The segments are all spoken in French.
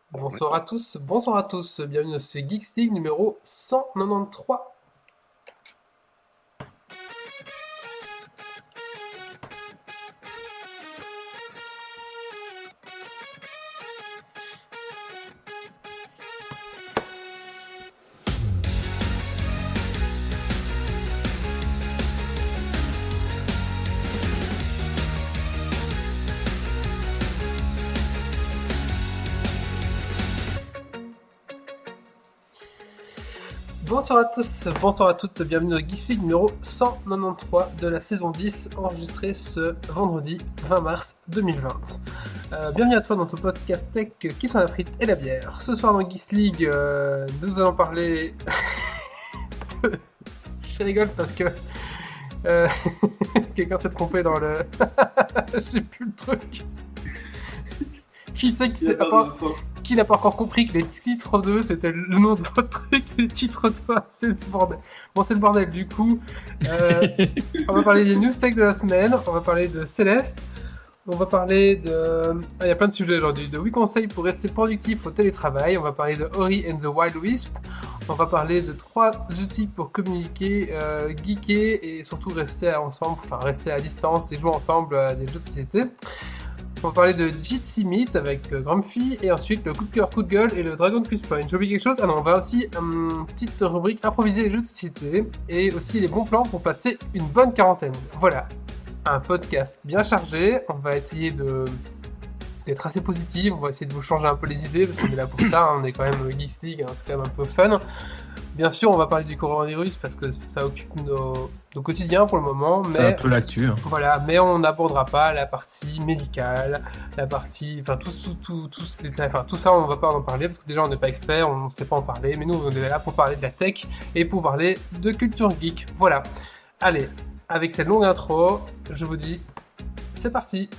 bonsoir à tous, bienvenue dans ce Geeks League numéro 193. Bonsoir à tous, bonsoir à toutes, bienvenue dans Geeks League numéro 193 de la saison 10, enregistré ce vendredi 20 mars 2020. Bienvenue à toi dans ton podcast tech qui sont la frite et la bière. Ce soir dans Geeks League, nous allons parler... Je rigole parce que... quelqu'un s'est trompé dans le... J'ai plus le truc. Qui sait qui qui n'a pas encore compris que les titres 2 c'était le nom de votre truc, les titres 3 c'est le bordel. Bon, c'est le bordel, du coup. On va parler des news tech de la semaine, on va parler de Céleste, on va parler de... il y a plein de sujets aujourd'hui. De 8 conseils pour rester productif au télétravail, on va parler de Ori and the Wild Wisp, on va parler de 3 outils pour communiquer, geeker et surtout rester ensemble, enfin rester à distance et jouer ensemble à des jeux de société. On va parler de Jitsi Meet avec Grumpy et ensuite le coup de cœur, coup de gueule et le Dragon Plus Point. J'ai oublié quelque chose? Ah non, on va aussi une petite rubrique improviser les jeux de société et aussi les bons plans pour passer une bonne quarantaine. Voilà, un podcast bien chargé. On va essayer d'être assez positif, on va essayer de vous changer un peu les idées parce qu'on est là pour ça, on est quand même Geeks League, hein, c'est quand même un peu fun. Bien sûr, on va parler du coronavirus parce que ça occupe nos quotidiens pour le moment. Mais, c'est un peu l'actu. Hein. Voilà, mais on n'abordera pas la partie médicale, la partie... Enfin, tout ça, on ne va pas en parler parce que déjà, on n'est pas expert, on ne sait pas en parler. Mais nous, on est là pour parler de la tech et pour parler de culture geek. Voilà. Allez, avec cette longue intro, je vous dis, c'est parti.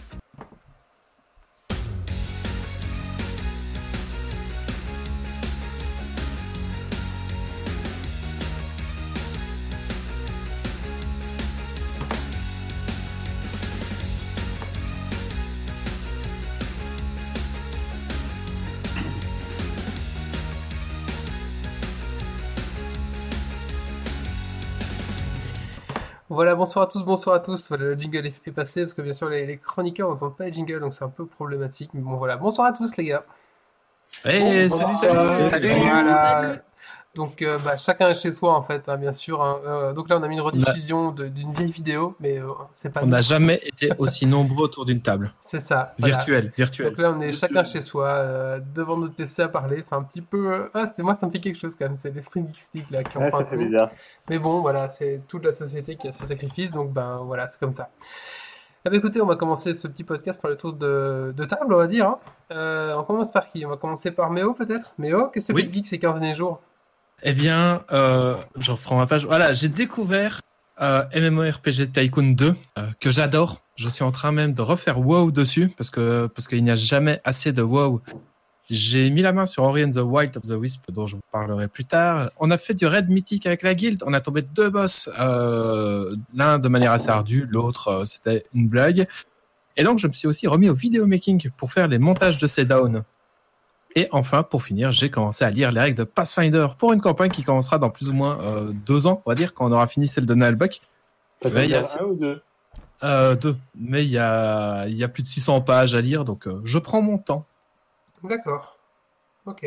Voilà, bonsoir à tous. Voilà, le jingle est passé parce que bien sûr les chroniqueurs n'entendent pas les jingles, donc c'est un peu problématique. Mais bon, voilà, bonsoir à tous les gars. Hey, salut. Voilà. Donc chacun est chez soi en fait, hein, bien sûr. Hein. Donc là on a mis une rediffusion d'une vieille vidéo, mais c'est pas... On n'a jamais été aussi nombreux autour d'une table. C'est ça. Virtuel. Donc là on est chacun chez soi, devant notre PC à parler. C'est un petit peu... ça me fait quelque chose quand même. C'est l'esprit Geeks League là qui en prend ça un fait coup. bizarre. Mais bon, voilà, c'est toute la société qui a ce sacrifice, donc voilà, c'est comme ça. Eh bien, écoutez, on va commencer ce petit podcast par le tour de table, on va dire. Hein. On commence par qui? On va commencer par Méo, peut-être. Méo, qu'est-ce que tu fais de geek ces 15 derniers jours? Eh bien, je reprends ma page. Voilà, j'ai découvert MMORPG Tycoon 2, que j'adore. Je suis en train même de refaire WoW dessus, parce qu'il n'y a jamais assez de WoW. J'ai mis la main sur Ori and the Wild of the Wisp, dont je vous parlerai plus tard. On a fait du raid mythique avec la guilde. On a tombé 2 boss, l'un de manière assez ardue, l'autre c'était une blague. Et donc je me suis aussi remis au vidéomaking pour faire les montages de ces downs. Et enfin, pour finir, j'ai commencé à lire les règles de Pathfinder pour une campagne qui commencera dans plus ou moins 2 ans, on va dire, quand on aura fini celle de Nullbuck. Pathfinder 1 ou 2? 2. Mais il y a plus de 600 pages à lire, donc je prends mon temps. D'accord. Ok.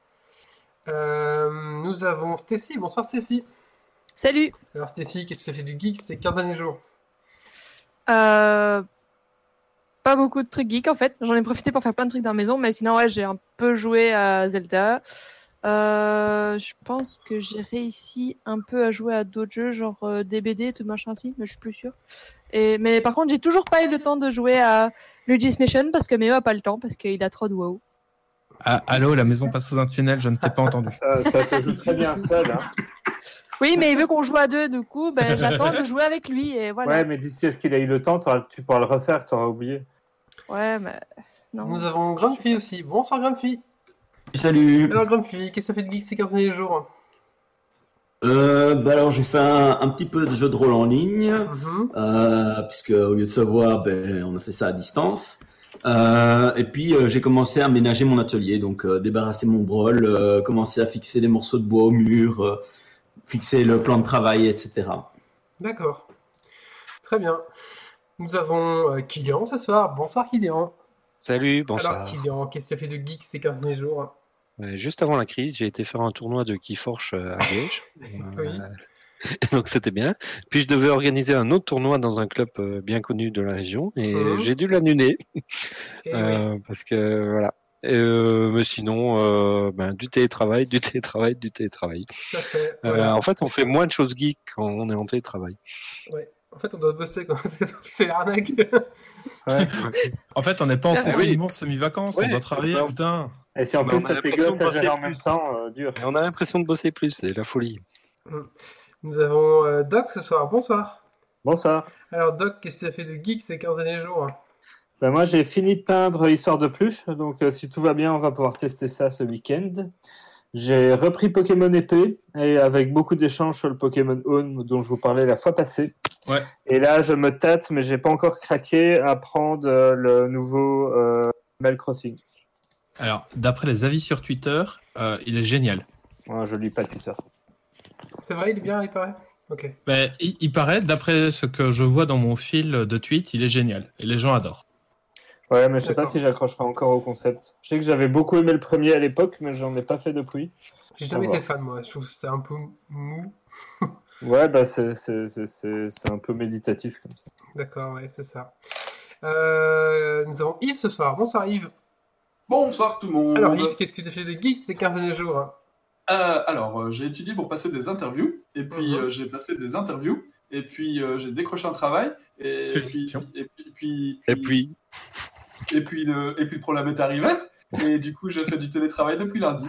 Nous avons Stacy. Bonsoir Stacy. Salut. Alors Stacy, qu'est-ce que tu as fait du geek ces 15 derniers jours? Pas beaucoup de trucs geek en fait. J'en ai profité pour faire plein de trucs dans la maison, mais sinon ouais, j'ai un peu joué à Zelda. Je pense que j'ai réussi un peu à jouer à d'autres jeux, genre DBD, tout machin ainsi, mais je suis plus sûre. Mais par contre, j'ai toujours pas eu le temps de jouer à Luigi's Mansion parce que Méo a pas le temps parce qu'il a trop de WoW. Ah, allô, la maison passe sous un tunnel, je ne t'ai pas entendu. Ça se joue très bien seul. Hein. Oui, mais il veut qu'on joue à 2, du coup, j'attends de jouer avec lui et voilà. Ouais, mais d'ici à ce qu'il a eu le temps, tu pourras le refaire, tu auras oublié. Ouais, mais non. Nous avons Grumpy aussi. Bonsoir Grumpy. Salut. Alors Grumpy, qu'est-ce que tu fais de geek ces 15 derniers jours? Alors j'ai fait un petit peu de jeu de rôle en ligne, puisque au lieu de se voir, on a fait ça à distance. Et puis j'ai commencé à aménager mon atelier, donc débarrasser mon brol, commencer à fixer des morceaux de bois au mur, fixer le plan de travail, etc. D'accord. Très bien. Nous avons Kylian ce soir. Bonsoir Kylian. Salut, bonsoir. Alors Kylian, qu'est-ce que tu as fait de geek ces 15 derniers jours? Juste avant la crise, j'ai été faire un tournoi de Keyforge à Liège. Oui. Donc c'était bien. Puis je devais organiser un autre tournoi dans un club bien connu de la région et j'ai dû l'annuler parce que voilà. Mais sinon, du télétravail. Tout à fait. Voilà. En fait, on fait moins de choses geek quand on est en télétravail. Ouais. En fait, on doit bosser quand c'est l'arnaque. Ouais. En fait, on n'est pas en confinement semi-vacances, on doit travailler, putain. Et si en plus ça fait gosse à gérer en même temps, dur. Et on a l'impression de bosser plus, c'est la folie. Nous avons Doc ce soir. Bonsoir. Bonsoir. Alors Doc, qu'est-ce que tu as fait de geek ces 15 derniers jours? Moi, j'ai fini de peindre Histoire de Pluche, donc si tout va bien, on va pouvoir tester ça ce week-end. J'ai repris Pokémon épée, et avec beaucoup d'échanges sur le Pokémon Home dont je vous parlais la fois passée. Ouais. Et là, je me tâte, mais j'ai pas encore craqué à prendre le nouveau Animal Crossing. Alors, d'après les avis sur Twitter, il est génial. Ouais, je lis pas Twitter. C'est vrai, il est bien, il paraît. Ok. Ben, il paraît, d'après ce que je vois dans mon fil de tweet, il est génial. Et les gens adorent. Ouais, mais je sais pas si j'accrocherai encore au concept. Je sais que j'avais beaucoup aimé le premier à l'époque, mais j'en ai pas fait depuis. J'ai jamais été fan, moi. Je trouve que c'est un peu mou. Ouais, bah c'est un peu méditatif comme ça. D'accord, ouais, c'est ça. Nous avons Yves ce soir. Bonsoir Yves. Bonsoir tout le monde. Alors Yves, qu'est-ce que tu as fait de geek ces 15 derniers jours? J'ai étudié pour passer des interviews, et puis j'ai passé des interviews, et puis j'ai décroché un travail, et puis le problème est arrivé, et du coup j'ai fait du télétravail depuis lundi.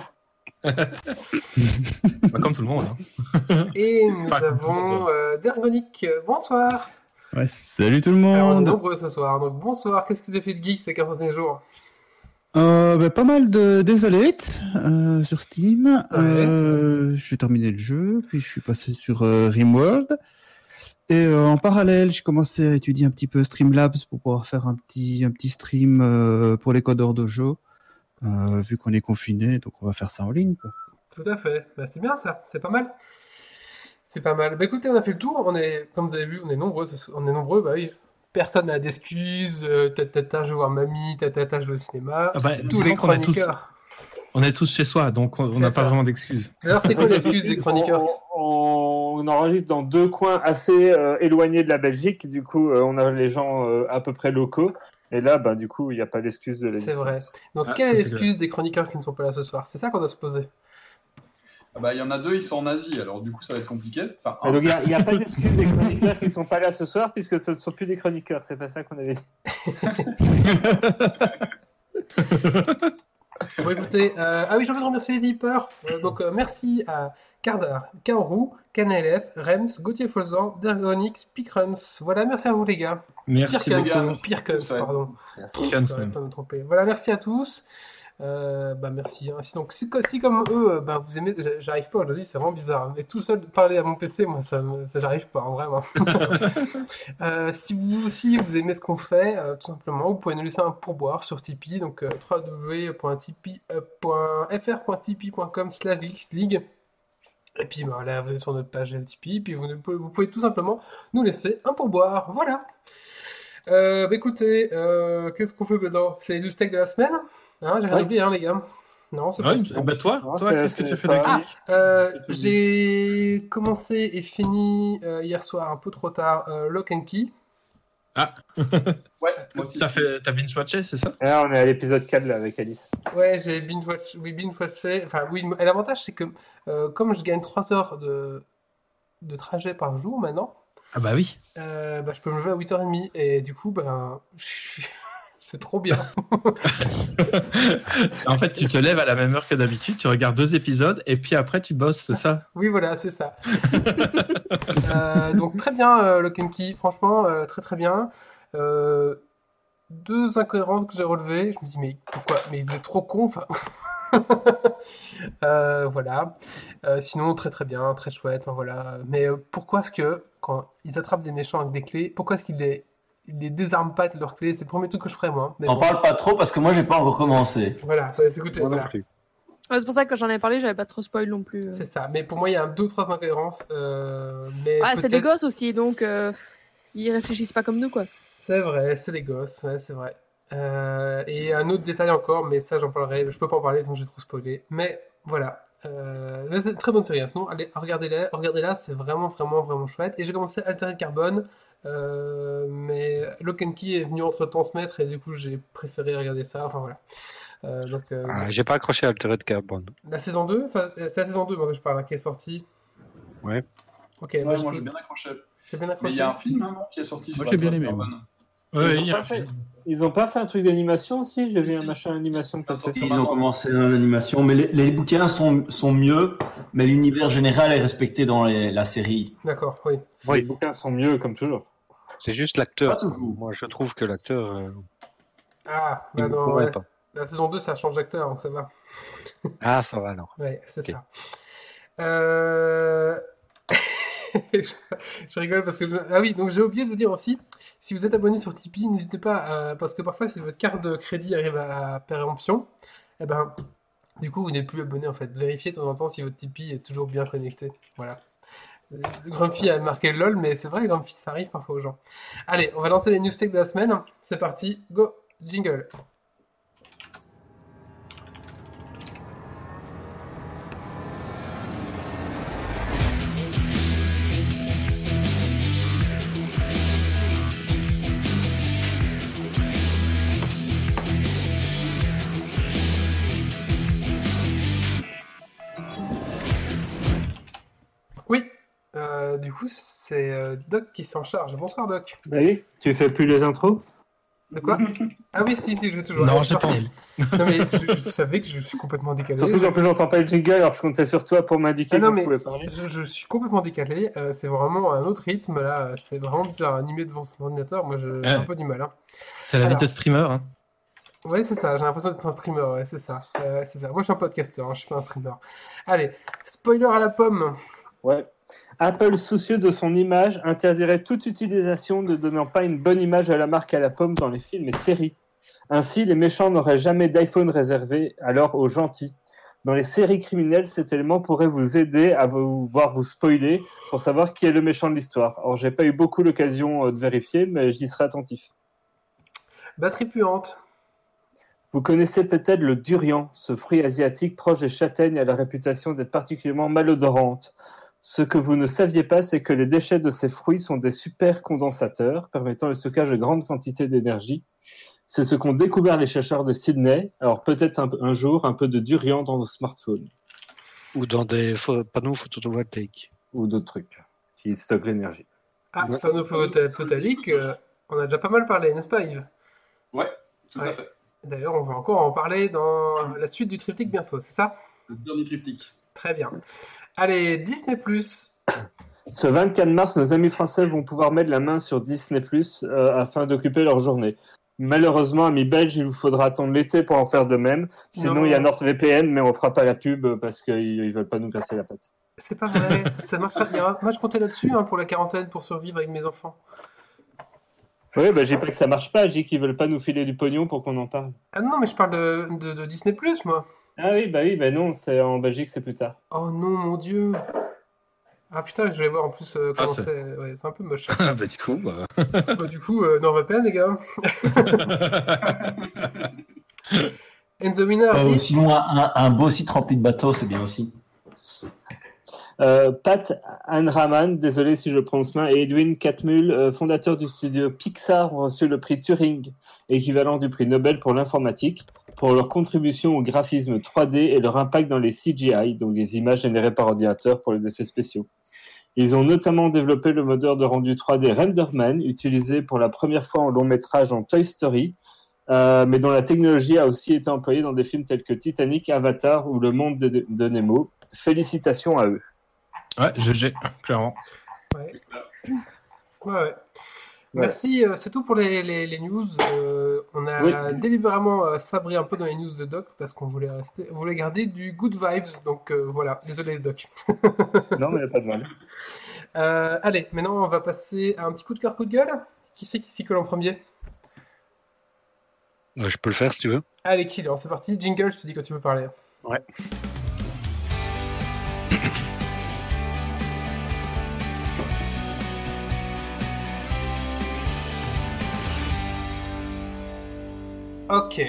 Comme tout le monde. Hein. Et nous avons Dergonic. Bonsoir. Ouais, salut tout le monde. Alors, on est nombreux ce soir, donc bonsoir. Qu'est-ce que tu as fait de geek ces 15 derniers jours? Pas mal de Desolate sur Steam. Ouais. J'ai terminé le jeu, puis je suis passé sur Rimworld. Et en parallèle, j'ai commencé à étudier un petit peu Streamlabs pour pouvoir faire un petit stream pour les codeurs dojo, vu qu'on est confiné, donc on va faire ça en ligne, quoi. Tout à fait. Bah, c'est bien ça, c'est pas mal. C'est pas mal. Bah écoutez, on a fait le tour. Comme vous avez vu, on est nombreux. Bah oui. Personne n'a d'excuses. Tata, je vais voir mamie. Tata, je vais au cinéma. Tous les chroniqueurs. On est tous chez soi, donc on n'a pas vraiment d'excuses. Alors, c'est quoi l'excuse des chroniqueurs? On enregistre dans deux coins assez éloignés de la Belgique. Du coup, on a les gens à peu près locaux. Et là, du coup, il n'y a pas d'excuse de la distance. C'est vrai. Donc, quelle est l'excuse des chroniqueurs qui ne sont pas là ce soir? C'est ça qu'on doit se poser. Il y en a deux, ils sont en Asie, alors du coup ça va être compliqué. Enfin, donc il n'y a pas d'excuse des chroniqueurs qui ne sont pas là ce soir, puisque ce ne sont plus des chroniqueurs, c'est pas ça qu'on avait dit. Bon, écoutez, j'ai envie de remercier les tipeurs. Merci à Kardar, Kaoru, Kanelef, Rems, Gauthier Folzan, Dergonix, Picruns. Voilà, merci à vous les gars. Merci beaucoup. Pirkuns, pardon. Pirkuns, je ne pas me tromper. Voilà, merci à tous. Merci. Hein. Si comme eux, vous aimez, j'arrive pas aujourd'hui, c'est vraiment bizarre. Mais tout seul de parler à mon PC, moi, ça j'arrive pas, hein, vraiment. Si vous aussi vous aimez ce qu'on fait, tout simplement, vous pouvez nous laisser un pourboire sur Tipeee, donc www.fr.tipeee.com/geeksleague. Et puis voilà, vous êtes sur notre page Tipeee, puis vous pouvez tout simplement nous laisser un pourboire. Voilà. Écoutez, qu'est-ce qu'on fait maintenant? C'est le steak de la semaine. Hein, j'ai rien oublié, les gars. Non, c'est pas. Toi, qu'est-ce que tu as fait de geek? J'ai commencé et fini hier soir un peu trop tard Lock and Key. Ouais, moi aussi. T'as binge-watché, c'est ça? Là, on est à l'épisode 4 là, avec Alice. Ouais, j'ai binge-watché. Enfin, oui, et l'avantage, c'est que comme je gagne 3 heures de trajet par jour maintenant. Ah bah oui. Je peux me lever à 8h30 et du coup, c'est trop bien. En fait, tu te lèves à la même heure que d'habitude, tu regardes 2 épisodes et puis après tu bosses, c'est ça? Oui, voilà, c'est ça. Donc très bien, Lock and Key, franchement, très très bien. 2 incohérences que j'ai relevées. Je me dis, mais pourquoi? Mais vous êtes trop con, enfin. Voilà. Sinon, très très bien, très chouette. Enfin, voilà. Mais pourquoi est-ce que quand ils attrapent des méchants avec des clés, pourquoi est-ce qu'ils les désarment pas de leur clé. C'est le premier truc que je ferais, moi. T'en parles pas trop parce que moi, j'ai pas encore commencé. Voilà, écoutez, Moi non voilà. plus. Ouais, c'est pour ça que quand j'en ai parlé, j'avais pas trop spoil non plus. C'est ça. Mais pour moi, il y a 2 ou 3 incohérences. Mais C'est des gosses aussi, donc ils réfléchissent pas comme nous, quoi. C'est vrai, c'est des gosses, ouais, c'est vrai. Et un autre détail encore, mais ça, j'en parlerai. Je peux pas en parler, sinon je vais trop spoiler. Mais voilà. Mais c'est une très bonne série. Hein. Sinon, allez, regardez-la, c'est vraiment, vraiment, vraiment chouette. Et j'ai commencé Altered Carbone, mais Lock and Key est venu entre-temps se mettre, et du coup, j'ai préféré regarder ça. Enfin, voilà. J'ai pas accroché à Altered Carbone. La saison 2, c'est la saison 2, moi, que je parle, hein, qui est sortie. Ouais. Ok, Ouais, moi j'ai bien accroché. J'ai bien Mais accroché. il y a un film non, qui est sorti Moi, sur j'ai bien Altered aimé, Carbone. Ouais, Ils ont pas fait un truc d'animation aussi? J'ai vu Si, un si. machin animation passer. Ils ont commencé dans l'animation, mais les bouquins sont mieux, mais l'univers général est respecté dans la série. D'accord, oui. Les bouquins sont mieux, comme toujours. C'est juste l'acteur. Pas toujours. Moi, je trouve que l'acteur. Ah, Il bah me non, pourrait ouais, pas. la saison 2, ça change d'acteur, donc ça va. Ah, ça va alors. Ouais, c'est Ok. ça. Je rigole parce que... Ah oui, donc j'ai oublié de vous dire aussi, si vous êtes abonné sur Tipeee, n'hésitez pas, parce que parfois, si votre carte de crédit arrive à péremption, eh ben, du coup, vous n'êtes plus abonné, en fait. Vérifiez de temps en temps si votre Tipeee est toujours bien connecté. Voilà. Le Grumpy a marqué LOL, mais c'est vrai, Grumpy, ça arrive parfois aux gens. Allez, on va lancer les news tech de la semaine. C'est parti, go, jingle. Oui, du coup, c'est Doc qui s'en charge. Bonsoir, Doc. Bah oui, tu fais plus les intros? De quoi? Ah oui, si, je vais toujours. Non, Allez, j'ai c'est pas parti. envie. Non, mais vous savez que je suis complètement décalé. Surtout qu'en plus j'entends pas le jingle, alors je comptais sur toi pour m'indiquer Ah non, quand mais je pouvais parler. je suis complètement décalé. C'est vraiment un autre rythme, là. C'est vraiment bizarre. Animé devant son ordinateur, moi, j'ai un peu du mal. Hein. C'est la vie Alors. de streamer. Hein. Ouais, c'est ça. J'ai l'impression d'être un streamer. Ouais, c'est ça. C'est ça. Moi, je suis un podcasteur. Hein, je suis pas un streamer. Allez, spoiler à la pomme. Ouais. Apple, soucieux de son image, interdirait toute utilisation ne donnant pas une bonne image à la marque à la pomme dans les films et séries. Ainsi, les méchants n'auraient jamais d'iPhone réservé alors aux gentils. Dans les séries criminelles, cet élément pourrait vous aider à voir vous spoiler pour savoir qui est le méchant de l'histoire. Alors, j'ai pas eu beaucoup l'occasion de vérifier, mais j'y serai attentif. Batterie puante. Vous connaissez peut-être le durian, ce fruit asiatique proche des châtaignes a la réputation d'être particulièrement malodorante. Ce que vous ne saviez pas, c'est que les déchets de ces fruits sont des supercondensateurs, permettant le stockage de grandes quantités d'énergie. C'est ce qu'ont découvert les chercheurs de Sydney. Alors peut-être un jour, un peu de durian dans vos smartphones. Ou dans des panneaux photovoltaïques. Ou d'autres trucs qui stockent l'énergie. Ah, panneau photovoltaïque, on a déjà pas mal parlé, n'est-ce pas, Yves? Ouais, tout Ouais. à fait. D'ailleurs, on va encore en parler dans la suite du triptyque bientôt, c'est ça? Le dernier triptyque. Très bien. Allez, Disney+. Ce 24 mars, nos amis français vont pouvoir mettre la main sur Disney+, afin d'occuper leur journée. Malheureusement, amis belges, il vous faudra attendre l'été pour en faire de même. Sinon, Non. il y a NordVPN, mais on fera pas la pub parce qu'ils veulent pas nous casser la patte. C'est pas vrai, ça marche pas. Moi, je comptais là-dessus pour la quarantaine, pour survivre avec mes enfants. Oui, bah, j'ai pas que ça marche pas, j'ai qu'ils veulent pas nous filer du pognon pour qu'on en parle. Ah non, mais je parle de Disney+, moi. Ah oui, bah non, c'est en Belgique, c'est plus tard. Oh non, mon Dieu. Ah putain, je voulais voir en plus comment c'est- c'est. Ouais, c'est un peu moche. Bah, du coup, Bah, du coup, NordVPN, les gars. And the winner is... Sinon, un beau site rempli de bateaux, c'est bien aussi. Pat Hanrahan, désolé si je le prononce mal, et Edwin Catmull, fondateur du studio Pixar, ont reçu le prix Turing, équivalent du prix Nobel pour l'informatique, pour leur contribution au graphisme 3D et leur impact dans les CGI, donc les images générées par ordinateur pour les effets spéciaux. Ils ont notamment développé le moteur de rendu 3D RenderMan, utilisé pour la première fois en long métrage en Toy Story, mais dont la technologie a aussi été employée dans des films tels que Titanic, Avatar ou Le Monde de Nemo. Félicitations à eux. ouais, GG, clairement. Ouais. Merci, c'est tout pour les news. On a délibérément sabré un peu dans les news de Doc parce qu'on voulait garder du good vibes. Donc voilà, désolé Doc. Non, mais il n'y a pas de mal. Allez, maintenant on va passer à un petit coup de cœur, coup de gueule. Qui c'est qui s'y colle en premier? Je peux le faire si tu veux. Allez, Kylian, c'est parti. Jingle, je te dis quand tu veux parler. Ouais. Ok.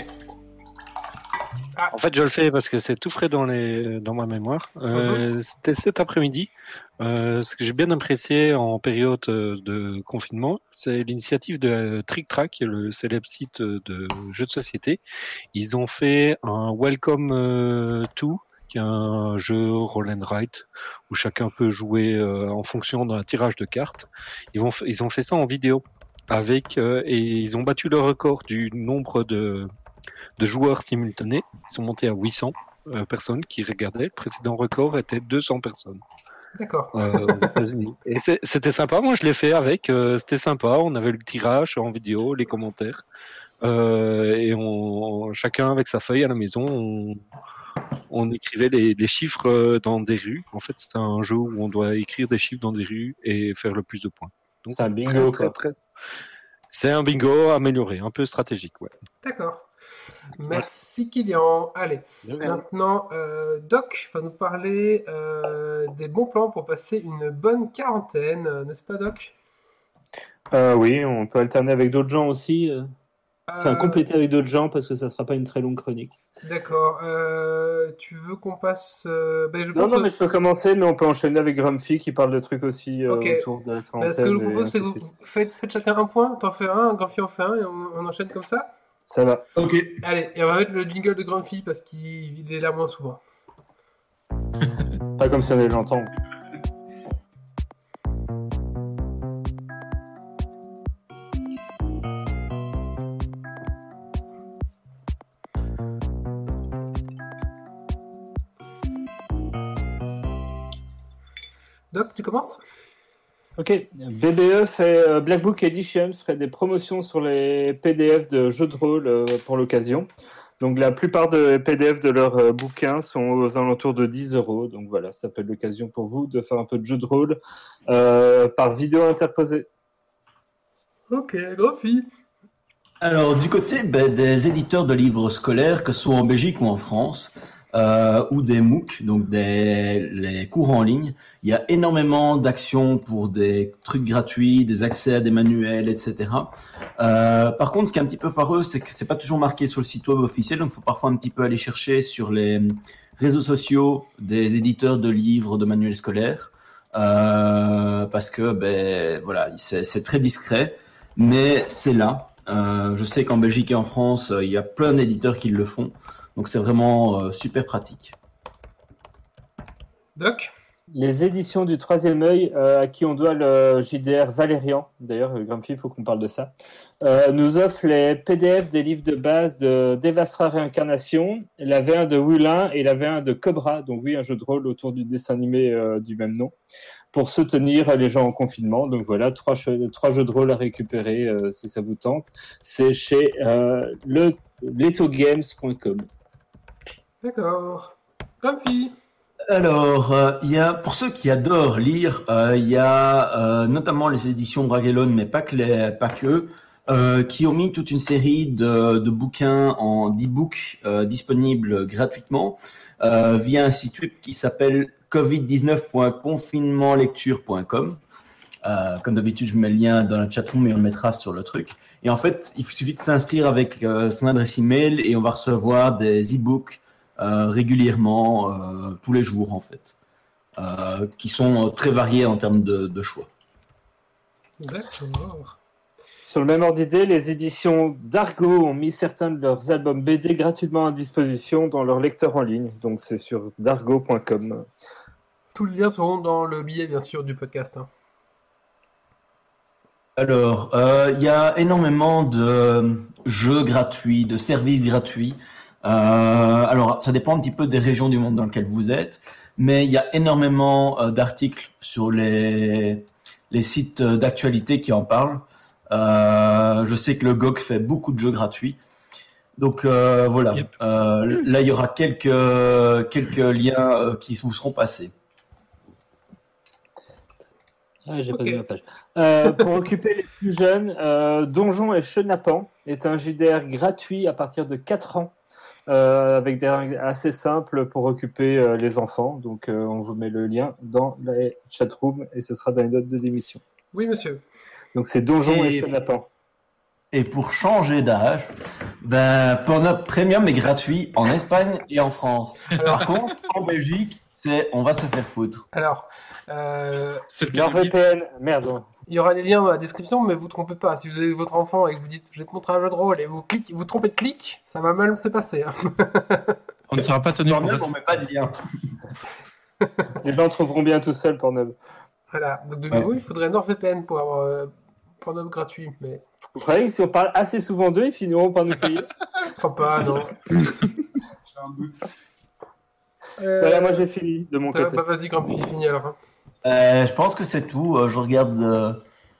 En fait, je le fais parce que c'est tout frais dans ma mémoire. C'était cet après-midi. Ce que j'ai bien apprécié en période de confinement, c'est l'initiative de Trick Track, le célèbre site de jeux de société. Ils ont fait un Welcome to, qui est un jeu roll and write où chacun peut jouer en fonction d'un tirage de cartes. Ils ont fait ça en vidéo et ils ont battu le record du nombre de joueurs simultanés. Ils sont montés à 800 personnes qui regardaient. Le précédent record était 200 personnes. D'accord. Aux États-Unis. Et c'était sympa. Moi, je l'ai fait avec. C'était sympa. On avait le tirage en vidéo, les commentaires. Et chacun avec sa feuille à la maison, on écrivait les chiffres dans des rues. En fait, c'est un jeu où on doit écrire des chiffres dans des rues et faire le plus de points. Donc, c'est un bingo, quoi. C'est un bingo amélioré, un peu stratégique, ouais. D'accord. Merci Kylian. Allez, maintenant Doc va nous parler des bons plans pour passer une bonne quarantaine, n'est-ce pas Doc? Oui, on peut alterner avec d'autres gens aussi. Enfin, compléter avec d'autres gens parce que ça ne sera pas une très longue chronique. D'accord. Tu veux qu'on passe Non, mais je peux commencer, mais on peut enchaîner avec Grumpy qui parle de trucs aussi autour de la quarantaine. Ce que je vous propose, c'est que vous faites chacun un point. T'en fais un, Grumpy en fait un, et on enchaîne comme ça. Ça va. Ok. Allez, et on va mettre le jingle de Grumpy parce qu'il est là moins souvent. Pas comme si on allait l'entendre. Doc, tu commences? Ok, BBE fait Black Book Edition ferait des promotions sur les PDF de jeux de rôle pour l'occasion. Donc la plupart des PDF de leurs bouquins sont aux alentours de 10 €. Donc voilà, ça peut être l'occasion pour vous de faire un peu de jeu de rôle par vidéo interposée. Ok, Grumpy. Alors du côté des éditeurs de livres scolaires, que ce soit en Belgique ou en France, ou des MOOC, donc les cours en ligne. Il y a énormément d'actions pour des trucs gratuits, des accès à des manuels, etc. Par contre, ce qui est un petit peu foireux, c'est que c'est pas toujours marqué sur le site web officiel, donc il faut parfois un petit peu aller chercher sur les réseaux sociaux des éditeurs de livres, de manuels scolaires, parce que voilà, c'est très discret, mais c'est là. Je sais qu'en Belgique et en France, il y a plein d'éditeurs qui le font. Donc c'est vraiment super pratique. Doc? Les éditions du Troisième Œil, à qui on doit le JDR Valérian, d'ailleurs, Grumpy, il faut qu'on parle de ça, nous offre les PDF des livres de base de Devastra Réincarnation, la V1 de Wulin et la V1 de Cobra, donc oui, un jeu de rôle autour du dessin animé du même nom, pour soutenir les gens en confinement. Donc voilà, trois jeux de rôle à récupérer si ça vous tente. C'est chez letogames.com. D'accord. Grumpy. Alors, il y a, pour ceux qui adorent lire, il y a notamment les éditions Bragelonne, mais pas que, qui ont mis toute une série de bouquins en e-book disponibles gratuitement via un site web qui s'appelle covid19.confinementlecture.com. Comme d'habitude, je mets le lien dans la chatroom et on le mettra sur le truc. Et en fait, il suffit de s'inscrire avec son adresse email et on va recevoir des e-books régulièrement, tous les jours en fait, qui sont très variés en termes de choix. D'accord. Sur le même ordre d'idée, les éditions d'Argo ont mis certains de leurs albums BD gratuitement à disposition dans leur lecteur en ligne. Donc c'est sur dargo.com. Tous les liens seront dans le billet, bien sûr, du podcast. Hein. Alors, il y a énormément de jeux gratuits, de services gratuits. Alors, ça dépend un petit peu des régions du monde dans lesquelles vous êtes, mais il y a énormément d'articles sur les sites d'actualité qui en parlent. Je sais que le GOG fait beaucoup de jeux gratuits. Donc voilà, yep. Là il y aura quelques liens qui vous seront passés. J'ai pas Ok. vu ma page. Pour occuper les plus jeunes, Donjon et Chenapan est un JDR gratuit à partir de 4 ans, avec des règles assez simples pour occuper les enfants. Donc, on vous met le lien dans la chatroom et ce sera dans les notes de l'émission. Oui, monsieur. Donc, c'est Donjon et Et- Chenapan. Et pour changer d'âge, Pornhub Premium est gratuit en Espagne et en France. Par contre, en Belgique, on va se faire foutre. Alors, C'est le cas de le dire. NordVPN, merde. il y aura des liens dans la description, mais vous trompez pas. Si vous avez votre enfant et que vous dites je vais te montrer un jeu de rôle et vous trompez de clic, ça va mal se passer. Hein. On ne sera pas tenu pour Pornhub, ça. on met pas de lien. Les gens trouveront bien tout seuls Pornhub. Voilà. Donc de nouveau, il faudrait NordVPN pour avoir Pornhub gratuit, mais Vous croyez que si on parle assez souvent d'eux, ils finiront par nous payer? je crois pas. Non. J'ai un doute. Voilà, moi j'ai fini de mon côté. Bah vas-y, Grumpy, fini alors. Hein. Je pense que c'est tout. Je regarde.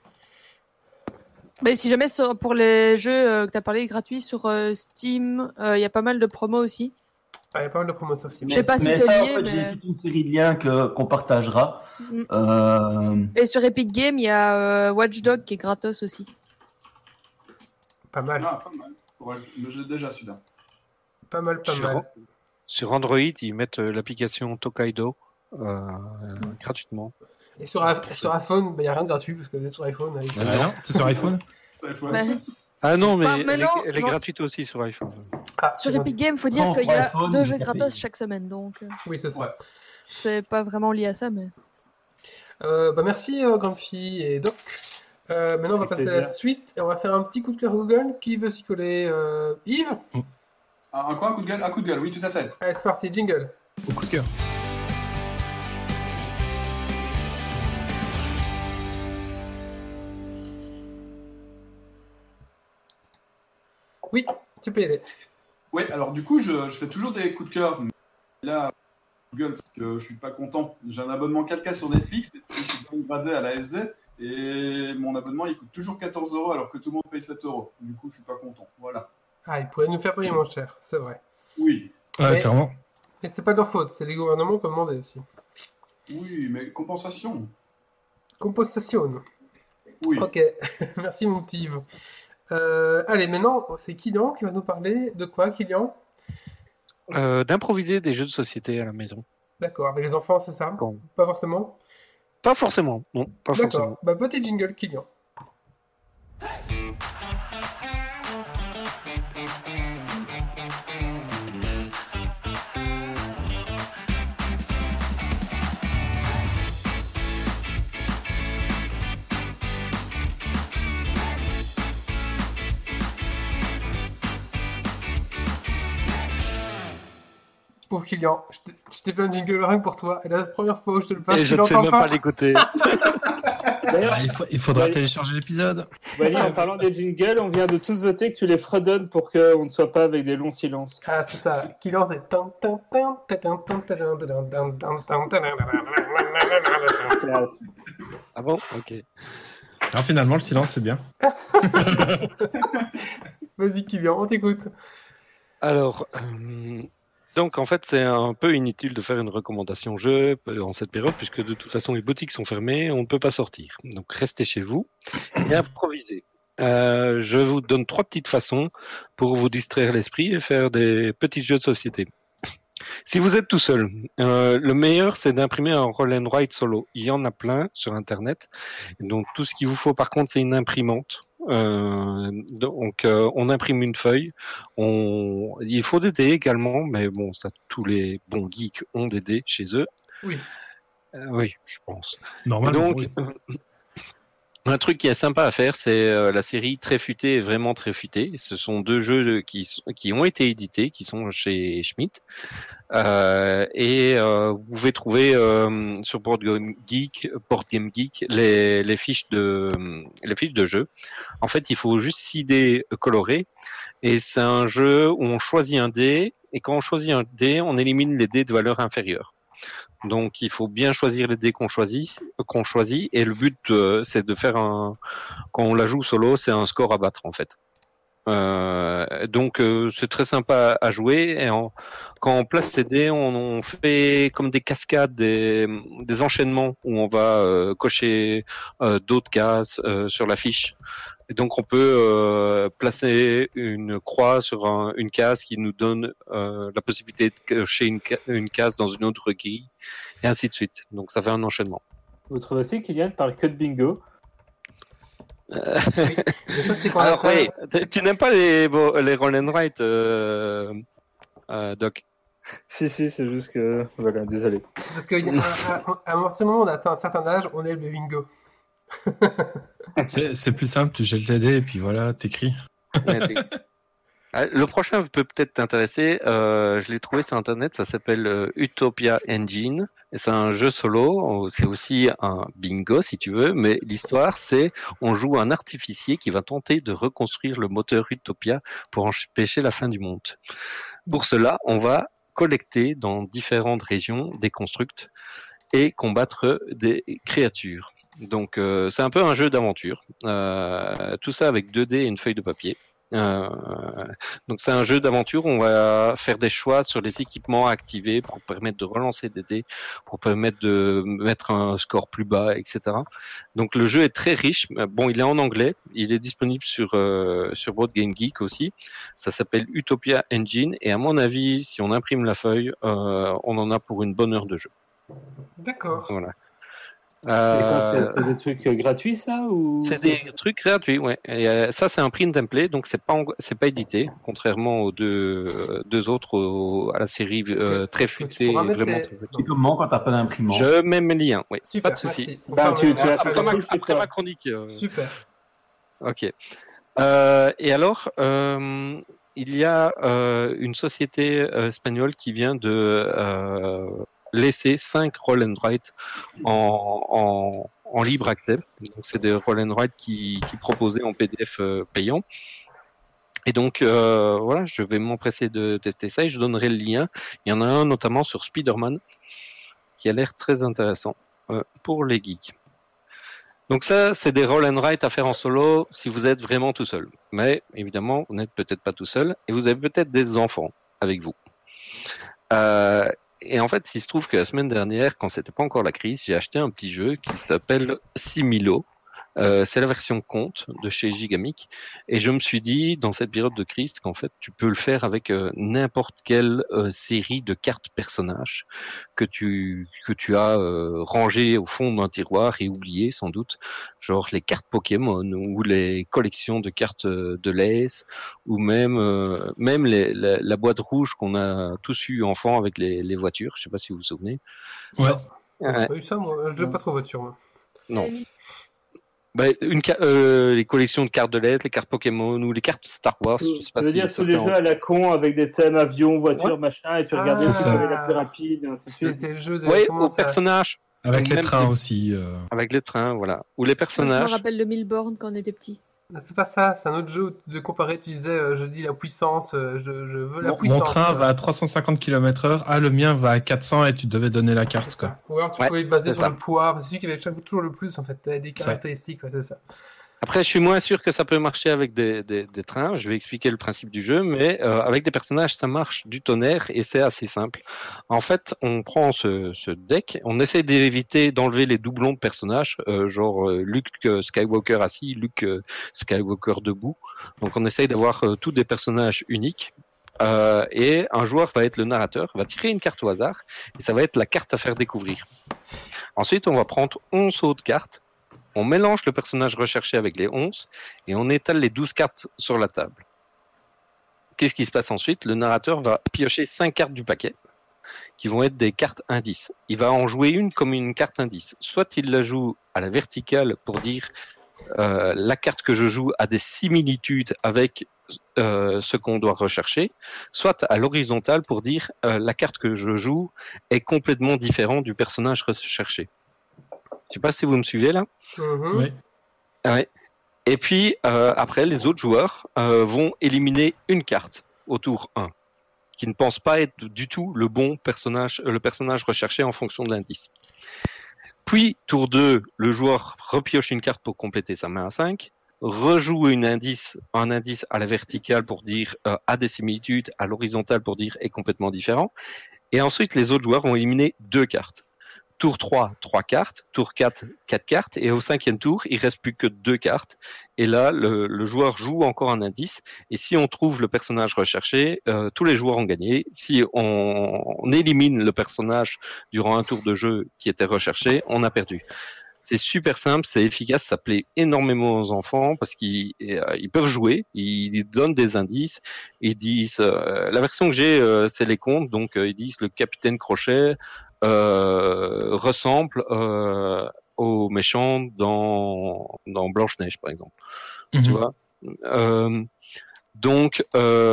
Mais si jamais pour les jeux que tu as parlé gratuits sur Steam, il y a pas mal de promos aussi. Ah, il y a pas mal de promos sur Steam. Je sais pas si mais c'est ça, lié, en fait, mais- j'ai toute une série de liens qu'on partagera. Mm. Et sur Epic Games, il y a Watch Dogs qui est gratos aussi. Pas mal. Ah, pas mal. Ouais, mais j'ai déjà celui-là. Pas mal. Sur Android, ils mettent l'application Tokaido gratuitement. Et sur iPhone, il n'y a rien de gratuit parce que vous êtes sur iPhone. Avec... Rien, c'est sur iPhone. Ça, il faut- Ouais. Ah non, mais Bah, mais non, elle est genre- gratuite aussi sur iPhone. Ah, Sur tu vois. Epic Games, faut dire Prends qu'il y a iPhone, 2 jeux j'ai gratos payé. chaque semaine, donc Oui, c'est ça. Ouais. c'est pas vraiment lié à ça, mais. Bah merci Grumpy et Doc. Maintenant on va Avec passer à la plaisir. suite et on va faire un petit coup de cœur Google. Qui veut s'y coller Yves? Un quoi? Un coup de gueule? Un coup de gueule, oui, tout à fait. Allez c'est parti, jingle. Au coup de cœur. Oui, tu peux y aller. Oui, alors du coup, je fais toujours des coups de cœur. Mais là, Google, parce que je suis pas content. J'ai un abonnement 4K sur Netflix, et je suis pas gradé à la SD, et mon abonnement il coûte toujours 14 € alors que tout le monde paye 7 €. Du coup, je suis pas content. Voilà. Ah, ils pourraient nous faire payer moins cher, c'est vrai. Oui, Ouais, Mais- clairement. Et c'est pas de leur faute, c'est les gouvernements qui ont demandé aussi. oui, mais compensation. Compostation. Oui. Ok, merci mon petit Yves. Allez, maintenant, c'est Kylian qui va nous parler de quoi, Kylian? D'improviser des jeux de société à la maison. D'accord, avec les enfants, c'est ça? Bon. Pas forcément? Pas forcément, non, pas forcément. D'accord, bah petit jingle, Kylian. Pauvre Kylian, je t'ai fait un jingle rien que pour toi, et la première fois où je te le passe, Et tu je ne fais l'entends même pas l'écouter. D'ailleurs, Ah, il faudra Ouais. télécharger l'épisode. Wally, en parlant des jingles, on vient de tous voter que tu les fredonnes pour qu'on ne soit pas avec des longs silences. Ah, c'est ça. Kylian, c'est... Ah bon? Ok. Alors finalement, le silence, c'est bien. Vas-y, Kylian, on t'écoute. Alors, donc en fait, c'est un peu inutile de faire une recommandation jeu en cette période, puisque de toute façon, les boutiques sont fermées, on ne peut pas sortir. Donc, restez chez vous et improvisez. Je vous donne 3 petites façons pour vous distraire l'esprit et faire des petits jeux de société. Si vous êtes tout seul, le meilleur, c'est d'imprimer un roll and write solo. Il y en a plein sur Internet. Donc, tout ce qu'il vous faut, par contre, c'est une imprimante. Donc, on imprime une feuille. Il faut des dés également, mais bon, ça, tous les bons geeks ont des dés chez eux. Oui. Oui, je pense. Normalement, Donc, oui. un truc qui est sympa à faire, c'est la série Très Futé et Vraiment Très Futé. Ce sont 2 jeux qui ont été édités, qui sont chez Schmitt. Vous pouvez trouver sur Board Game Geek les fiches de jeu. En fait, il faut juste 6 dés colorés. Et c'est un jeu où on choisit un dé. Et quand on choisit un dé, on élimine les dés de valeur inférieure. Donc, il faut bien choisir les dés qu'on choisit. Et le but, c'est de faire quand on la joue solo, c'est un score à battre, en fait. Donc c'est très sympa à jouer. Et quand on place ces dés, on fait comme des cascades, des enchaînements où on va cocher d'autres cases sur la fiche. Et donc on peut placer une croix sur une case qui nous donne la possibilité de cocher une case dans une autre grille, et ainsi de suite. Donc ça fait un enchaînement. Vous trouvez aussi qu'il y a par le code bingo? Oui. Mais ça, c'est quand Alors oui, tu n'aimes pas les roll and write, Doc? Si, c'est juste que... Voilà, désolé. Parce qu'à un moment, on atteint un certain âge, on aime le bingo. C'est plus simple, tu jettes les dés et puis voilà, t'écris. Le prochain peut peut-être t'intéresser. Je l'ai trouvé sur internet. Ça s'appelle Utopia Engine. Et c'est un jeu solo. C'est aussi un bingo si tu veux. Mais l'histoire, c'est on joue un artificier qui va tenter de reconstruire le moteur Utopia pour empêcher la fin du monde. Pour cela, on va collecter dans différentes régions des constructs et combattre des créatures. Donc c'est un peu un jeu d'aventure. Tout ça avec 2 dés et une feuille de papier. Donc c'est un jeu d'aventure, on va faire des choix sur les équipements à activer pour permettre de relancer des dés, pour permettre de mettre un score plus bas, etc. Donc le jeu est très riche. Bon, il est en anglais, il est disponible sur Board Game Geek aussi. Ça s'appelle Utopia Engine et à mon avis, si on imprime la feuille, on en a pour une bonne heure de jeu. D'accord. Voilà. C'est des trucs gratuits, ça ou... C'est des trucs gratuits, ouais. Et, ça, c'est un print and play, donc c'est pas édité, contrairement aux deux autres, à la série très fruitée. C'est comment quand t'as pas d'imprimant? Je mets mes liens, oui. Super, pas de souci. merci. Après ma chronique. Super. Ok. Et alors, il y a une société espagnole qui vient de laisser 5 roll and write en libre accès. Donc c'est des roll and write qui proposaient en PDF payant. Et donc voilà, je vais m'empresser de tester ça et je donnerai le lien. Il y en a un notamment sur Spider-Man qui a l'air très intéressant pour les geeks. Donc ça, c'est des roll and write à faire en solo si vous êtes vraiment tout seul. Mais évidemment, vous n'êtes peut-être pas tout seul et vous avez peut-être des enfants avec vous. Et en fait, il se trouve que la semaine dernière, quand c'était pas encore la crise, j'ai acheté un petit jeu qui s'appelle Similo. C'est la version compte de chez Gigamic. Et je me suis dit, dans cette période de crise, qu'en fait, tu peux le faire avec n'importe quelle série de cartes personnages que tu as rangées au fond d'un tiroir et oubliées sans doute, genre les cartes Pokémon ou les collections de cartes de l'AS ou même la boîte rouge qu'on a tous eu enfant avec les voitures. Je sais pas si vous vous souvenez. Ouais. J'ai pas eu ça, moi. Je joue pas trop voiture, moi. Non. Les collections de cartes de lettres, les cartes Pokémon ou les cartes Star Wars. Je sais pas dire tous les jeux à la con avec des thèmes avion, voiture, machin, et tu regardais c'est la plus rapide. C'était le jeu de. Oui, aux personnages. Avec les trains aussi. Avec les trains, voilà. Ou les personnages. Je me rappelle le Milborn quand on était petit. C'est pas ça, c'est un autre jeu de comparer. Tu disais, je dis la puissance, je veux la puissance. Mon train va à 350 km/h. Ah, le mien va à 400 et tu devais donner la carte, quoi. Ou alors tu pouvais te baser sur le poids. C'est celui qui avait toujours le plus, en fait. Tu avais des caractéristiques, ouais, c'est ça. Après, je suis moins sûr que ça peut marcher avec des trains. Je vais expliquer le principe du jeu, mais avec des personnages, ça marche du tonnerre et c'est assez simple. En fait, on prend ce deck, on essaie d'éviter d'enlever les doublons de personnages, genre Luke Skywalker assis, Luke Skywalker debout. Donc, on essaye d'avoir tous des personnages uniques. Et un joueur va être le narrateur, va tirer une carte au hasard, et ça va être la carte à faire découvrir. Ensuite, on va prendre 11 autres cartes. On mélange le personnage recherché avec les 11 et on étale les 12 cartes sur la table. Qu'est-ce qui se passe ensuite? Le narrateur va piocher 5 cartes du paquet qui vont être des cartes indices. Il va en jouer une comme une carte indice. Soit il la joue à la verticale pour dire la carte que je joue a des similitudes avec ce qu'on doit rechercher, soit à l'horizontale pour dire la carte que je joue est complètement différente du personnage recherché. Je sais pas si vous me suivez là. Oui. Ouais. Et puis après, les autres joueurs vont éliminer une carte au tour 1, qui ne pense pas être du tout le bon personnage, le personnage recherché en fonction de l'indice. Puis tour 2, le joueur repioche une carte pour compléter sa main à 5. rejoue un indice à la verticale pour dire a des similitudes, à l'horizontale pour dire est complètement différent. Et ensuite, les autres joueurs vont éliminer 2 cartes. Tour 3, 3 cartes. Tour 4, 4 cartes. Et au 5e tour, il reste plus que 2 cartes. Et là, le joueur joue encore un indice. Et si on trouve le personnage recherché, tous les joueurs ont gagné. Si on élimine le personnage durant un tour de jeu qui était recherché, on a perdu. C'est super simple, c'est efficace, ça plaît énormément aux enfants parce qu'ils peuvent jouer, ils donnent des indices, ils disent la version que j'ai c'est les contes, donc ils disent le capitaine Crochet ressemble au méchant dans Blanche-Neige par exemple. Tu vois donc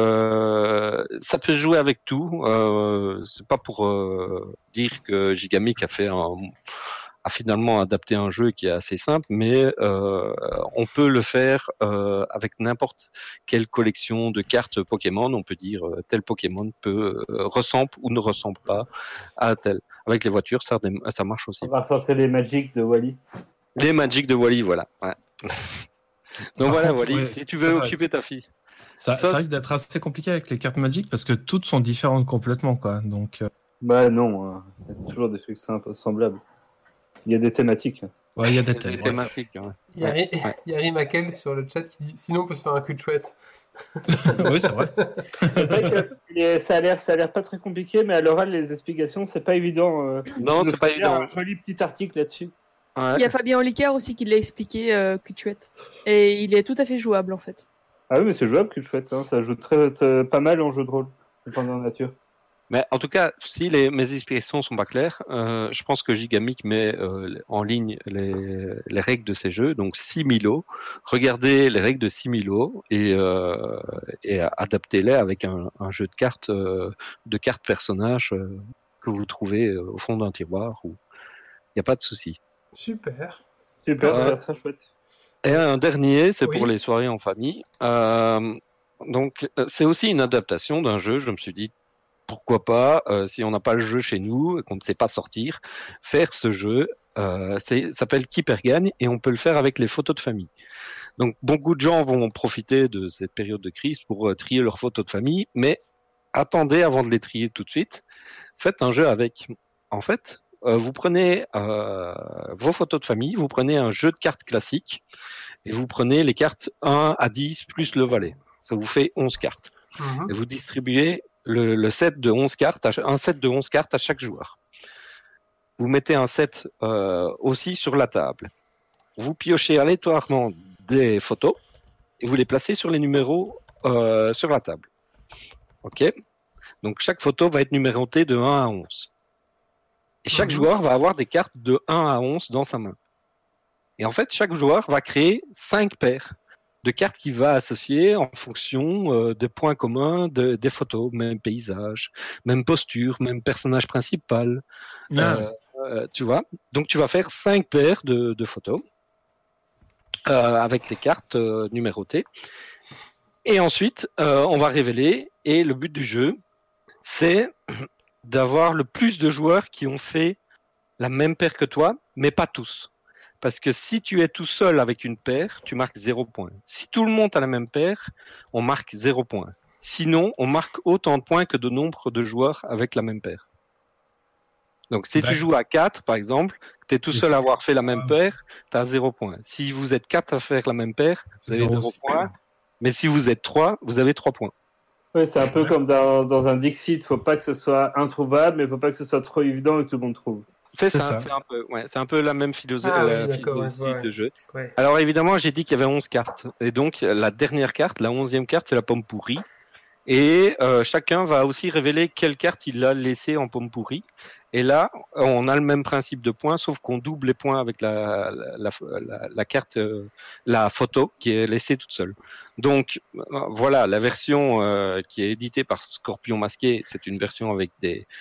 ça peut jouer avec tout, c'est pas pour dire que Gigamic a finalement adapté un jeu qui est assez simple, mais on peut le faire avec n'importe quelle collection de cartes Pokémon. On peut dire tel Pokémon ressemble ou ne ressemble pas à tel. Avec les voitures, ça marche aussi. On va sortir les Magic de Wally. Les Magic de Wally, voilà. Ouais. Donc voilà, Wally, ouais, si tu veux occuper ta fille. Ça risque d'être assez compliqué avec les cartes Magic parce que toutes sont différentes complètement, quoi. Donc. Bah non, il y a toujours des trucs semblables. Il y a des thématiques. Ouais, il y a des thèmes. Il y a Rimakel sur le chat qui dit sinon on peut se faire un cul de chouette. Oui, c'est vrai. C'est vrai que ça a l'air pas très compliqué, mais à l'oral, les explications, c'est pas évident. Non, c'est pas évident. Un joli petit article là-dessus. Ouais. Il y a Fabien Olicard aussi qui l'a expliqué, cul de chouette. Et il est tout à fait jouable en fait. Ah oui, mais c'est jouable, cul de chouette. Hein. Ça joue pas mal en jeu de rôle, dépendant de la nature. Mais en tout cas, si mes explications sont pas claires, je pense que Gigamic met en ligne les règles de ces jeux, donc 6000 lots. Regardez les règles de 6000 lots et adaptez-les avec un jeu de cartes personnages que vous trouvez au fond d'un tiroir. Il n'y a pas de souci. Super. Super, ça a l'air très chouette. Et un dernier, c'est pour les soirées en famille. Donc, c'est aussi une adaptation d'un jeu. Je me suis dit, pourquoi pas, si on n'a pas le jeu chez nous et qu'on ne sait pas sortir, faire ce jeu. S'appelle Keeper Gagne et on peut le faire avec les photos de famille. Donc, beaucoup de gens vont profiter de cette période de crise pour trier leurs photos de famille, mais attendez avant de les trier tout de suite. Faites un jeu avec. En fait, vous prenez vos photos de famille, vous prenez un jeu de cartes classique et vous prenez les cartes 1 à 10 plus le valet. Ça vous fait 11 cartes. Et vous distribuez le set de 11 cartes, un set de 11 cartes à chaque joueur. Vous mettez un set aussi sur la table. Vous piochez aléatoirement des photos et vous les placez sur les numéros sur la table. Ok ? Donc chaque photo va être numérotée de 1 à 11. Et chaque joueur va avoir des cartes de 1 à 11 dans sa main. Et en fait, chaque joueur va créer 5 paires de cartes qu'il va associer en fonction des points communs des photos, même paysage, même posture, même personnage principal. Tu vois ? Donc tu vas faire 5 paires de photos avec les cartes numérotées. Et ensuite, on va révéler, et le but du jeu, c'est d'avoir le plus de joueurs qui ont fait la même paire que toi, mais pas tous. Parce que si tu es tout seul avec une paire, tu marques 0 points. Si tout le monde a la même paire, on marque 0 points. Sinon, on marque autant de points que de nombre de joueurs avec la même paire. Donc, si tu joues à 4, par exemple, tu es tout seul à avoir fait la même paire, tu as 0 points. Si vous êtes 4 à faire la même paire, vous avez 0 points. Mais si vous êtes 3, vous avez 3 points. Oui, c'est un peu comme dans un Dixit. Il ne faut pas que ce soit introuvable, mais il ne faut pas que ce soit trop évident et que tout le monde trouve. C'est un peu la même philosophie de jeu. Ouais. Alors évidemment, j'ai dit qu'il y avait 11 cartes. Et donc, la dernière carte, la 11e carte, c'est la pomme pourrie. Et chacun va aussi révéler quelle carte il a laissée en pomme pourrie. Et là, on a le même principe de points, sauf qu'on double les points avec la carte, la photo qui est laissée toute seule. Donc voilà, la version qui est éditée par Scorpion Masqué, c'est une version avec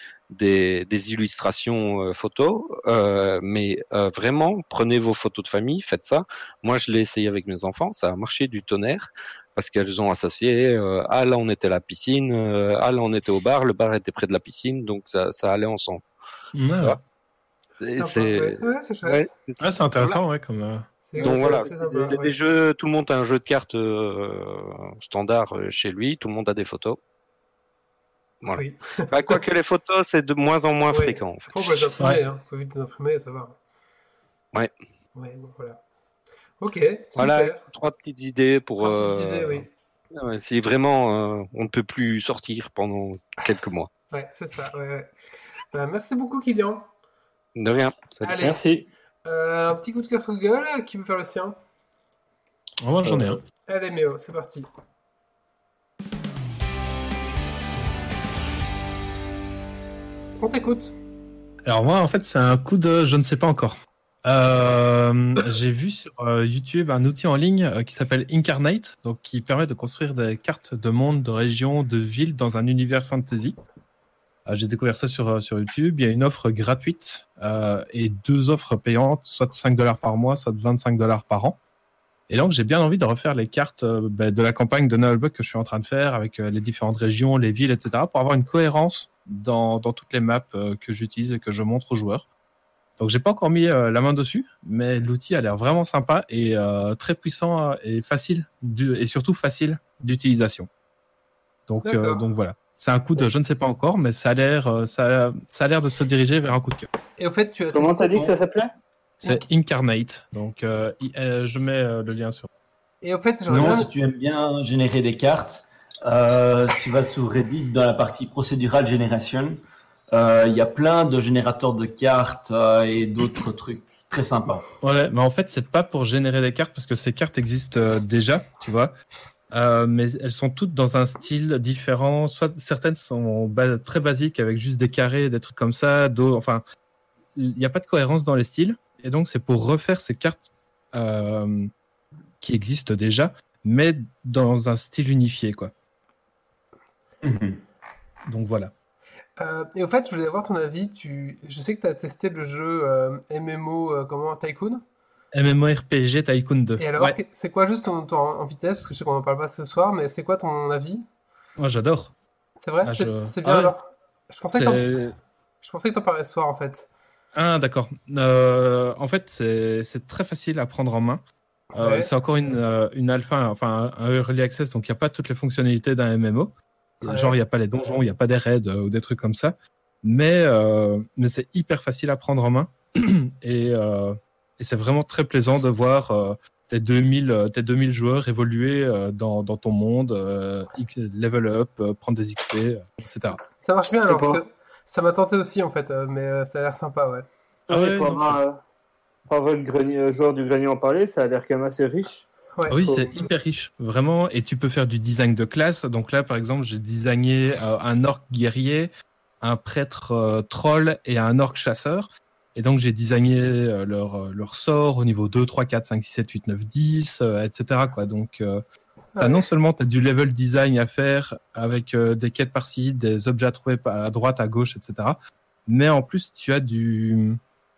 des illustrations photos, mais vraiment, prenez vos photos de famille, faites ça. Moi, je l'ai essayé avec mes enfants, ça a marché du tonnerre. Parce qu'elles ont associé, là on était à la piscine, là on était au bar, le bar était près de la piscine, donc ça allait ensemble. Ouais. C'est chouette. C'est intéressant, voilà. Comme. Donc voilà, c'est des jeux, tout le monde a un jeu de cartes standard chez lui, tout le monde a des photos. Voilà. Oui. Quoique les photos, c'est de moins en moins fréquent. En fait. Faut les imprimer, hein. Faut vite les imprimer, ça va. Ouais. Ouais, bon, voilà. Ok, super. Voilà, 3 petites idées pour... 3 petites idées, oui. Si vraiment on ne peut plus sortir pendant quelques mois. Ouais, c'est ça, ouais. Merci beaucoup, Kylian. De rien. Allez. Merci. Un petit coup de cœur Google, qui veut faire le sien? Moi, j'en ai un. Allez, Méo, c'est parti. On t'écoute. Alors moi, en fait, c'est un coup de je ne sais pas encore. J'ai vu sur YouTube un outil en ligne qui s'appelle Incarnate, donc qui permet de construire des cartes de monde, de régions, de villes dans un univers fantasy. J'ai découvert ça sur YouTube. Il y a une offre gratuite et 2 offres payantes, soit $5 par mois, soit $25 par an. Et donc, j'ai bien envie de refaire les cartes de la campagne de Nullbug que je suis en train de faire avec les différentes régions, les villes, etc. pour avoir une cohérence dans toutes les maps que j'utilise et que je montre aux joueurs. Donc, j'ai pas encore mis la main dessus, mais l'outil a l'air vraiment sympa et très puissant et facile, et surtout facile d'utilisation. Donc voilà. C'est un coup de je ne sais pas encore, mais ça a l'air de se diriger vers un coup de cœur. Et au fait, tu as comment t'as dit que ça s'appelait? C'est Incarnate. Donc je mets le lien sur. Et au fait, si tu aimes bien générer des cartes, tu vas sur Reddit dans la partie Procedural Generation. Il y a plein de générateurs de cartes et d'autres trucs très sympas. Ouais, mais en fait, c'est pas pour générer des cartes parce que ces cartes existent déjà, tu vois. Mais elles sont toutes dans un style différent. Soit certaines sont très basiques avec juste des carrés, des trucs comme ça. Enfin, il n'y a pas de cohérence dans les styles. Et donc, c'est pour refaire ces cartes qui existent déjà, mais dans un style unifié, quoi. Donc voilà. Et au fait, je voulais avoir ton avis. Je sais que tu as testé le jeu MMO Tycoon. MMORPG Tycoon 2. Et alors, c'est quoi juste en vitesse? Parce que je sais qu'on n'en parle pas ce soir, mais c'est quoi ton avis? Moi, j'adore. C'est vrai? C'est bien alors? Je pensais que t'en parlais ce soir, en fait. Ah, d'accord. En fait, c'est très facile à prendre en main. C'est encore une alpha, enfin un early access, donc il n'y a pas toutes les fonctionnalités d'un MMO. Genre, il n'y a pas les donjons, il n'y a pas des raids ou des trucs comme ça. Mais c'est hyper facile à prendre en main. Et c'est vraiment très plaisant de voir tes 2000 joueurs évoluer dans ton monde, level up, prendre des XP, etc. Ça marche bien alors, parce que ça m'a tenté aussi en fait, mais ça a l'air sympa, ouais. Pour avoir le joueur du grenier en parler, ça a l'air quand même assez riche. Ouais, oui, c'est hyper riche, vraiment. Et tu peux faire du design de classe. Donc là, par exemple, j'ai designé un orc guerrier, un prêtre troll et un orc chasseur. Et donc, j'ai designé leur sort au niveau 2, 3, 4, 5, 6, 7, 8, 9, 10, etc. quoi. Donc, non seulement tu as du level design à faire avec des quêtes par-ci, des objets à trouver à droite, à gauche, etc. Mais en plus, tu as du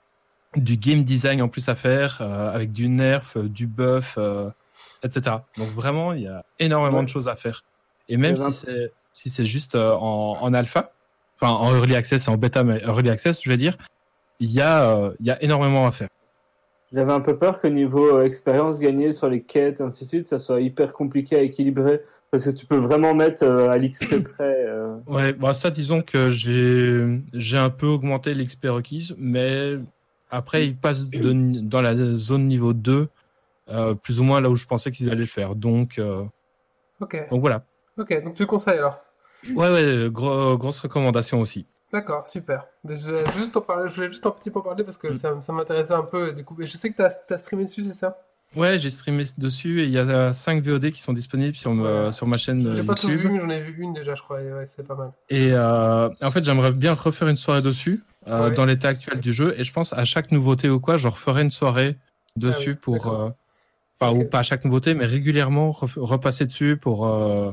game design en plus à faire avec du nerf, du buff, etc. Donc, vraiment, il y a énormément de choses à faire. Et même si c'est juste en alpha, enfin en early access et en bêta, mais early access, je vais dire, il y a énormément à faire. J'avais un peu peur qu'au niveau expérience gagnée sur les quêtes, ainsi de suite, ça soit hyper compliqué à équilibrer, parce que tu peux vraiment mettre à l'XP près. Ouais, bah ça, disons que j'ai un peu augmenté l'XP requise, mais après, ils passent dans la zone niveau 2, plus ou moins là où je pensais qu'ils allaient le faire. Donc voilà. Ok, donc tu le conseilles alors? Ouais, grosse recommandation aussi. D'accord, super. Je voulais juste un petit peu en parler parce que ça m'intéressait un peu. Du coup, je sais que tu as streamé dessus, c'est ça? Ouais, j'ai streamé dessus et il y a 5 VOD qui sont disponibles sur ma chaîne YouTube. J'ai pas tout vu, mais j'en ai vu une déjà, je crois. Et ouais, c'est pas mal. Et en fait, j'aimerais bien refaire une soirée dessus dans l'état actuel du jeu. Et je pense à chaque nouveauté ou quoi, je referai une soirée dessus pour... ou pas à chaque nouveauté, mais régulièrement repasser dessus pour...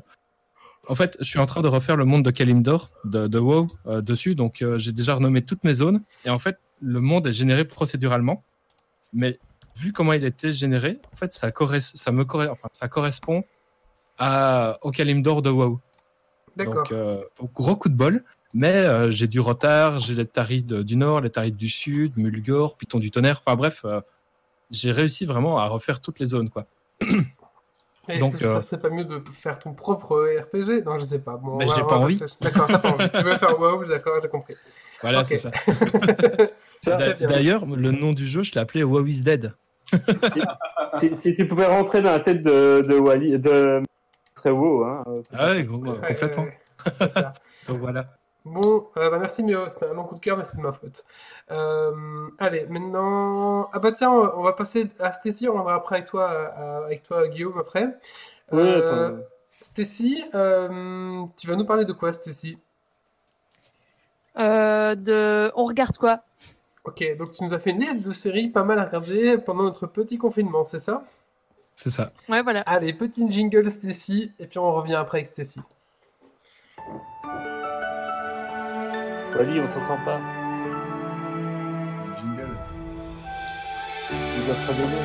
En fait, je suis en train de refaire le monde de Kalimdor, de WoW, dessus. Donc, j'ai déjà renommé toutes mes zones. Et en fait, le monde est généré procéduralement. Mais vu comment il était généré, en fait, ça correspond au Kalimdor de WoW. D'accord. Donc, gros coup de bol. Mais j'ai du retard, j'ai les Tarides du Nord, les Tarides du Sud, Mulgore, Python du Tonnerre. Enfin bref, j'ai réussi vraiment à refaire toutes les zones, quoi. Et donc, ça serait pas mieux de faire ton propre RPG? Non, je sais pas. Bon, j'ai pas envie. D'accord, t'as pas envie. Tu veux faire WoW, d'accord, j'ai compris. Voilà, okay. C'est ça. D'ailleurs, le nom du jeu, je l'ai appelé WoW is Dead. si tu pouvais rentrer dans la tête de Wally, ce serait WoW. Hein, complètement. C'est ça. Donc voilà. Bon, merci Mio, c'était un long coup de cœur, mais c'est de ma faute. Allez, maintenant... Ah bah tiens, on va passer à Stacy, on reviendra après avec toi Guillaume, après. Oui, Stacy, tu vas nous parler de quoi, Stacy? On regarde quoi? Ok, donc tu nous as fait une liste de séries pas mal à regarder pendant notre petit confinement, c'est ça? C'est ça. Ouais, voilà. Allez, petit jingle Stacy, et puis on revient après avec Stacy. Wally, on s'entend pas. Jingle. Il doit se redonner.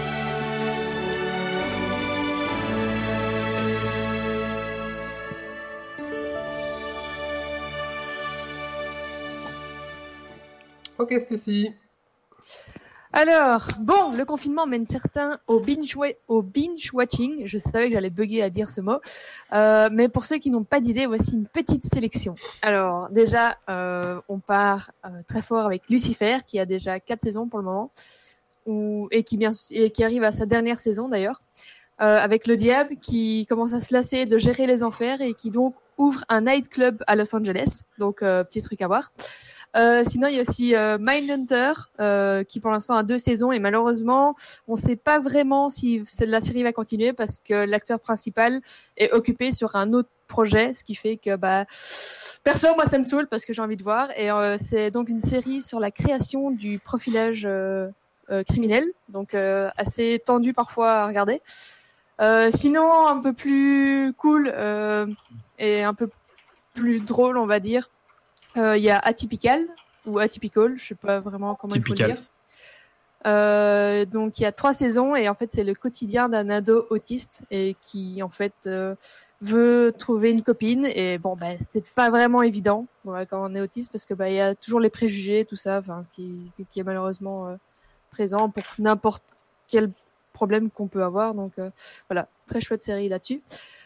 Ok, Stacy. Alors, bon, le confinement mène certains au binge-watching. Je savais que j'allais bugger à dire ce mot. Mais pour ceux qui n'ont pas d'idée, voici une petite sélection. Alors, déjà, on part très fort avec Lucifer, qui a déjà 4 saisons pour le moment, et qui arrive à sa dernière saison d'ailleurs. Avec le diable qui commence à se lasser de gérer les enfers et qui donc ouvre un nightclub à Los Angeles. Donc, petit truc à voir. Sinon, il y a aussi Mindhunter, qui pour l'instant a 2 saisons et malheureusement, on ne sait pas vraiment si la série va continuer parce que l'acteur principal est occupé sur un autre projet, ce qui fait que perso, moi ça me saoule parce que j'ai envie de voir. Et c'est donc une série sur la création du profilage criminel, donc assez tendu parfois à regarder. Sinon, un peu plus cool et un peu plus drôle, on va dire. Il y a Atypical ou Atypical, je sais pas vraiment comment Typical. Il faut le dire. Donc il y a 3 saisons et en fait c'est le quotidien d'un ado autiste et qui en fait veut trouver une copine et bon c'est pas vraiment évident quand on est autiste parce que il y a toujours les préjugés tout ça qui est malheureusement présent pour n'importe quel problème qu'on peut avoir donc voilà, très chouette série là-dessus.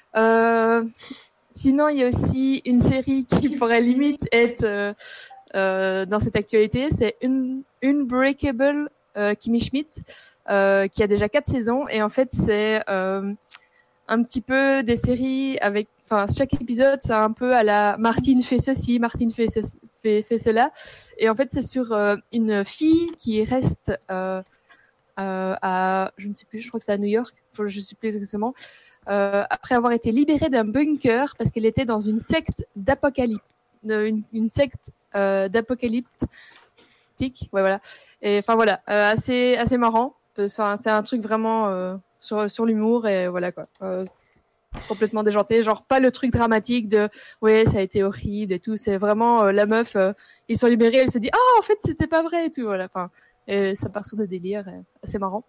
Sinon, il y a aussi une série qui pourrait limite être dans cette actualité, c'est Unbreakable Kimmy Schmidt, qui a déjà 4 saisons. Et en fait, c'est un petit peu des séries avec... Enfin, chaque épisode, c'est un peu à la Martine fait ceci, Martine fait cela. Et en fait, c'est sur une fille qui reste à... Je ne sais plus, je crois que c'est à New York, je ne sais plus exactement. Après avoir été libérée d'un bunker parce qu'elle était dans une secte d'apocalypse, une secte d'apocalyptique, ouais voilà. Et enfin voilà, assez marrant. C'est un truc vraiment sur l'humour et voilà quoi. Complètement déjanté, genre pas le truc dramatique de ouais ça a été horrible et tout. C'est vraiment la meuf, ils sont libérés, elle se dit en fait c'était pas vrai et tout voilà. Enfin et ça part sur des délires, assez marrant.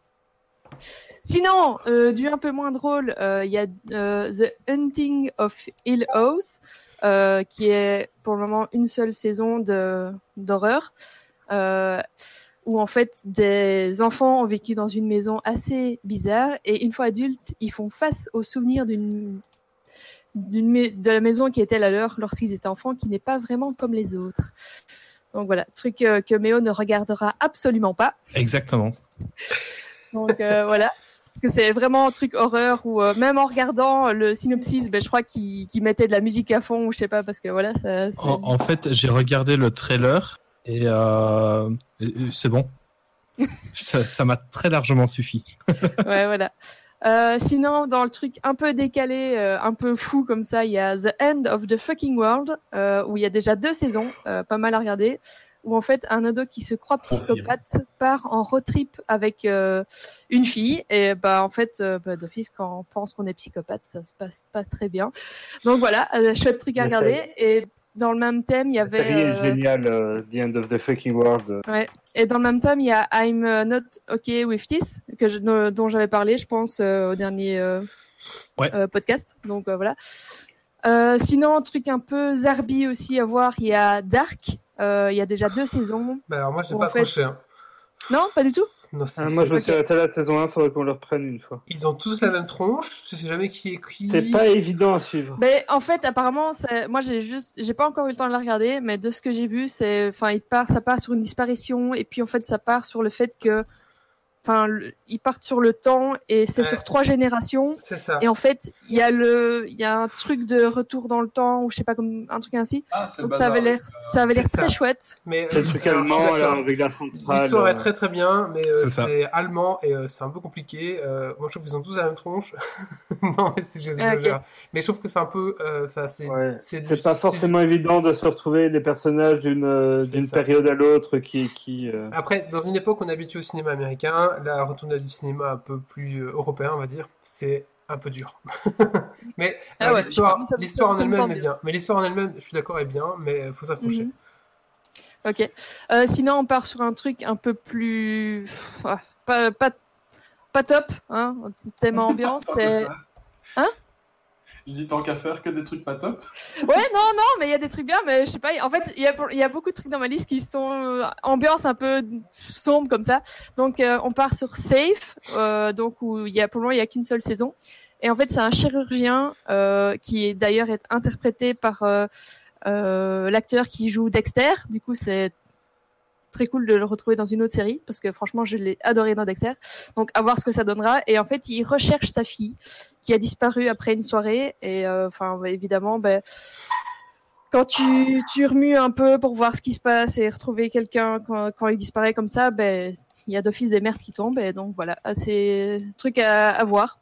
Sinon, du un peu moins drôle, il y a The Hunting of Hill House, qui est pour le moment une seule saison d'horreur, où en fait des enfants ont vécu dans une maison assez bizarre et une fois adultes, ils font face aux souvenirs de la maison qui était la leur lorsqu'ils étaient enfants, qui n'est pas vraiment comme les autres. Donc voilà, truc que Méo ne regardera absolument pas. Exactement. Donc voilà, parce que c'est vraiment un truc horreur où même en regardant le synopsis, je crois qu'il mettait de la musique à fond ou je sais pas parce que voilà ça. En fait, j'ai regardé le trailer et c'est bon. ça m'a très largement suffi. Ouais voilà. Sinon, dans le truc un peu décalé, un peu fou comme ça, il y a The End of the Fucking World, où il y a déjà 2 saisons, pas mal à regarder, où en fait un ado qui se croit psychopathe part en road trip avec une fille, et en fait d'office quand on pense qu'on est psychopathe, ça se passe pas très bien. Donc voilà, chouette truc à regarder. Et dans le même thème, il y avait... La série est géniale, The End of the Fucking World. Ouais. Et dans le même thème, il y a I'm Not Okay With This, dont j'avais parlé, je pense, au dernier podcast. Donc voilà. Sinon, un truc un peu zarbi aussi à voir, il y a Dark. Il y a déjà 2 saisons. Alors moi, j'ai pas accroché. Hein. Non, pas du tout. Non, moi, je me suis arrêté à la saison 1, il faudrait qu'on le reprenne une fois. Ils ont tous la même tronche, je sais jamais qui est qui. C'est pas évident à suivre. Mais en fait, apparemment, moi, j'ai pas encore eu le temps de la regarder, mais de ce que j'ai vu, ça part sur une disparition, et puis en fait, ça part sur le fait que, ils partent sur le temps, et c'est sur 3 générations. C'est ça. Et en fait, il y a un truc de retour dans le temps, ou je sais pas, comme un truc ainsi. Donc ça avait l'air très chouette. Mais c'est truc allemand, avec la centrale. L'histoire est très très bien, mais c'est allemand et c'est un peu compliqué. Moi, je trouve qu'ils ont tous la même tronche. Non, mais j'exagère. Mais je trouve que c'est un peu, c'est pas forcément évident de se retrouver les personnages d'une période à l'autre qui. Après, dans une époque où on est habitué au cinéma américain, la retourne du cinéma un peu plus européen, on va dire, c'est un peu dur. Mais l'histoire en elle-même est bien. Mais l'histoire en elle-même, je suis d'accord, est bien, mais il faut s'accrocher. Ok. Sinon, on part sur un truc un peu plus pas top, hein. Thème ambiance, c'est. Hein? Je dis tant qu'à faire que des trucs pas top. Ouais, non, mais il y a des trucs bien, mais je sais pas. En fait, il y a beaucoup de trucs dans ma liste qui sont ambiance un peu sombre comme ça. Donc, on part sur Safe, donc où pour le moment il y a qu'une seule saison. Et en fait, c'est un chirurgien qui d'ailleurs est interprété par l'acteur qui joue Dexter. Du coup, c'est très cool de le retrouver dans une autre série parce que franchement, je l'ai adoré dans Dexter. Donc, à voir ce que ça donnera. Et en fait, il recherche sa fille qui a disparu après une soirée. Et évidemment, quand tu remues un peu pour voir ce qui se passe et retrouver quelqu'un quand il disparaît comme ça, il y a d'office des merdes qui tombent. Et donc voilà, c'est un truc à voir.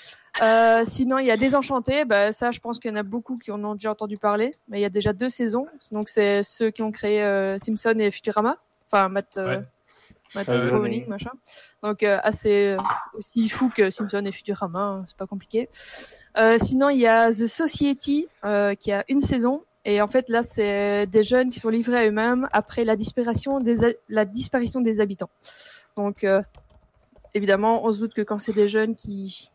Sinon, il y a Désenchanté. Ça, je pense qu'il y en a beaucoup qui en ont déjà entendu parler. Mais il y a déjà 2 saisons. Donc, c'est ceux qui ont créé Simpson et Futurama. Enfin, Matt Groening, machin. Donc, assez aussi fou que Simpson et Futurama. Hein, c'est pas compliqué. Sinon, il y a The Society qui a 1 saison. Et en fait, là, c'est des jeunes qui sont livrés à eux-mêmes après la disparition des habitants. Donc, évidemment, on se doute que quand c'est des jeunes qui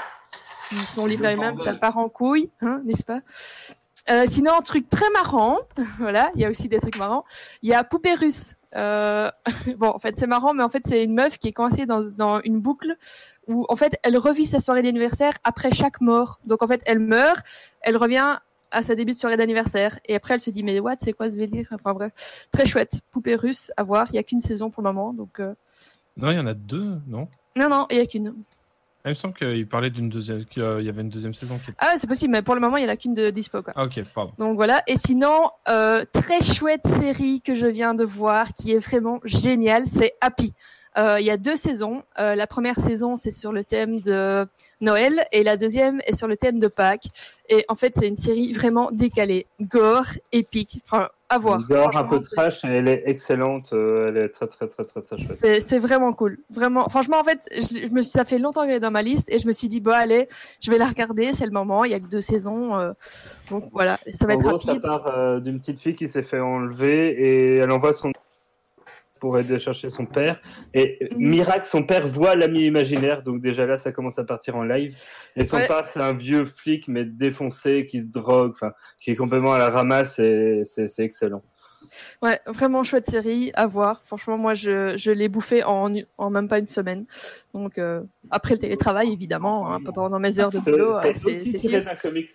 sont livrés à eux-mêmes, ça part en couille, hein, n'est-ce pas? Sinon, un truc très marrant, voilà, il y a aussi des trucs marrants. Il y a Poupée Russe. Bon, en fait, c'est marrant, mais en fait, c'est une meuf qui est coincée dans une boucle où, en fait, elle revit sa soirée d'anniversaire après chaque mort. Donc, en fait, elle meurt, elle revient à sa début de soirée d'anniversaire, et après, elle se dit, mais what, c'est quoi ce délire? Enfin, bref, très chouette. Poupée Russe, à voir. Il y a qu'une saison pour le moment, donc. Non, il y en a 2, non? Non, il y a qu'une. Il me semble qu'il parlait d'une deuxième, qu'il y avait une deuxième saison. Ah ouais, c'est possible, mais pour le moment, il n'y en a qu'une de dispo, quoi. Ah, ok, pardon. Donc voilà. Et sinon, très chouette série que je viens de voir, qui est vraiment géniale, c'est Happy. Il y a 2 saisons. La première saison, c'est sur le thème de Noël, et la deuxième est sur le thème de Pâques. Et en fait, c'est une série vraiment décalée, gore, épique. Enfin, à voir. Gore, un peu trash, et elle est excellente. Elle est très, très, très, très, très chouette. C'est vraiment cool. Vraiment, franchement, en fait, ça fait longtemps qu'elle est dans ma liste, et je me suis dit, bon, allez, je vais la regarder. C'est le moment. Il y a que 2 saisons. Donc voilà, ça va être rapide. Ça part d'une petite fille qui s'est fait enlever, et elle envoie son pour aider à chercher son père. Et miracle, son père voit l'ami imaginaire. Donc déjà là, ça commence à partir en live. Et son père, c'est un vieux flic, mais défoncé, qui se drogue, enfin, qui est complètement à la ramasse. Et c'est excellent. Ouais, vraiment chouette série à voir. Franchement, moi, je l'ai bouffé en même pas une semaine. Donc, après le télétravail, évidemment, hein, pendant mes heures de boulot, c'est tiré d'un comics.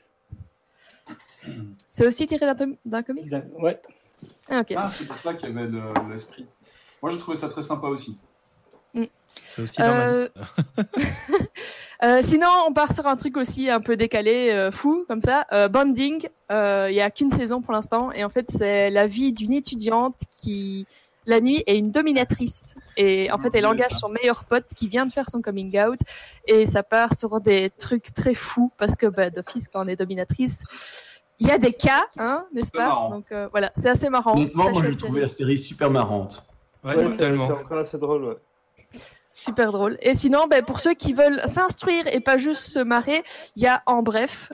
C'est aussi tiré d'un comics? Ouais. Ah, ok. Ah, c'est pour ça qu'il y avait l'esprit. Moi, j'ai trouvé ça très sympa aussi. C'est aussi dans ma liste. Sinon, on part sur un truc aussi un peu décalé, fou, comme ça. Bonding, il y a qu'une saison pour l'instant. Et en fait, c'est la vie d'une étudiante qui, la nuit, est une dominatrice. Et en fait, elle engage son meilleur pote qui vient de faire son coming out. Et ça part sur des trucs très fous. Parce que, d'office, quand on est dominatrice, il y a des cas, hein, n'est-ce pas? Donc voilà, c'est assez marrant. Honnêtement, moi, j'ai trouvé la série super marrante. Ouais, c'est encore assez drôle, ouais. Super drôle. Et sinon, pour ceux qui veulent s'instruire et pas juste se marrer, il y a En Bref,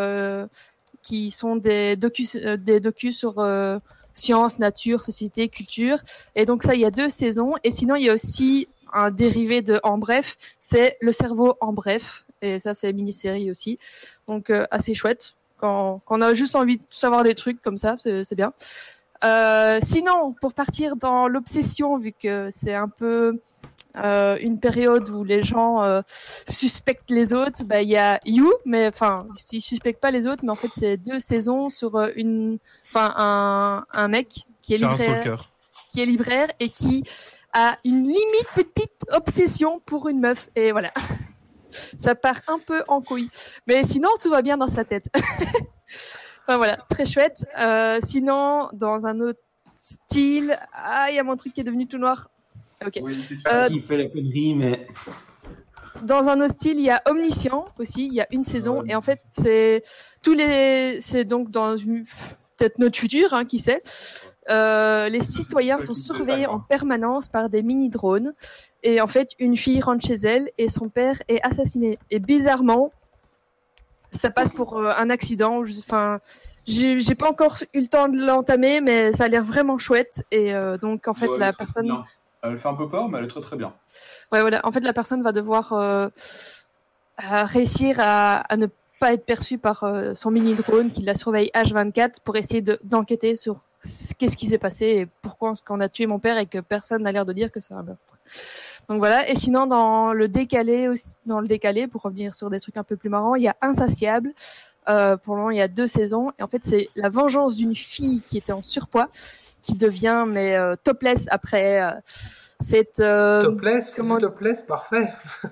qui sont des docus sur sciences, nature, société, culture. Et donc ça, il y a 2 saisons. Et sinon, il y a aussi un dérivé de En Bref, c'est Le cerveau en bref. Et ça, c'est une mini-série aussi. Donc assez chouette. Quand on a juste envie de savoir des trucs comme ça, c'est bien. Sinon, pour partir dans l'obsession, vu que c'est un peu une période où les gens suspectent les autres, il y a You, mais enfin, ils suspectent pas les autres, mais en fait, c'est 2 saisons sur un mec qui est libraire et qui a une limite petite obsession pour une meuf. Et voilà. Ça part un peu en couille. Mais sinon, tout va bien dans sa tête. Enfin, voilà, très chouette. Sinon, dans un autre style, il y a mon truc qui est devenu tout noir. Ok. Oui, c'est pas qui fait la connerie, mais... Dans un autre style, il y a Omniscient aussi. Il y a une saison. Et en fait, c'est donc dans peut-être notre futur, qui sait. Les citoyens sont surveillés en permanence par des mini-drones. Et en fait, une fille rentre chez elle et son père est assassiné. Et bizarrement, ça passe pour un accident. Enfin, j'ai pas encore eu le temps de l'entamer, mais ça a l'air vraiment chouette. Et donc, en fait, la personne... Elle fait un peu peur, mais elle est très très bien. Ouais, voilà. En fait, la personne va devoir réussir à ne pas être perçue par son mini-drone qui la surveille H24 pour essayer d'enquêter sur qu'est-ce qui s'est passé et pourquoi est-ce qu'on a tué mon père et que personne n'a l'air de dire que c'est un meurtre. Donc voilà. Et sinon, dans le décalé, pour revenir sur des trucs un peu plus marrants, il y a Insatiable. Pour le moment, il y a 2 saisons. Et en fait, c'est la vengeance d'une fille qui était en surpoids qui devient topless après cette... Topless, parfait.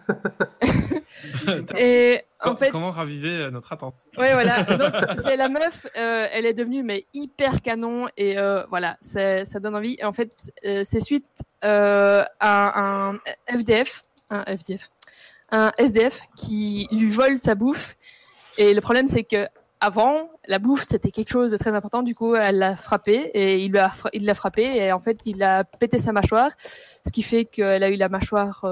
Et en fait, comment raviver notre attente? Ouais, voilà. Donc c'est la meuf, elle est devenue hyper canon et voilà, ça donne envie. Et en fait, c'est suite à un SDF qui lui vole sa bouffe. Et le problème, c'est que avant, la bouffe, c'était quelque chose de très important. Du coup, elle l'a frappé et il l'a frappé et en fait, il a pété sa mâchoire, ce qui fait qu'elle a eu la mâchoire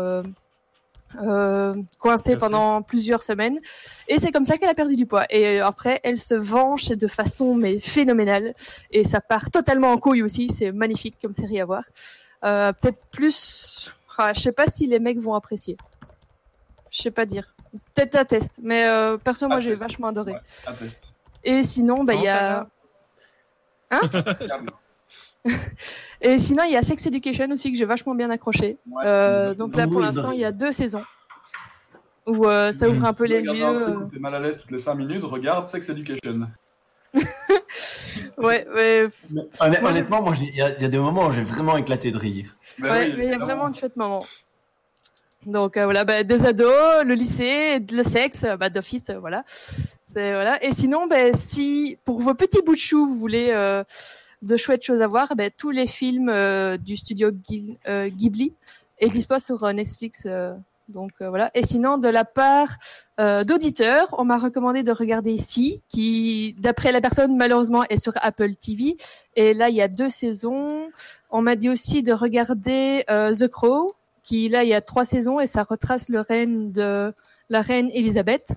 coincée pendant plusieurs semaines. Et c'est comme ça qu'elle a perdu du poids. Et après, elle se venge de façon phénoménale et ça part totalement en couille aussi. C'est magnifique comme série à voir. Peut-être plus... je sais pas si les mecs vont apprécier. Je sais pas dire. Peut-être à test, mais perso, moi j'ai vachement adoré. Ouais, à test. Et sinon, il y a. Hein? Et sinon, il y a Sex Education aussi que j'ai vachement bien accroché. Ouais, donc là, pour l'instant, il y a 2 saisons où ça ouvre un peu les yeux. T'es mal à l'aise toutes les 5 minutes, regarde Sex Education. Ouais, mais... Honnêtement, moi, il y a des moments où j'ai vraiment éclaté de rire. Mais il y a vraiment de chouettes moments. Donc voilà, des ados, le lycée, le sexe, d'office, voilà. C'est voilà. Et sinon, si pour vos petits bouts de chou, vous voulez de chouettes choses à voir, tous les films du studio Ghibli est dispo sur Netflix. Donc voilà. Et sinon, de la part d'auditeurs, on m'a recommandé de regarder ici, qui, d'après la personne, malheureusement, est sur Apple TV. Et là, il y a 2 saisons. On m'a dit aussi de regarder The Crow, qui là, il y a 3 saisons et ça retrace le règne de la reine Elisabeth.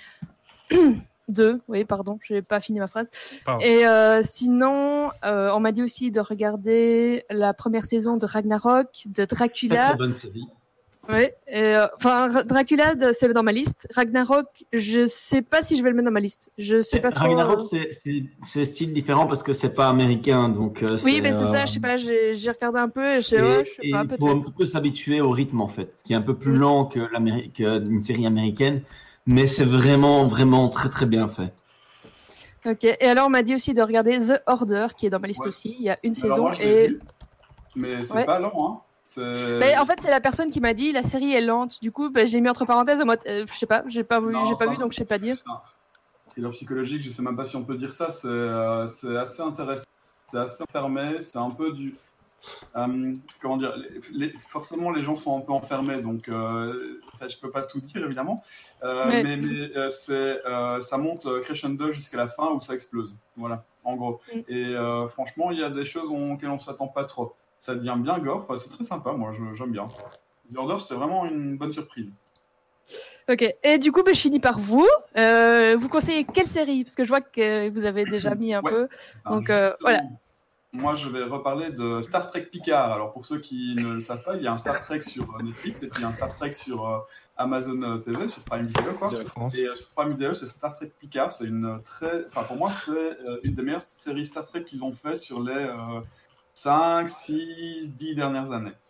2, oui, pardon, j'ai pas fini ma phrase. Pardon. Et sinon, on m'a dit aussi de regarder la première saison de Ragnarok, de Dracula. Très bonne série. Oui, Dracula, c'est dans ma liste. Ragnarok, je sais pas si je vais le mettre dans ma liste. Je sais pas trop. Ragnarok, c'est style différent parce que c'est pas américain, donc. Oui, mais c'est ça. Je sais pas. J'ai regardé un peu. Et je sais pas. Il faut un petit peu s'habituer au rythme en fait, qui est un peu plus lent que qu'une série américaine, mais c'est vraiment vraiment très très bien fait. Ok. Et alors, on m'a dit aussi de regarder The Order, qui est dans ma liste aussi. Il y a une saison moi, vu, mais c'est pas long, hein. En fait, c'est la personne qui m'a dit la série est lente. Du coup, j'ai mis entre parenthèses en mode, je sais pas, j'ai pas vu, donc je sais pas dire. Thriller psychologique, je sais même pas si on peut dire ça. C'est assez intéressant, c'est assez fermé, c'est un peu du, comment dire, forcément les gens sont un peu enfermés, donc je peux pas tout dire évidemment, mais ça monte crescendo jusqu'à la fin où ça explose. Voilà, en gros. Et franchement, il y a des choses auxquelles on s'attend pas trop. Ça devient bien gore, enfin, c'est très sympa, moi j'aime bien. The Order, c'était vraiment une bonne surprise. Ok, et du coup, je finis par vous. Vous conseillez quelle série? Parce que je vois que vous avez déjà mis un peu. Donc voilà. Moi, je vais reparler de Star Trek Picard. Alors, pour ceux qui ne le savent pas, il y a un Star Trek sur Netflix et puis un Star Trek sur Amazon TV, sur Prime Video, quoi. Et sur Prime Video, c'est Star Trek Picard. C'est pour moi, c'est une des meilleures séries Star Trek qu'ils ont fait sur les 5, 6, 10 dernières années.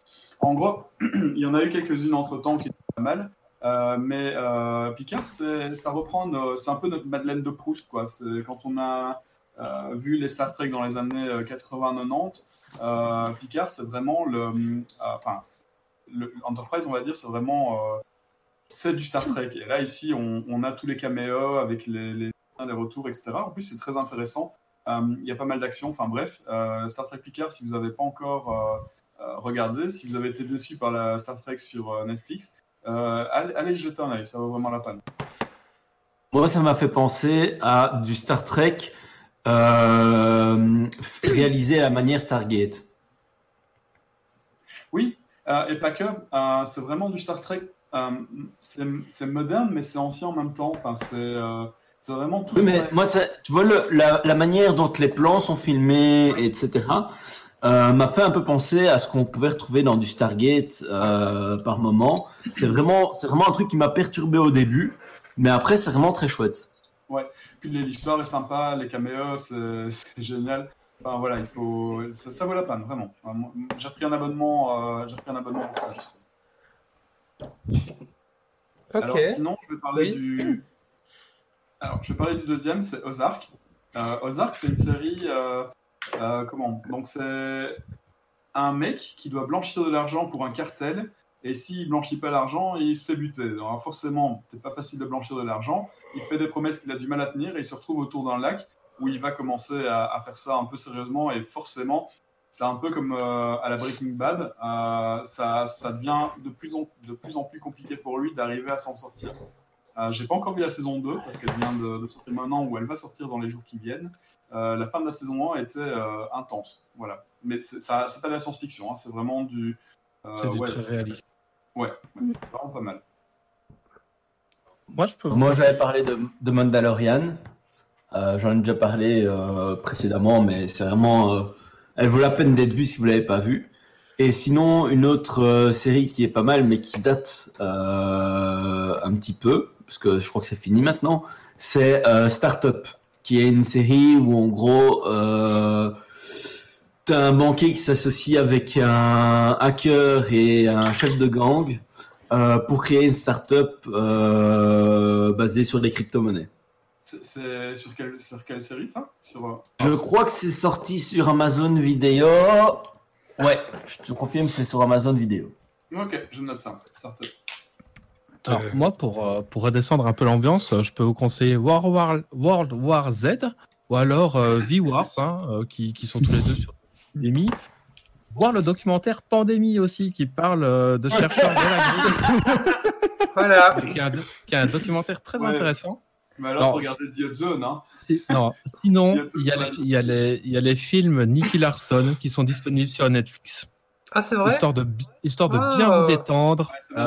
En gros, il y en a eu quelques-unes entre-temps qui étaient pas mal. Mais Picard, ça reprend, c'est un peu notre Madeleine de Proust, quoi. C'est quand on a vu les Star Trek dans les années 80-90, Picard, c'est vraiment le Enterprise, on va dire, c'est vraiment c'est du Star Trek. Et là, ici, on a tous les caméos avec les retours, etc. En plus, c'est très intéressant. Il y a pas mal d'actions. Enfin bref, Star Trek Picard, si vous n'avez pas encore regardé, si vous avez été déçu par la Star Trek sur Netflix, allez jeter un œil, ça vaut vraiment la peine. Moi, ça m'a fait penser à du Star Trek réalisé à la manière Stargate. Oui, et pas que. C'est vraiment du Star Trek. C'est moderne, mais c'est ancien en même temps. Enfin, c'est vraiment tout. Oui, mais moi, tu vois, la manière dont les plans sont filmés, etc., m'a fait un peu penser à ce qu'on pouvait retrouver dans du Stargate par moment. C'est vraiment un truc qui m'a perturbé au début, mais après, c'est vraiment très chouette. Ouais, puis l'histoire est sympa, les caméos, c'est génial. Enfin, voilà, ça vaut la peine, vraiment. J'ai pris un abonnement pour ça, justement. Ok. Alors, sinon, je vais parler du deuxième, c'est Ozark. Ozark, c'est une série. Donc, c'est un mec qui doit blanchir de l'argent pour un cartel, et s'il blanchit pas l'argent, il se fait buter. Donc, forcément, c'est pas facile de blanchir de l'argent. Il fait des promesses qu'il a du mal à tenir, et il se retrouve autour d'un lac où il va commencer à faire ça un peu sérieusement, et forcément, c'est un peu comme à la Breaking Bad, ça devient de plus en plus compliqué pour lui d'arriver à s'en sortir. J'ai pas encore vu la saison 2 parce qu'elle vient de sortir maintenant, ou elle va sortir dans les jours qui viennent. La fin de la saison 1 était intense, voilà. Mais c'est pas de la science-fiction, hein, c'est vraiment du. C'est du très réaliste. Ouais, c'est vraiment pas mal. Moi, j'avais parlé de Mandalorian. J'en ai déjà parlé précédemment, mais c'est vraiment. Elle vaut la peine d'être vue si vous l'avez pas vue. Et sinon, une autre série qui est pas mal, mais qui date un petit peu, parce que je crois que c'est fini maintenant, c'est Startup, qui est une série où en gros, t'as un banquier qui s'associe avec un hacker et un chef de gang pour créer une startup basée sur des crypto-monnaies. C'est sur quelle série ça Je crois que c'est sorti sur Amazon Vidéo. Ouais, je te confirme, c'est sur Amazon Vidéo. Ok, je note ça. Startup. Alors moi, pour redescendre un peu l'ambiance, je peux vous conseiller World War Z ou alors V-Wars, qui sont tous les deux sur Pandémie. Voir le documentaire Pandémie aussi, qui parle de chercheurs de la grille. Voilà. Qui est un documentaire très intéressant. Mais alors, regardez The Zone, hein. Non, sinon, il y a les films Nicky Larson qui sont disponibles sur Netflix. Ah, c'est vrai? Histoire de bien vous détendre.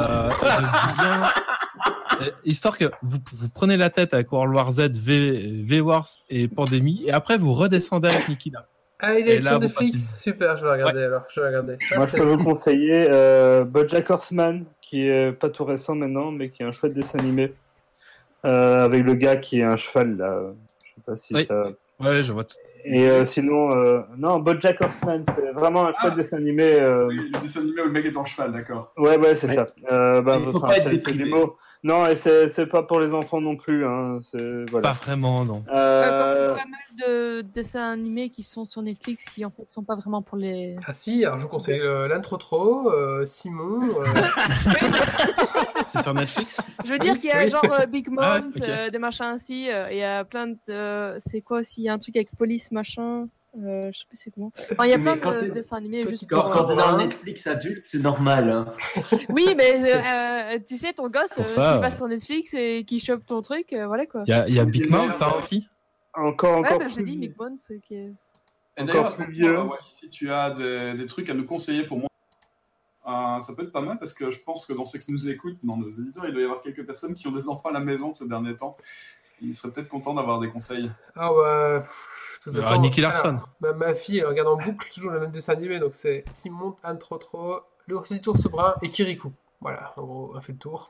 Histoire que vous prenez la tête avec World War Z, V-Wars et Pandémie, et après vous redescendez avec Nicky Larson. Ah, il est sur Netflix. Super, je vais regarder alors. Je vais regarder. Moi, je peux vous conseiller BoJack Horseman, qui est pas tout récent maintenant, mais qui est un chouette dessin animé. Avec le gars qui est un cheval, là. Je sais pas si ça... Ouais, je vois tout. Et sinon, non, BoJack Horseman, c'est vraiment un chouette dessin animé. Oui, le dessin animé où le mec est en cheval, d'accord. Ouais, c'est ça. Il faut pas être déprimé. Du mot. Non, et c'est pas pour les enfants non plus. Hein. Voilà. Pas vraiment, non. Il y a pas mal de dessins animés qui sont sur Netflix qui en fait sont pas vraiment pour les. Ah si, alors je vous conseille l'intro Simon. C'est sur Netflix. Je veux dire qu'il y a genre Big Mount, des machins ainsi. Il y a plein de. C'est quoi aussi? Il y a un truc avec police machin. Je sais plus c'est comment. Enfin, il y a plein de dessins animés juste pour. Quand t'es dans le Netflix adulte, c'est normal. Hein. Oui, mais tu sais, ton gosse, s'il va sur Netflix et qu'il chope ton truc, voilà quoi. Il y a Big Mouth, ça aussi. Encore j'ai dit Big Mouth, c'est qui est. Et d'ailleurs, si tu as des trucs à nous conseiller pour moi, ça peut être pas mal parce que je pense que dans ceux qui nous écoutent, dans nos éditeurs, il doit y avoir quelques personnes qui ont des enfants à la maison ces derniers temps. Ils seraient peut-être contents d'avoir des conseils. Ah ouais. De toute façon, Nicky Larson. Ma fille, elle regarde en boucle toujours le même dessin animé, donc c'est Simon, Anne Trotro, le petit ours brun et Kirikou. Voilà, en gros, on a fait le tour.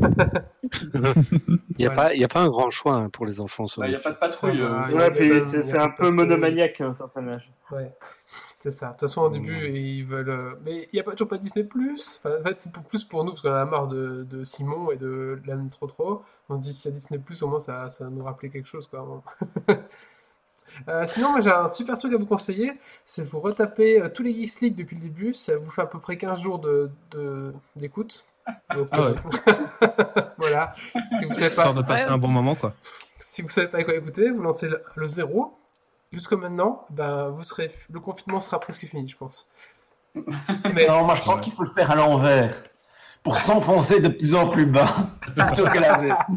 Il n'y a pas un grand choix pour les enfants. Il n'y a pas de patrouille. Puis c'est un peu monomaniaque à un certain âge. Ouais. C'est ça. De toute façon, au début, ils veulent. Mais il n'y a toujours pas Disney+. Enfin, en fait, c'est plus pour nous, parce qu'on en a marre de Simon et de l'âme trop. On se dit, si y a Disney+, au moins, ça va nous rappeler quelque chose, quoi. Sinon, moi, j'ai un super truc à vous conseiller. C'est vous retaper tous les Geeks League depuis le début. Ça vous fait à peu près 15 jours d'écoute. Donc, voilà. Si vous savez pas. Histoire de passer un bon moment, quoi. Si vous savez pas quoi écouter, vous lancez le 0. Jusqu'à maintenant, le confinement sera presque fini, je pense. Mais non, moi je pense qu'il faut le faire à l'envers. Pour s'enfoncer de plus en plus bas. Plutôt que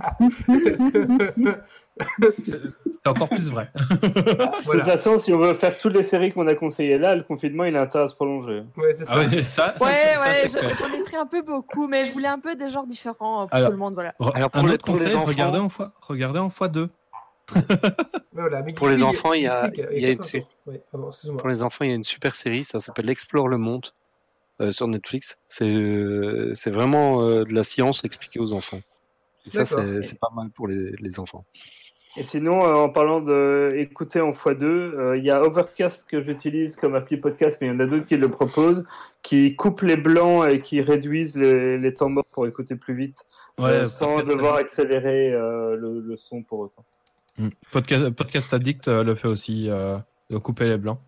C'est encore plus vrai. Voilà. De toute façon, si on veut faire toutes les séries qu'on a conseillées là, le confinement il a intérêt à se prolonger. Ouais, c'est ça. Ah oui, ça j'en ai pris un peu beaucoup, mais je voulais un peu des genres différents pour tout le monde. Voilà. Alors, un autre conseil, regardez en x2. Voilà, pour les enfants, il y a une série. Ouais, pour les enfants, il y a une super série, ça s'appelle Explore le monde sur Netflix. C'est vraiment de la science expliquée aux enfants. Et ça, c'est pas mal pour les enfants. Et sinon, en parlant d'écouter en x2, il y a Overcast que j'utilise comme appli podcast, mais il y en a d'autres qui le proposent, qui coupent les blancs et qui réduisent les temps morts pour écouter plus vite, sans devoir accélérer le son pour autant. Podcast Addict le fait aussi, de couper les blancs.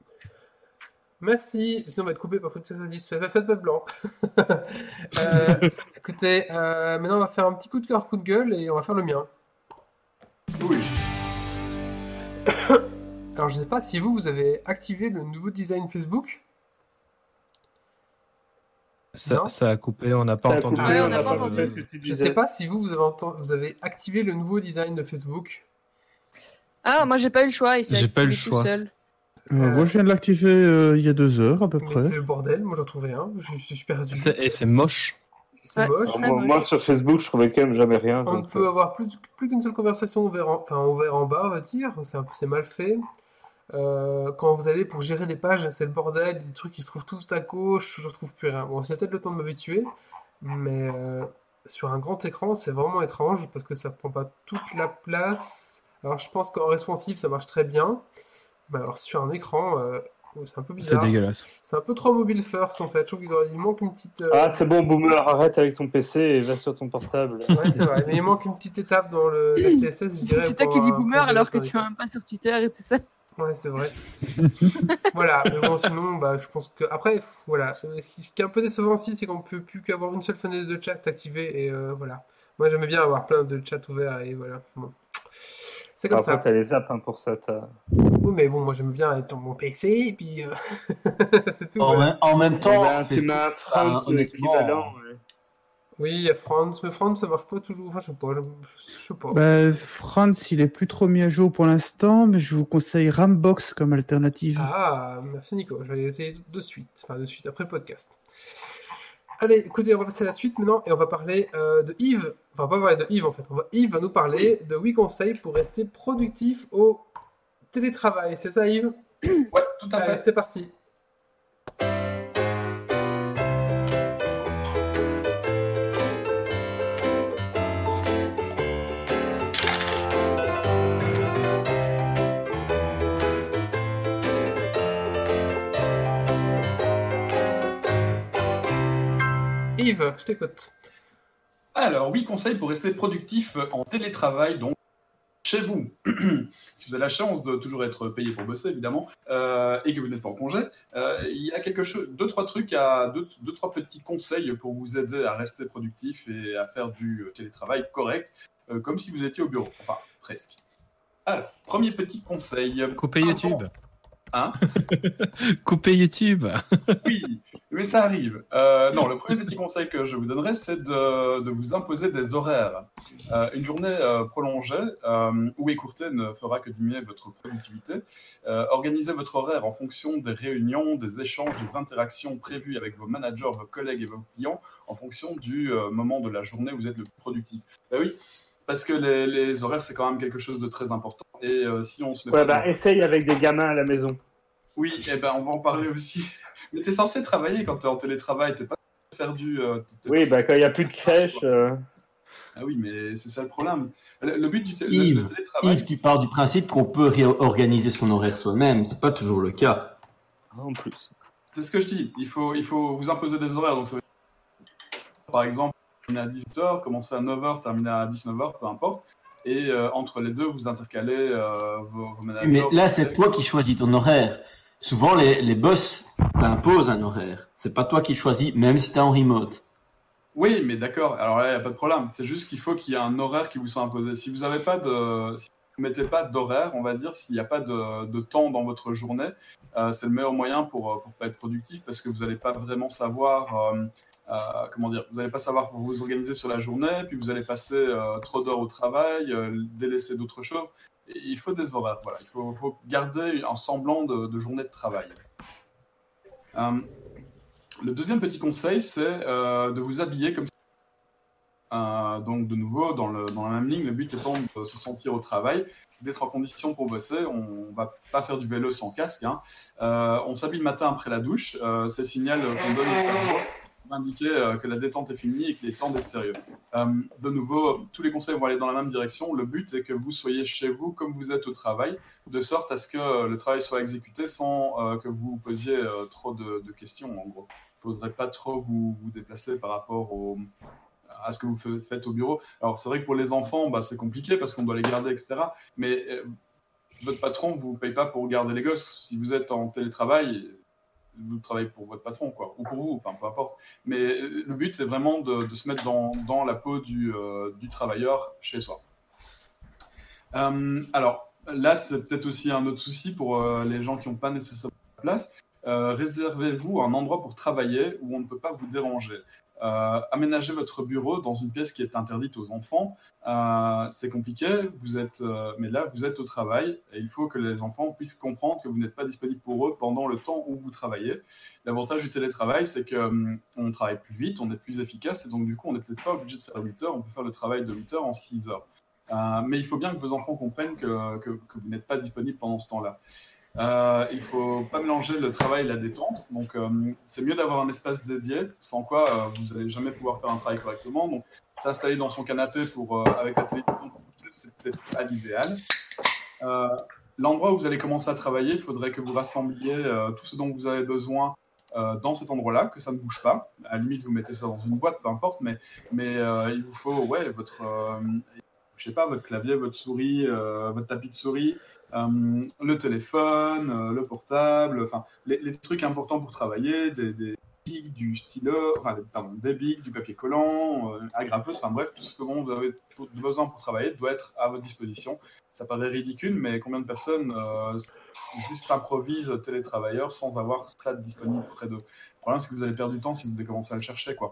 Merci. Sinon, on va être coupé par Podcast Addict. Faites pas de blanc. Écoutez, maintenant, on va faire un petit coup de cœur, coup de gueule, et on va faire le mien. Oui. Alors, je sais pas si vous avez activé le nouveau design Facebook. Ça a coupé, on n'a pas entendu. Ouais, on n'a pas entendu. Je sais pas si vous avez activé le nouveau design de Facebook. Ah, moi j'ai pas eu le choix. J'ai pas eu le choix. Moi je viens de l'activer il y a 2 heures à peu près. C'est le bordel, moi j'en trouvais un. Je suis perdu. Et c'est moche. C'est moche. Moi sur Facebook je trouvais quand même jamais rien. On ne peut avoir plus qu'une seule conversation ouverte en bas, on va dire. C'est mal fait. Quand vous allez pour gérer des pages, c'est le bordel, des trucs qui se trouvent tous à gauche, je retrouve plus rien. Bon, c'est peut-être le temps de m'habituer, mais sur un grand écran, c'est vraiment étrange parce que ça prend pas toute la place. Alors, je pense qu'en responsive, ça marche très bien, mais alors sur un écran, c'est un peu bizarre. C'est dégueulasse. C'est un peu trop mobile first en fait. Je trouve qu'il manque une petite. Ah, c'est bon, Boomer, arrête avec ton PC et va sur ton portable. Ouais, c'est vrai, mais il manque une petite étape dans le CSS, je dirais. C'est toi qui dis Boomer alors que tu vas même pas sur Twitter et tout ça. Ouais, c'est vrai. Voilà, mais bon, sinon, je pense que. Après, voilà. Ce qui est un peu décevant aussi, c'est qu'on peut plus qu'avoir une seule fenêtre de chat activée, et voilà. Moi, j'aimais bien avoir plein de chats ouverts, et voilà. Bon. C'est comme ça. Après, t'as les apps pour ça. Oui, mais bon, moi, j'aime bien être sur mon PC, et puis. C'est tout. En même temps, tu m'as France l'équivalent. Oui, il y a France, mais France, ça marche pas toujours. Enfin, je sais pas. France, il est plus trop mis à jour pour l'instant, mais je vous conseille Rambox comme alternative. Ah, merci Nico. Je vais essayer de suite, après le podcast. Allez, écoutez, on va passer à la suite maintenant, et on va parler de Yves. Enfin, pas parler de Yves, en fait. Yves va nous parler de 8 conseils pour rester productif au télétravail. C'est ça, Yves? Ouais, tout à fait. C'est parti. Yves, je t'écoute. Alors, 8 conseils pour rester productif en télétravail, donc chez vous. Si vous avez la chance de toujours être payé pour bosser, évidemment, et que vous n'êtes pas en congé, il y a 2-3 trucs, 2-3 petits conseils pour vous aider à rester productif et à faire du télétravail correct, comme si vous étiez au bureau. Enfin, presque. Alors, premier petit conseil. Couper YouTube. Hein? Couper YouTube. Oui, mais ça arrive. Non, le premier petit conseil que je vous donnerais, c'est de vous imposer des horaires. Une journée prolongée ou écourtée ne fera que diminuer votre productivité. Organisez votre horaire en fonction des réunions, des échanges, des interactions prévues avec vos managers, vos collègues et vos clients, en fonction du moment de la journée où vous êtes le plus productif. Ben oui. Parce que les horaires, c'est quand même quelque chose de très important. Et si on se met essaye avec des gamins à la maison. Oui, on va en parler aussi. Mais t'es censé travailler quand t'es en télétravail, t'es pas faire du... Oui, quand il n'y a plus de crèche... Ah oui, mais c'est ça le problème. Le but du Yves, télétravail... Yves, tu pars du principe qu'on peut réorganiser son horaire soi-même. C'est pas toujours le cas. en plus. C'est ce que je dis. Il faut vous imposer des horaires. Donc, ça veut dire, par exemple, terminer à 18h, commencer à 9h, terminer à 19h, peu importe. Et entre les deux, vous intercalez vos managers. Mais là, c'est toi qui choisis ton horaire. Souvent, les boss t'imposent un horaire. C'est pas toi qui choisis, même si t'es en remote. Oui, mais d'accord. Alors là, il n'y a pas de problème. C'est juste qu'il faut qu'il y ait un horaire qui vous soit imposé. Si vous n'avez pas si vous mettez pas d'horaire, on va dire, s'il n'y a pas de temps dans votre journée, c'est le meilleur moyen pour pas être productif parce que vous n'allez pas vraiment savoir, comment dire, vous n'allez pas savoir vous organiser sur la journée, puis vous allez passer trop d'heures au travail, délaisser d'autres choses. Et il faut des horaires, voilà. Il faut garder un semblant de journée de travail. Le deuxième petit conseil, c'est de vous habiller comme ça. Donc, de nouveau, dans la même ligne, le but étant de se sentir au travail, d'être en condition pour bosser. On ne va pas faire du vélo sans casque. Hein. On s'habille le matin après la douche. C'est signal qu'on donne au cerveau pour indiquer que la détente est finie et qu'il est temps d'être sérieux. De nouveau, tous les conseils vont aller dans la même direction. Le but est que vous soyez chez vous comme vous êtes au travail, de sorte à ce que le travail soit exécuté sans que vous vous posiez trop de questions, en gros. Il ne faudrait pas trop vous déplacer par rapport à ce que vous faites au bureau. Alors, c'est vrai que pour les enfants, c'est compliqué parce qu'on doit les garder, etc. Mais votre patron ne vous paye pas pour garder les gosses. Si vous êtes en télétravail, vous travaillez pour votre patron, quoi, ou pour vous, enfin, peu importe. Mais le but, c'est vraiment de se mettre dans la peau du travailleur chez soi. Alors, là, c'est peut-être aussi un autre souci pour les gens qui n'ont pas nécessairement la place. Réservez-vous un endroit pour travailler où on ne peut pas vous déranger. Aménagez votre bureau dans une pièce qui est interdite aux enfants. C'est compliqué, mais là, vous êtes au travail et il faut que les enfants puissent comprendre que vous n'êtes pas disponible pour eux pendant le temps où vous travaillez. L'avantage du télétravail, c'est qu'on travaille plus vite, on est plus efficace et donc du coup, on n'est peut-être pas obligé de faire 8 heures, on peut faire le travail de 8 heures en 6 heures. Mais il faut bien que vos enfants comprennent que vous n'êtes pas disponible pendant ce temps-là. Il ne faut pas mélanger le travail et la détente. Donc, c'est mieux d'avoir un espace dédié, sans quoi vous n'allez jamais pouvoir faire un travail correctement. Donc, s'installer dans son canapé avec la télévision, c'est peut-être pas l'idéal. L'endroit où vous allez commencer à travailler, il faudrait que vous rassembliez tout ce dont vous avez besoin dans cet endroit-là, que ça ne bouge pas. À la limite, vous mettez ça dans une boîte, peu importe, mais il vous faut votre clavier, votre souris, votre tapis de souris, le téléphone, le portable, enfin les trucs importants pour travailler, des bics, du stylo, des bics, du papier collant, agrafeuse, enfin bref, tout ce dont vous avez besoin pour travailler doit être à votre disposition. Ça paraît ridicule, mais combien de personnes juste s'improvisent télétravailleurs sans avoir ça disponible près d'eux? Le problème, c'est que vous allez perdre du temps si vous devez commencer à le chercher, quoi.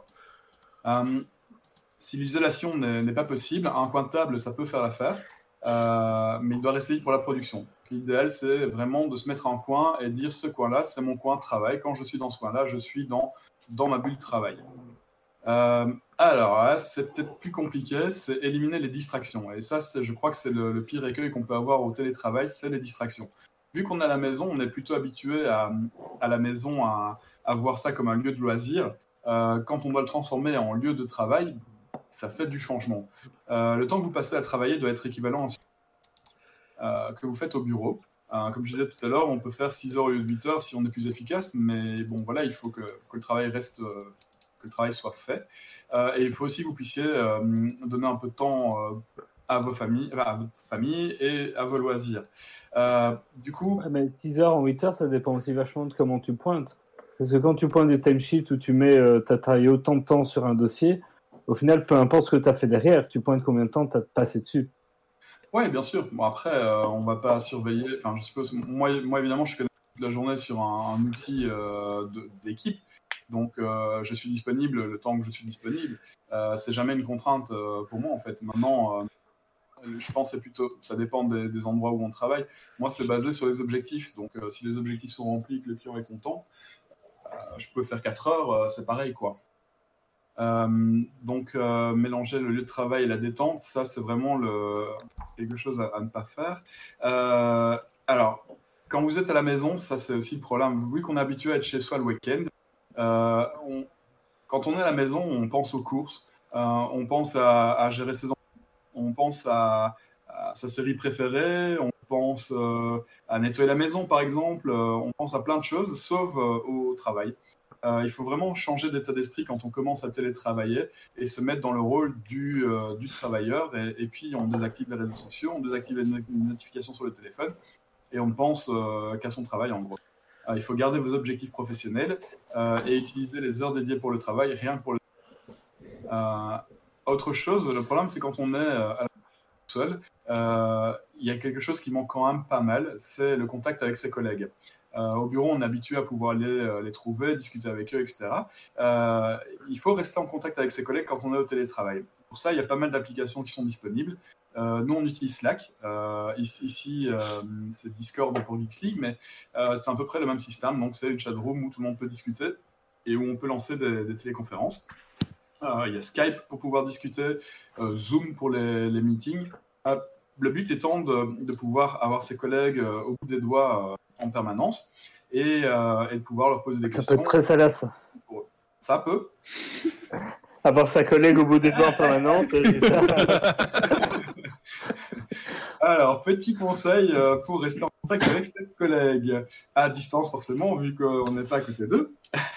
Si l'isolation n'est pas possible, un coin de table, ça peut faire l'affaire. Mais il doit rester libre pour la production. L'idéal, c'est vraiment de se mettre en coin et dire ce coin-là, c'est mon coin de travail. Quand je suis dans ce coin-là, je suis dans ma bulle de travail. Alors là, c'est peut-être plus compliqué, c'est éliminer les distractions. Et ça, je crois que c'est le pire écueil qu'on peut avoir au télétravail, c'est les distractions. Vu qu'on est à la maison, on est plutôt habitué à la maison à voir ça comme un lieu de loisir. Quand on doit le transformer en lieu de travail, ça fait du changement. Le temps que vous passez à travailler doit être équivalent que vous faites au bureau. Comme je disais tout à l'heure, on peut faire 6 heures au lieu de 8 heures si on est plus efficace, mais bon, voilà, il faut que le travail reste, que le travail soit fait. Et il faut aussi que vous puissiez donner un peu de temps à votre famille et à vos loisirs. Du coup... mais 6 heures en 8 heures, ça dépend aussi vachement de comment tu pointes. Parce que quand tu pointes des timesheets où tu mets, t'as travaillé autant de temps sur un dossier, au final, peu importe ce que tu as fait derrière, tu pointes combien de temps tu as passé dessus. Oui, bien sûr. Bon, après, on ne va pas surveiller. Enfin, je suppose, moi évidemment, je connais toute la journée sur un outil d'équipe. Donc, je suis disponible le temps que je suis disponible. C'est jamais une contrainte pour moi, en fait. Maintenant, je pense que c'est plutôt, ça dépend des endroits où on travaille. Moi, c'est basé sur les objectifs. Donc, si les objectifs sont remplis, que le client est content, je peux faire 4 heures, c'est pareil, quoi. Donc, mélanger le lieu de travail et la détente, ça, c'est vraiment quelque chose à ne pas faire. Alors, quand vous êtes à la maison, ça, c'est aussi le problème. Vu qu'on est habitué à être chez soi le week-end, quand on est à la maison, on pense aux courses, on pense à gérer ses enfants, on pense à sa série préférée, on pense à nettoyer la maison, par exemple. On pense à plein de choses, sauf au travail. Il faut vraiment changer d'état d'esprit quand on commence à télétravailler et se mettre dans le rôle du travailleur. Et puis, on désactive les réseaux sociaux, on désactive les notifications sur le téléphone et on ne pense qu'à son travail, en gros. Il faut garder vos objectifs professionnels et utiliser les heures dédiées pour le travail, rien que pour le autre chose, le problème, c'est quand on est à la seul, il y a quelque chose qui manque quand même pas mal, c'est le contact avec ses collègues. Au bureau, on est habitué à pouvoir aller les trouver, discuter avec eux, etc. Il faut rester en contact avec ses collègues quand on est au télétravail. Pour ça, il y a pas mal d'applications qui sont disponibles. Nous, on utilise Slack. Ici, c'est Discord pour Geeks League, mais c'est à peu près le même système. Donc, c'est une chatroom où tout le monde peut discuter et où on peut lancer des téléconférences. Il y a Skype pour pouvoir discuter, Zoom pour les meetings. Le but étant de pouvoir avoir ses collègues au bout des doigts en permanence et de pouvoir leur poser des questions. Ça peut être très salace. Ça peut. Avoir sa collègue au bout des doigts en permanence. Alors, petit conseil pour rester en contact avec ses collègues. À distance, forcément, vu qu'on n'est pas à côté d'eux.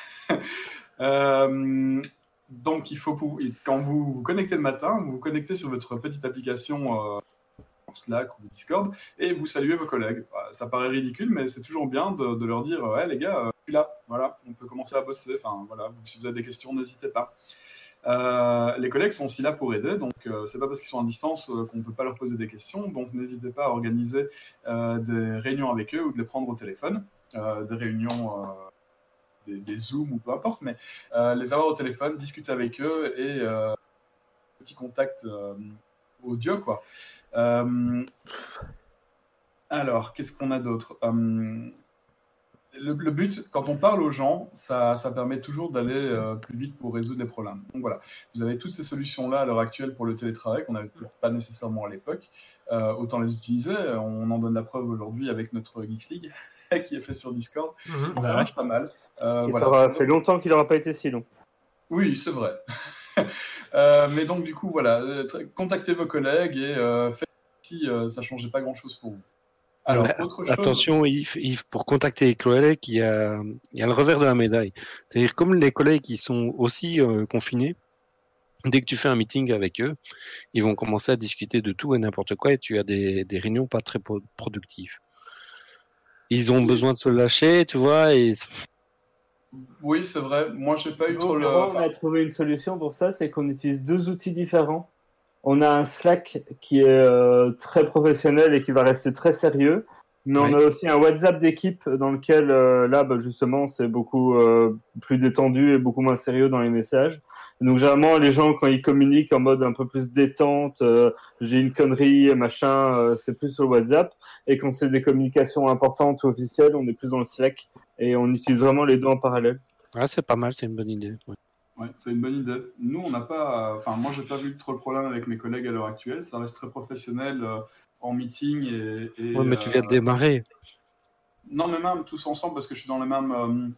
Donc, il faut quand vous vous connectez le matin, vous vous connectez sur votre petite application Slack ou Discord et vous saluez vos collègues. Ça paraît ridicule, mais c'est toujours bien de leur dire ouais, les gars, je suis là, voilà, on peut commencer à bosser. Enfin, voilà, si vous avez des questions, n'hésitez pas. Les collègues sont aussi là pour aider, donc c'est pas parce qu'ils sont à distance qu'on ne peut pas leur poser des questions, donc n'hésitez pas à organiser des réunions avec eux ou de les prendre au téléphone, des réunions. Des Zooms ou peu importe, mais les avoir au téléphone, discuter avec eux et petit contact audio, quoi. Alors, qu'est-ce qu'on a d'autre? Le but, quand on parle aux gens, ça permet toujours d'aller plus vite pour résoudre les problèmes. Donc voilà, vous avez toutes ces solutions-là à l'heure actuelle pour le télétravail qu'on n'avait peut-être pas nécessairement à l'époque. Autant les utiliser. On en donne la preuve aujourd'hui avec notre Geeks League qui est fait sur Discord. Ça marche pas mal. Voilà. Ça fait longtemps qu'il n'aura pas été si long. Oui, c'est vrai. Mais donc du coup, voilà, contactez vos collègues et faites si ça ne changeait pas grand-chose pour vous. Alors, autre chose... Attention, Yves, pour contacter les collègues, il y a le revers de la médaille. C'est-à-dire, comme les collègues qui sont aussi confinés, dès que tu fais un meeting avec eux, ils vont commencer à discuter de tout et n'importe quoi et tu as des réunions pas très productives. Ils ont besoin de se lâcher, tu vois, et... Oui, c'est vrai. Moi, j'ai pas eu trop le... On a trouvé une solution pour ça, c'est qu'on utilise deux outils différents. On a un Slack qui est très professionnel et qui va rester très sérieux, mais on a aussi un WhatsApp d'équipe dans lequel, là, justement, c'est beaucoup plus détendu et beaucoup moins sérieux dans les messages. Donc, généralement, les gens, quand ils communiquent en mode un peu plus détente, j'ai une connerie, machin, c'est plus sur le WhatsApp. Et quand c'est des communications importantes ou officielles, on est plus dans le Slack et on utilise vraiment les deux en parallèle. Ah, c'est pas mal, c'est une bonne idée. Ouais, c'est une bonne idée. Nous, on n'a pas... Enfin, moi, j'ai pas vu trop de problème avec mes collègues à l'heure actuelle. Ça reste très professionnel en meeting et ouais, mais tu viens de démarrer. Non, mais même tous ensemble, parce que je suis dans les mêmes...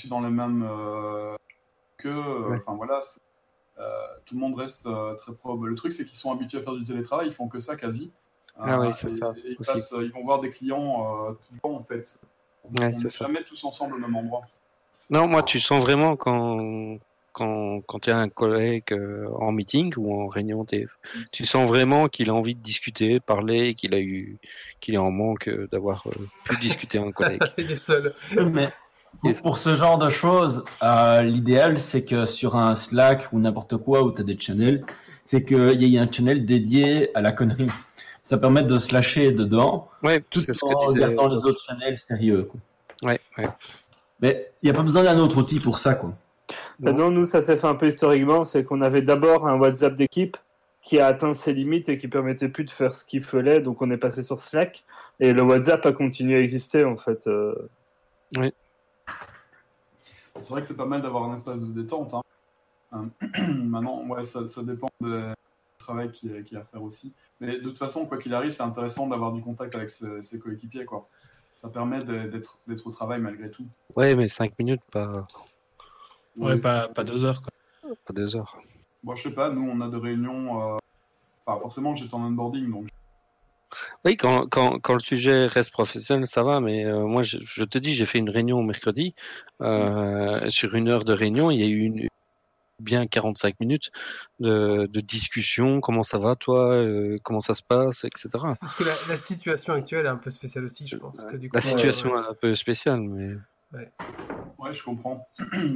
Enfin, voilà... tout le monde reste très probe. Le truc, c'est qu'ils sont habitués à faire du télétravail, ils font que ça quasi. Oui, c'est ça. Ils vont voir des clients tout le temps, en fait. On n'est jamais tous ensemble au même endroit. Non, moi, tu sens vraiment quand tu as un collègue en meeting ou en réunion, tu sens vraiment qu'il a envie de discuter, parler, qu'il est en manque d'avoir pu discuter un collègue. Il est seul. Mais... Pour ce genre de choses, l'idéal, c'est que sur un Slack ou n'importe quoi où tu as des channels, c'est qu'il y ait un channel dédié à la connerie. Ça permet de se lâcher dedans, tout en gardant les autres channels sérieux. Quoi. Ouais. Mais il n'y a pas besoin d'un autre outil pour ça, quoi. Non, nous, ça s'est fait un peu historiquement, c'est qu'on avait d'abord un WhatsApp d'équipe qui a atteint ses limites et qui permettait plus de faire ce qu'il fallait, donc on est passé sur Slack, et le WhatsApp a continué à exister, en fait. Oui. C'est vrai que c'est pas mal d'avoir un espace de détente. Hein. Maintenant, ça dépend du travail qu'il y a à faire aussi. Mais de toute façon, quoi qu'il arrive, c'est intéressant d'avoir du contact avec ses coéquipiers, quoi. Ça permet d'être au travail malgré tout. Ouais, mais 5 minutes, pas... Ouais, pas 2 heures, quoi. Pas 2 heures. Bon, je sais pas, nous, on a des réunions... Enfin, forcément, j'étais en onboarding, donc... Oui, quand le sujet reste professionnel, ça va, mais moi, je te dis, j'ai fait une réunion mercredi. Sur 1 heure de réunion, il y a eu bien 45 minutes de discussion. Comment ça va, toi comment ça se passe, etc. C'est parce que la situation actuelle est un peu spéciale aussi, je pense. Que, du coup, la situation est un peu spéciale, mais... Ouais, je comprends.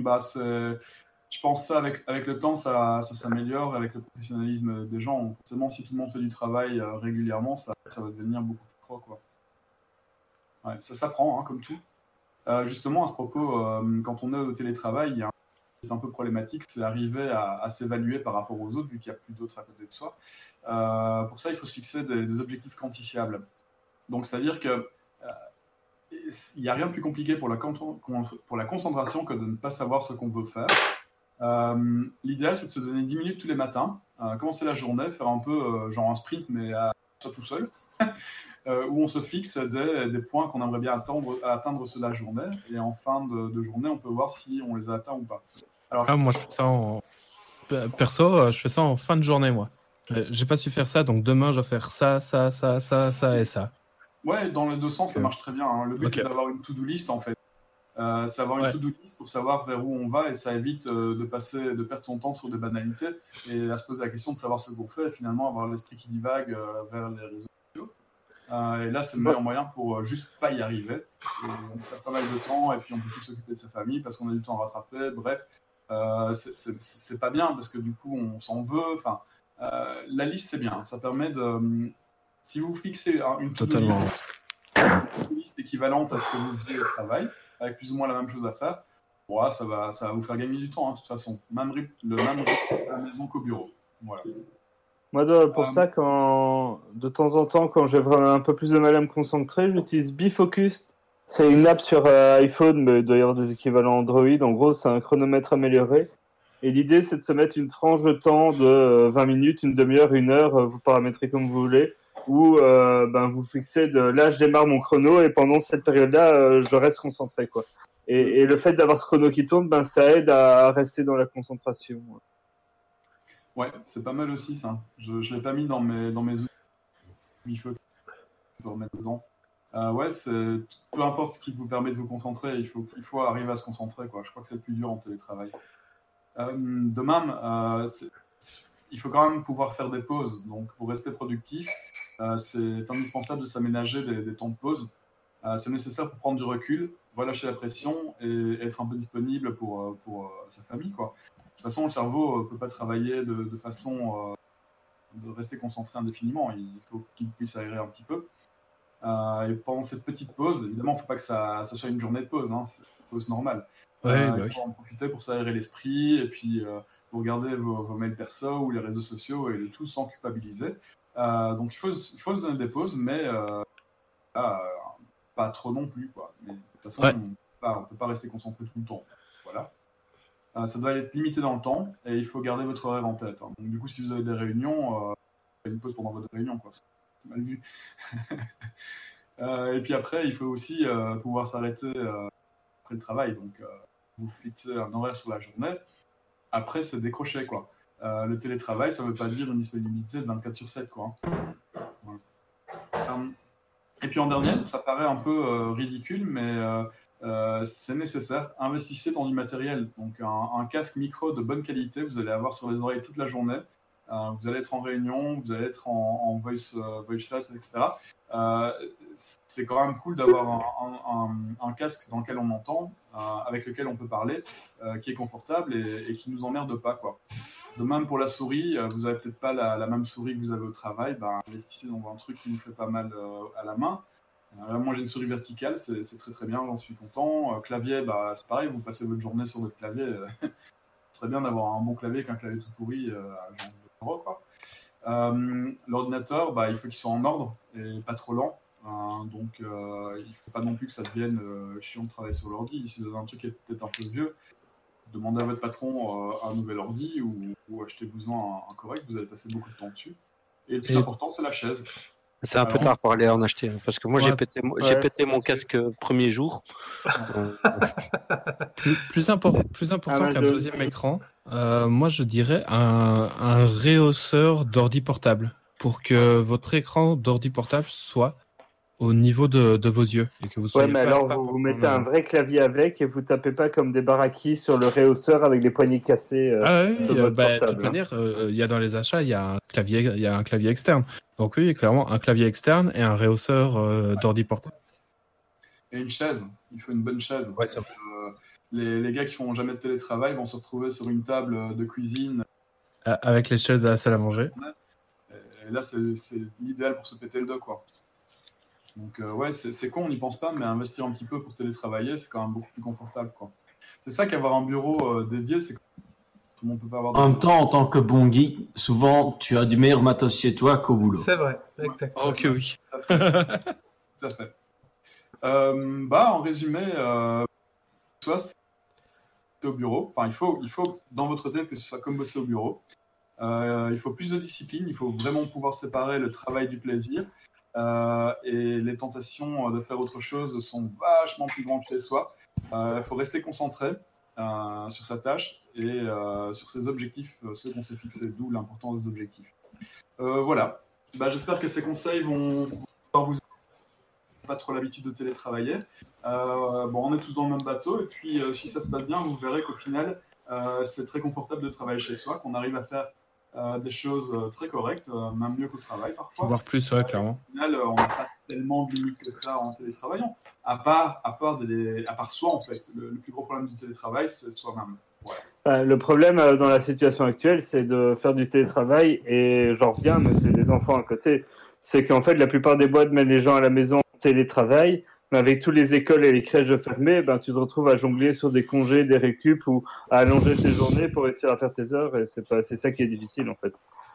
Je pense que ça, avec le temps, ça s'améliore avec le professionnalisme des gens. Forcément, si tout le monde fait du travail régulièrement, ça va devenir beaucoup plus pro, quoi. Ouais, ça s'apprend, hein, comme tout. Justement, à ce propos, quand on est au télétravail, il y a un truc qui est un peu problématique, c'est arriver à s'évaluer par rapport aux autres, vu qu'il n'y a plus d'autres à côté de soi. Pour ça, il faut se fixer des objectifs quantifiables. Donc, c'est-à-dire que il n'y a rien de plus compliqué pour la concentration que de ne pas savoir ce qu'on veut faire. L'idéal, c'est de se donner 10 minutes tous les matins, commencer la journée, faire un peu genre un sprint, mais soit tout seul, où on se fixe des points qu'on aimerait bien atteindre sur la journée, et en fin de journée, on peut voir si on les a atteints ou pas. Alors, moi, je fais ça perso, je fais ça en fin de journée, moi. J'ai pas su faire ça, donc demain, je vais faire ça et ça. Ouais, dans les deux sens, ça marche très bien. Hein. Le but, c'est d'avoir une to-do list, en fait. C'est avoir une to-do list pour savoir vers où on va, et ça évite de perdre son temps sur des banalités et à se poser la question de savoir ce qu'on fait et finalement avoir l'esprit qui divague vers les réseaux sociaux. Et là, c'est le meilleur moyen pour juste pas y arriver. Et on perd pas mal de temps et puis on peut plus s'occuper de sa famille parce qu'on a du temps à rattraper. Bref, c'est pas bien parce que du coup, on s'en veut. Enfin, la liste, c'est bien. Ça permet de... Si vous fixez une to-do list équivalente à ce que vous faisiez au travail, avec plus ou moins la même chose à faire, ça va vous faire gagner du temps, hein, de toute façon. Le même rythme à la maison qu'au bureau. Voilà. Moi, pour ça, de temps en temps, quand j'ai vraiment un peu plus de mal à me concentrer, j'utilise Bifocus. C'est une app sur iPhone, mais il doit y avoir des équivalents Android. En gros, c'est un chronomètre amélioré. Et l'idée, c'est de se mettre une tranche de temps de 20 minutes, une demi-heure, 1 heure, vous paramétrez comme vous voulez, où vous fixez là, je démarre mon chrono et pendant cette période-là, je reste concentré, quoi. Et le fait d'avoir ce chrono qui tourne, ça aide à rester dans la concentration. Ouais, c'est pas mal aussi, ça. Je l'ai pas mis dans mes outils. Il faut remettre dedans. Peu importe ce qui vous permet de vous concentrer, il faut arriver à se concentrer, quoi. Je crois que c'est le plus dur en télétravail. De même, il faut quand même pouvoir faire des pauses. Donc, pour rester productif, c'est indispensable de s'aménager des temps de pause. C'est nécessaire pour prendre du recul, relâcher la pression et être un peu disponible pour sa famille, quoi. De toute façon, le cerveau ne peut pas travailler de façon de rester concentré indéfiniment. Il faut qu'il puisse aérer un petit peu. Et pendant cette petite pause, évidemment, il ne faut pas que ça soit une journée de pause, hein, c'est une pause normale. Il faut en profiter pour s'aérer l'esprit et puis pour regarder vos mails perso ou les réseaux sociaux et le tout sans culpabiliser. Donc il faut se donner des pauses, mais pas trop non plus, quoi. Mais de toute façon, on ne peut pas rester concentré tout le temps. Voilà. Ça doit être limité dans le temps et il faut garder votre horaire en tête. Hein. Donc du coup, si vous avez des réunions, une pause pendant votre réunion, quoi. C'est mal vu. Et puis après, il faut aussi pouvoir s'arrêter après le travail. Donc vous fixez un horaire sur la journée. Après, c'est décroché, quoi. Le télétravail, ça ne veut pas dire une disponibilité de 24/7, quoi. Voilà. Et puis en dernier, ça paraît un peu ridicule, mais c'est nécessaire. Investissez dans du matériel. Donc un casque micro de bonne qualité, vous allez avoir sur les oreilles toute la journée. Vous allez être en réunion, vous allez être en voice chat, etc. C'est quand même cool d'avoir un casque dans lequel on entend, avec lequel on peut parler, qui est confortable et qui ne nous emmerde pas, quoi. De même pour la souris, vous n'avez peut-être pas la même souris que vous avez au travail, investissez dans un truc qui vous fait pas mal à la main. Moi j'ai une souris verticale, c'est très très bien, j'en suis content. Clavier, c'est pareil, vous passez votre journée sur votre clavier. Ce serait bien d'avoir un bon clavier qu'un clavier tout pourri à genre de euro, quoi. L'ordinateur, il faut qu'il soit en ordre et pas trop lent. Donc il ne faut pas non plus que ça devienne chiant de travailler sur l'ordi. Si vous avez un truc qui est peut-être un peu vieux, demandez à votre patron un nouvel ordi ou achetez-vous-en un correct, vous allez passer beaucoup de temps dessus. Et le plus important, c'est la chaise. C'est un peu tard pour aller en acheter, parce que moi j'ai pété mon casque premier jour. Plus important qu'un deuxième écran, moi je dirais un rehausseur d'ordi portable. pour que votre écran d'ordi portable soit au niveau de vos yeux et que vous soyez mais alors vous mettez un vrai clavier avec et vous tapez pas comme des baraquis sur le réhausseur avec les poignées cassées. Sur votre portable, de toute manière, il y a dans les achats, il y a un clavier externe. Donc oui, clairement un clavier externe et un réhausseur d'ordi portable. Et une chaise. Il faut une bonne chaise. Ouais, c'est les gars qui font jamais de télétravail vont se retrouver sur une table de cuisine. Avec les chaises de la salle à manger. Et là, c'est l'idéal pour se péter le dos, quoi. Donc c'est con, on n'y pense pas, mais investir un petit peu pour télétravailler, c'est quand même beaucoup plus confortable, quoi. C'est ça qu'avoir un bureau dédié, c'est que tout le monde peut pas avoir. En même temps, en tant que bon geek, souvent tu as du meilleur matos chez toi qu'au boulot. C'est vrai, exactement. Ok, oui. Tout à fait. En résumé, soit c'est au bureau. Enfin, il faut dans votre tête que ce soit comme bosser au bureau. Il faut plus de discipline. Il faut vraiment pouvoir séparer le travail du plaisir. Et les tentations de faire autre chose sont vachement plus grandes chez soi. Il faut rester concentré sur sa tâche et sur ses objectifs, ceux qu'on s'est fixés, d'où l'importance des objectifs. Voilà. J'espère que ces conseils vont vous pas trop l'habitude de télétravailler. On est tous dans le même bateau et puis si ça se passe bien, vous verrez qu'au final, c'est très confortable de travailler chez soi, qu'on arrive à faire des choses très correctes, même mieux qu'au travail parfois. Voire plus, ouais, clairement. Au final, on n'a pas tellement de limites que ça en télétravaillant. À part soi, en fait. Le plus gros problème du télétravail, c'est soi-même. Ouais. Le problème dans la situation actuelle, c'est de faire du télétravail et j'en reviens, mais c'est les enfants à côté. C'est qu'en fait, la plupart des boîtes mettent les gens à la maison en télétravail, mais avec toutes les écoles et les crèches fermées, tu te retrouves à jongler sur des congés, des récup ou à allonger tes journées pour réussir à faire tes heures et c'est ça qui est difficile en fait.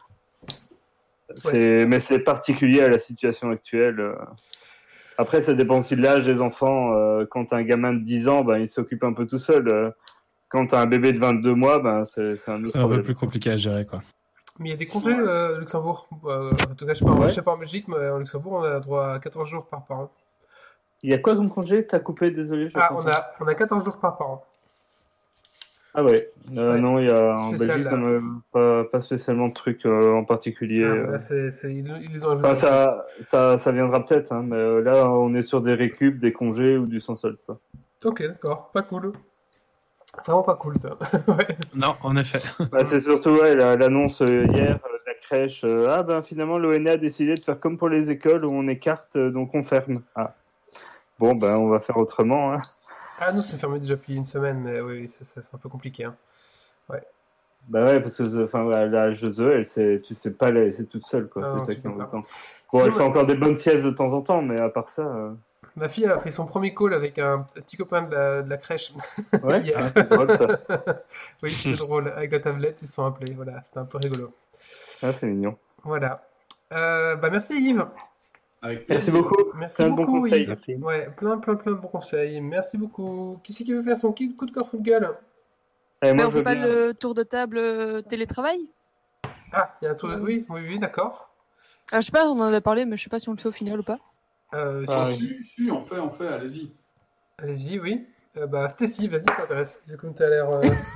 Mais c'est particulier à la situation actuelle. Après, ça dépend aussi de l'âge des enfants. Quand tu as un gamin de 10 ans, il s'occupe un peu tout seul. Quand tu as un bébé de 22 mois, c'est un autre problème. C'est un peu plus compliqué à gérer, quoi. Mais il y a des congés au Luxembourg. En tout cas, je sais pas en Belgique, mais en Luxembourg, on a droit à 14 jours par parent. Il y a quoi comme congé? T'as coupé, désolé. On a 14 jours par parent. Ah ouais. Ouais. Non, il y a en Spécial, Belgique, on n'a pas spécialement de trucs en particulier. Là, ils ont ajouté. Ça viendra peut-être, hein, mais là, on est sur des récup, des congés ou du sans solde, quoi. Ok, d'accord. Pas cool. Vraiment pas cool, ça. Ouais. Non, en effet. C'est surtout l'annonce hier de la crèche. Finalement, l'ONA a décidé de faire comme pour les écoles où on écarte, donc on ferme. Ah. Bon, on va faire autrement. Hein. Ah, nous, c'est fermé déjà depuis une semaine, mais oui, c'est un peu compliqué. Hein. Ouais. Parce que la Joseux, tu sais pas, c'est toute seule, quoi. Non, c'est ça qui est embêtant. Bon, elle fait encore des bonnes siestes de temps en temps, mais à part ça. Ma fille a fait son premier call avec un petit copain de la crèche. Ouais, hier. c'est drôle, ça. Oui, c'était drôle. Avec la tablette, ils se sont appelés. Voilà, c'était un peu rigolo. Ah, c'est mignon. Voilà. Merci Yves. Merci beaucoup. Merci beaucoup, bon conseil, Yves. Ouais, plein de bons conseils. Merci beaucoup. Qui c'est qui veut faire son coup de cœur coup de gueule? On fait pas le tour de table télétravail? Ah, il y a un tour de... Oui, d'accord. Je sais pas, on en avait parlé, mais je sais pas si on le fait au final ou pas. Si, on fait, allez-y. Allez-y, oui. Stacy, vas-y, t'intéresse. C'est comme t'as l'air...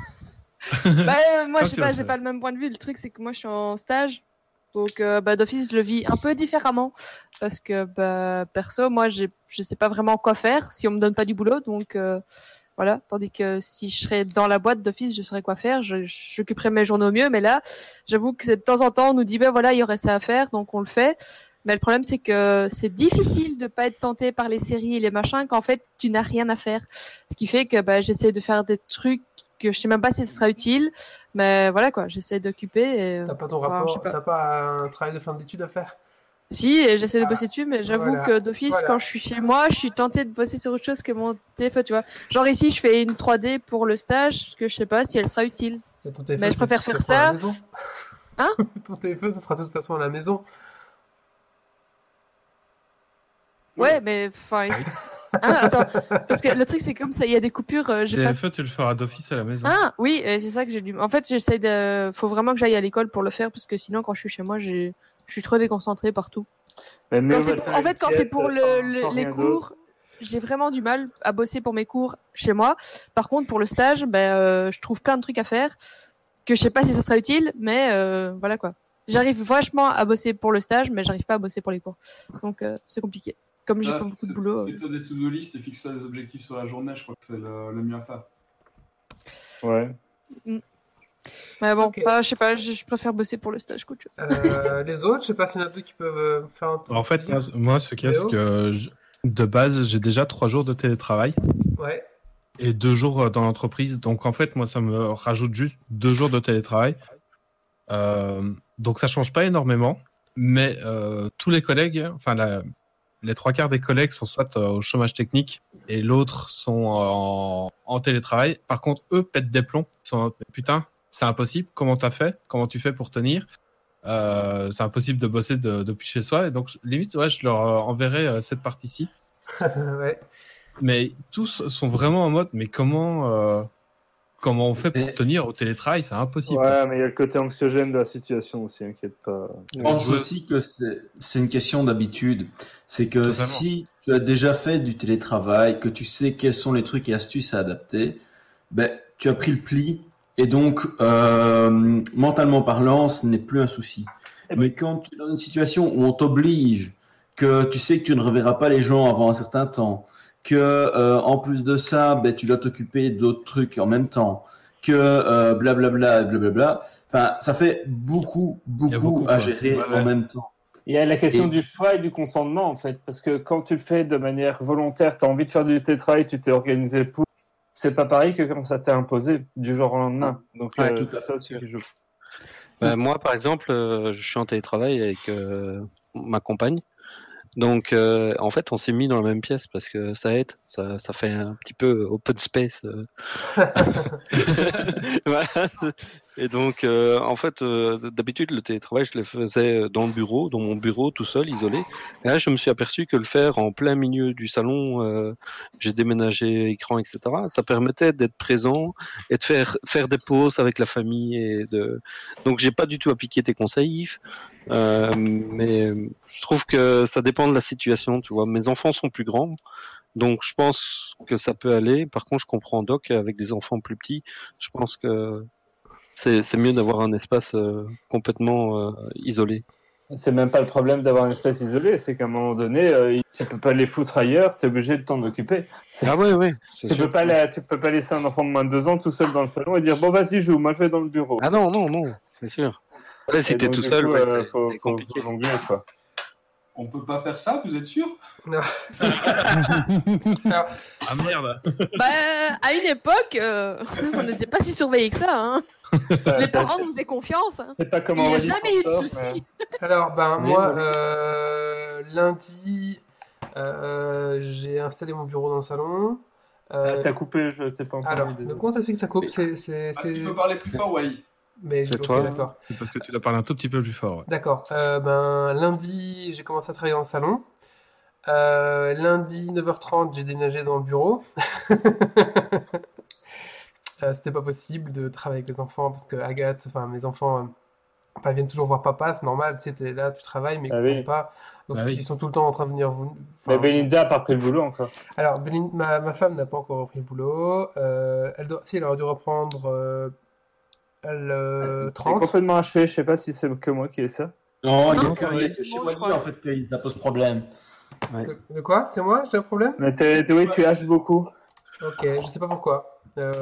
Moi, je sais pas, j'ai pas le même point de vue. Le truc, c'est que moi, je suis en stage. Donc, d'office, je le vis un peu différemment. Parce que, perso, moi, je sais pas vraiment quoi faire si on me donne pas du boulot. Donc, voilà. Tandis que si je serais dans la boîte d'office, je saurais quoi faire. J'occuperais mes journées au mieux. Mais là, j'avoue que de temps en temps, on nous dit, voilà, il y aurait ça à faire. Donc, on le fait. Mais le problème, c'est que c'est difficile de pas être tenté par les séries et les machins qu'en fait, tu n'as rien à faire. Ce qui fait que, j'essaie de faire des trucs que je sais même pas si ce sera utile, mais voilà quoi, j'essaie d'occuper. T'as pas ton rapport, t'as pas un travail de fin d'études à faire? Si, et j'essaie de bosser dessus, mais j'avoue que d'office, quand je suis chez moi, je suis tentée de bosser sur autre chose que mon téléphone, tu vois. Genre ici, je fais une 3D pour le stage, que je sais pas si elle sera utile. Mais je préfère faire ça. Hein? Ton téléphone, ça sera de toute façon à la maison. Ouais, mais enfin. Attends, parce que le truc c'est comme ça, il y a des coupures. Tu le feras d'office à la maison. Ah oui, c'est ça que j'ai dû. En fait, j'essaie de. Faut vraiment que j'aille à l'école pour le faire parce que sinon, quand je suis chez moi, je suis trop déconcentrée partout. En fait, quand c'est pour les cours, j'ai vraiment du mal à bosser pour mes cours chez moi. Par contre, pour le stage, je trouve plein de trucs à faire que je sais pas si ça sera utile, mais voilà quoi. j'arrive vachement à bosser pour le stage, mais j'arrive pas à bosser pour les cours. Donc, c'est compliqué. Comme j'ai pas beaucoup de boulot. Fais-toi des to-do list et fixe-toi des objectifs sur la journée, je crois que c'est le mieux à faire. Ouais. Mais bon, je sais pas, je préfère bosser pour le stage qu'autre chose. Les autres, je sais pas s'il y en a deux qui peuvent faire un tour. En fait, moi, ce qu'il y a, c'est que de base, j'ai déjà 3 jours de télétravail. Ouais. Et 2 jours dans l'entreprise. Donc, en fait, moi, ça me rajoute juste 2 jours de télétravail. Donc, ça change pas énormément. Mais tous les collègues, les 3/4 des collègues sont soit au chômage technique et l'autre sont en télétravail. Par contre, eux pètent des plombs. Ils sont putain, c'est impossible. Comment t'as fait? Comment tu fais pour tenir? C'est impossible de bosser depuis chez soi. Et donc, limite, ouais, je leur enverrai cette partie-ci. Ouais. Mais tous sont vraiment en mode, mais comment on fait pour tenir au télétravail? C'est impossible. Ouais, mais il y a le côté anxiogène de la situation aussi, inquiète pas. Je pense aussi que c'est une question d'habitude. C'est que Totalement. si tu as déjà fait du télétravail, que tu sais quels sont les trucs et astuces à adapter, ben, tu as pris le pli et donc, mentalement parlant, ce n'est plus un souci. Mais quand tu es dans une situation où on t'oblige, que tu sais que tu ne reverras pas les gens avant un certain temps, que en plus de ça, ben, tu dois t'occuper d'autres trucs en même temps, que blablabla, enfin, ça fait beaucoup à gérer en même temps. Il y a la question du choix et du consentement, en fait, parce que quand tu le fais de manière volontaire, tu as envie de faire du télétravail, tu t'es organisé pour, c'est pas pareil que quand ça t'est imposé du jour au lendemain. Donc, c'est ça aussi qui joue. Moi, par exemple, je suis en télétravail avec ma compagne. Donc, en fait, on s'est mis dans la même pièce parce que ça aide, ça fait un petit peu open space. Voilà. Et donc, en fait, d'habitude, le télétravail, je le faisais dans le bureau, dans mon bureau, tout seul, isolé. Et là, je me suis aperçu que le faire en plein milieu du salon, j'ai déménagé écran, etc. Ça permettait d'être présent et de faire des pauses avec la famille. Donc, j'ai pas du tout appliqué tes conseils, Yves, mais je trouve que ça dépend de la situation, tu vois. Mes enfants sont plus grands, donc je pense que ça peut aller. Par contre, je comprends Doc, avec des enfants plus petits, je pense que c'est mieux d'avoir un espace complètement isolé. C'est même pas le problème d'avoir un espace isolé, c'est qu'à un moment donné, tu peux pas les foutre ailleurs, tu es obligé de t'en occuper. Ah ouais. Tu peux pas laisser un enfant de moins de 2 ans tout seul dans le salon et dire bon vas-y joue, moi je vais dans le bureau. Ah non, c'est sûr. Là, si t'es tout seul, c'est compliqué. Faut jongler, quoi. On peut pas faire ça, vous êtes sûr? Non. Ah merde. À une époque, on n'était pas si surveillés que ça. Hein. Les parents nous faisaient confiance. Hein. C'est pas Il n'y a jamais eu de soucis. Mais... Alors, moi, lundi, j'ai installé mon bureau dans le salon. T'as coupé, je t'ai pas entendu. Alors, comment ça se fait que ça coupe? Parce qu'il faut parler plus fort, Wai. Mais c'est okay, toi. D'accord. C'est parce que tu dois parler un tout petit peu plus fort. Ouais. D'accord. Lundi, j'ai commencé à travailler dans le salon. Lundi, 9h30, j'ai déménagé dans le bureau. C'était pas possible de travailler avec les enfants parce que Agathe, mes enfants, viennent toujours voir papa, c'est normal. Tu sais, t'es là, tu travailles, mais ils pas. Donc, ils sont tout le temps en train de venir. Mais Belinda n'a pas repris le boulot encore. Alors, ma femme n'a pas encore repris le boulot. Elle aurait dû reprendre. Le 30. C'est complètement achevé, je sais pas si c'est que moi qui ai ça. Non, il y a que chez moi en fait que ça pose problème. Ouais. De quoi? C'est moi? J'ai un problème? Mais oui, tu haches beaucoup. Ok, je sais pas pourquoi.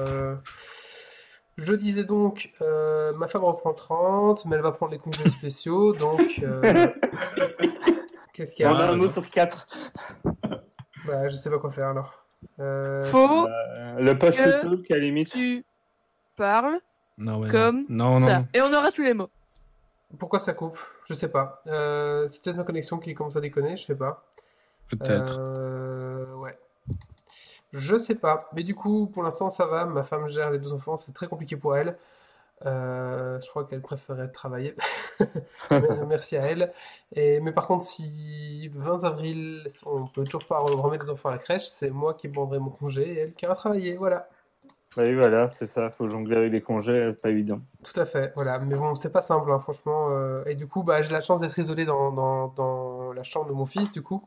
Je disais donc, ma femme reprend 30, mais elle va prendre les congés spéciaux, donc... Qu'est-ce qu'il y a? On a un mot sur 4. Bah, je sais pas quoi faire alors. Faut le post YouTube, à la limite. Tu parles comme non. ça. Et on aura tous les mots. Pourquoi ça coupe? Je sais pas. C'est peut-être ma connexion qui commence à déconner, je sais pas. Peut-être. Ouais. Je sais pas. Mais du coup, pour l'instant, ça va. Ma femme gère les 2 enfants. C'est très compliqué pour elle. Je crois qu'elle préférait travailler. Merci à elle. Mais par contre, si le 20 avril, on peut toujours pas remettre les enfants à la crèche, c'est moi qui prendrai mon congé et elle qui ira travailler. Voilà. Oui, voilà, c'est ça. Faut jongler avec les congés, pas évident. Tout à fait. Voilà. Mais bon, c'est pas simple, hein, franchement. Et du coup, j'ai la chance d'être isolé dans la chambre de mon fils, du coup.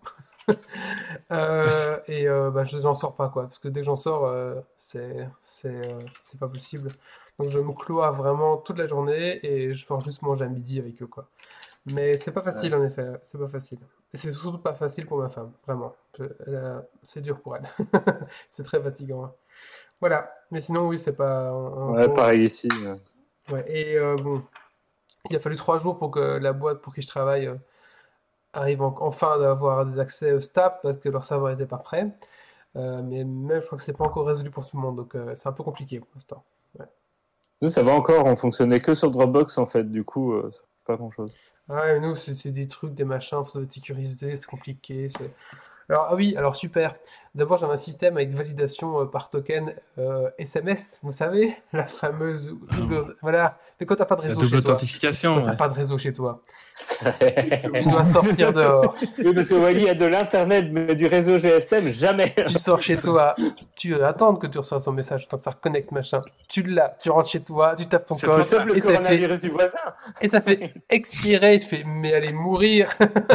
Je n'en sors pas, quoi, parce que dès que j'en sors, c'est pas possible. Donc je me cloie vraiment toute la journée et je peux juste manger à midi avec eux, quoi. Mais c'est pas facile, en effet. C'est pas facile. Et c'est surtout pas facile pour ma femme, vraiment. C'est dur pour elle. C'est très fatigant, hein. Voilà. Mais sinon, oui, c'est pas... Ouais, pareil ici. Ouais. Et bon, il a fallu 3 jours pour que la boîte pour qui je travaille arrive enfin d'avoir des accès stables parce que leur serveur n'était pas prêt. Mais même, je crois que c'est pas encore résolu pour tout le monde. Donc, c'est un peu compliqué pour l'instant. Ouais. Nous, ça va encore. On fonctionnait que sur Dropbox, en fait. Du coup, pas grand-chose. Ah ouais, nous, c'est des trucs, des machins, faut être sécurisé, c'est compliqué. Alors, ah oui, alors super. D'abord, j'avais un système avec validation par token SMS, vous savez, la fameuse double. Voilà. Mais quand t'as pas de La réseau double chez toi. authentification. Quand t'as pas de réseau chez toi. Tu dois sortir dehors. Oui, parce que Wally a de l'internet, mais du réseau GSM, jamais. Tu sors chez toi, tu attends que tu reçoives ton message, tant que ça reconnecte, machin. Tu l'as, tu rentres chez toi, tu tapes ton C'est code, le et ça fait, coronavirus du voisin. et ça fait expirer, tu fais, mais allez mourir.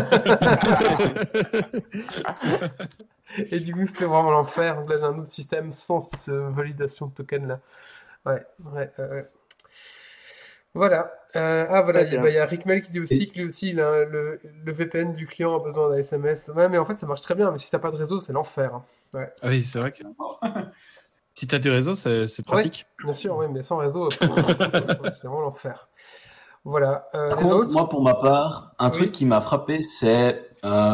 Et du coup, c'était vraiment l'enfer. Donc là, j'ai un autre système sans validation de token là. Ouais. Voilà. Voilà, il y a Rickmel qui dit aussi que lui aussi, il a le VPN du client a besoin d'un SMS. Ouais, mais en fait, ça marche très bien. Mais si t'as pas de réseau, c'est l'enfer, hein. Ouais. Ah oui, c'est vrai que si t'as du réseau, c'est pratique. Ouais, bien sûr, oui, mais sans réseau, c'est vraiment l'enfer. Voilà. Par Les contre, autres? moi, pour ma part, un truc qui m'a frappé, c'est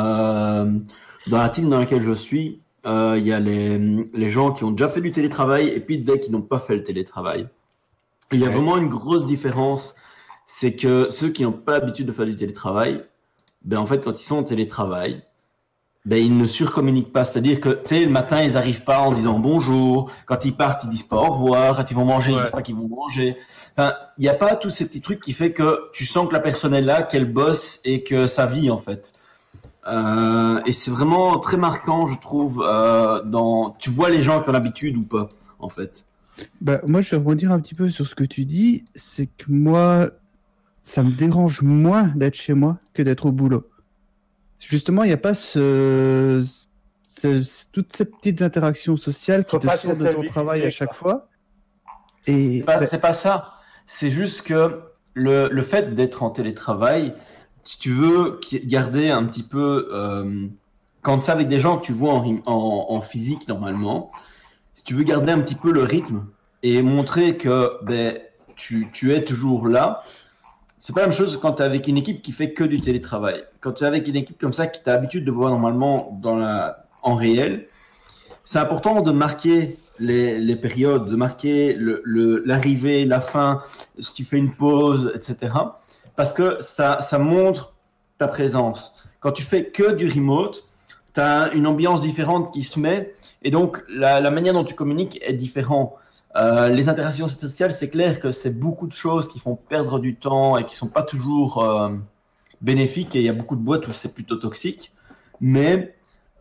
dans la team dans laquelle je suis, il y a les gens qui ont déjà fait du télétravail et puis dès qui n'ont pas fait le télétravail. Et il y a vraiment une grosse différence, c'est que ceux qui n'ont pas l'habitude de faire du télétravail, ben en fait, quand ils sont en télétravail, ben ils ne surcommuniquent pas. C'est-à-dire que, tu sais, le matin, ils n'arrivent pas en disant bonjour. Quand ils partent, ils disent pas au revoir. Quand ils vont manger, ils disent pas qu'ils vont manger. Enfin, il n'y a pas tous ces petits trucs qui fait que tu sens que la personne est là, qu'elle bosse et que ça vit, en fait. Et c'est vraiment très marquant, je trouve, tu vois les gens qui ont l'habitude ou pas, en fait. Bah, moi, je vais rebondir un petit peu sur ce que tu dis. C'est que moi, ça me dérange moins d'être chez moi que d'être au boulot. Justement, il n'y a pas toutes ces petites interactions sociales qui te sortent de ton travail à chaque fois. Et c'est pas ça. C'est juste que le fait d'être en télétravail, si tu veux garder un petit peu, quand c'est avec des gens que tu vois en physique normalement, si tu veux garder un petit peu le rythme et montrer que tu es toujours là, c'est pas la même chose quand tu es avec une équipe qui fait que du télétravail. Quand tu es avec une équipe comme ça qui t'a l'habitude de voir normalement en réel, c'est important de marquer les périodes, de marquer l'arrivée, la fin, si tu fais une pause, etc. Parce que ça montre ta présence. Quand tu fais que du remote, tu as une ambiance différente qui se met et donc la manière dont tu communiques est différente. Les interactions sociales, c'est clair que c'est beaucoup de choses qui font perdre du temps et qui sont pas toujours bénéfiques et il y a beaucoup de boîtes où c'est plutôt toxique. Mais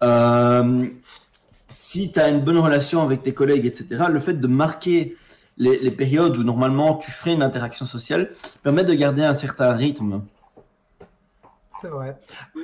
si tu as une bonne relation avec tes collègues, etc., le fait de marquer les périodes où normalement tu ferais une interaction sociale permet de garder un certain rythme. C'est vrai.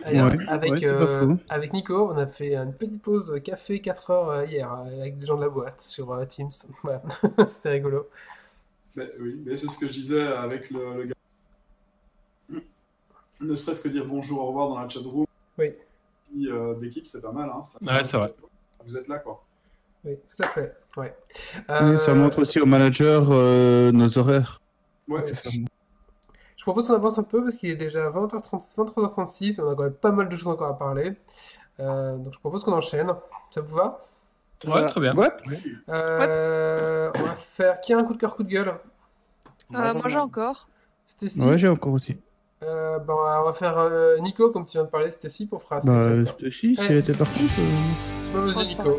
Avec Nico, on a fait une petite pause de café 4 heures hier avec des gens de la boîte sur Teams. Voilà. C'était rigolo. Oui, mais c'est ce que je disais avec le gars. Ne serait-ce que dire bonjour, au revoir dans la chatroom. Oui. D'équipe, c'est pas mal. Hein, ouais, c'est vrai. Vous êtes là, quoi. Oui, tout à fait. Ouais. Oui, ça montre aussi aux managers nos horaires. Ouais. Je propose qu'on avance un peu parce qu'il est déjà 23h36 et on a quand même pas mal de choses encore à parler. Donc je propose qu'on enchaîne. Ça vous va? Ouais, très bien. Ouais. On va faire... Qui a un coup de cœur, coup de gueule? Moi j'ai encore. Stacy? Ouais, j'ai encore aussi. On va faire Nico, comme tu viens de parler, Stacy, pour faire Stacy, si elle était partie. Vas-y, Nico.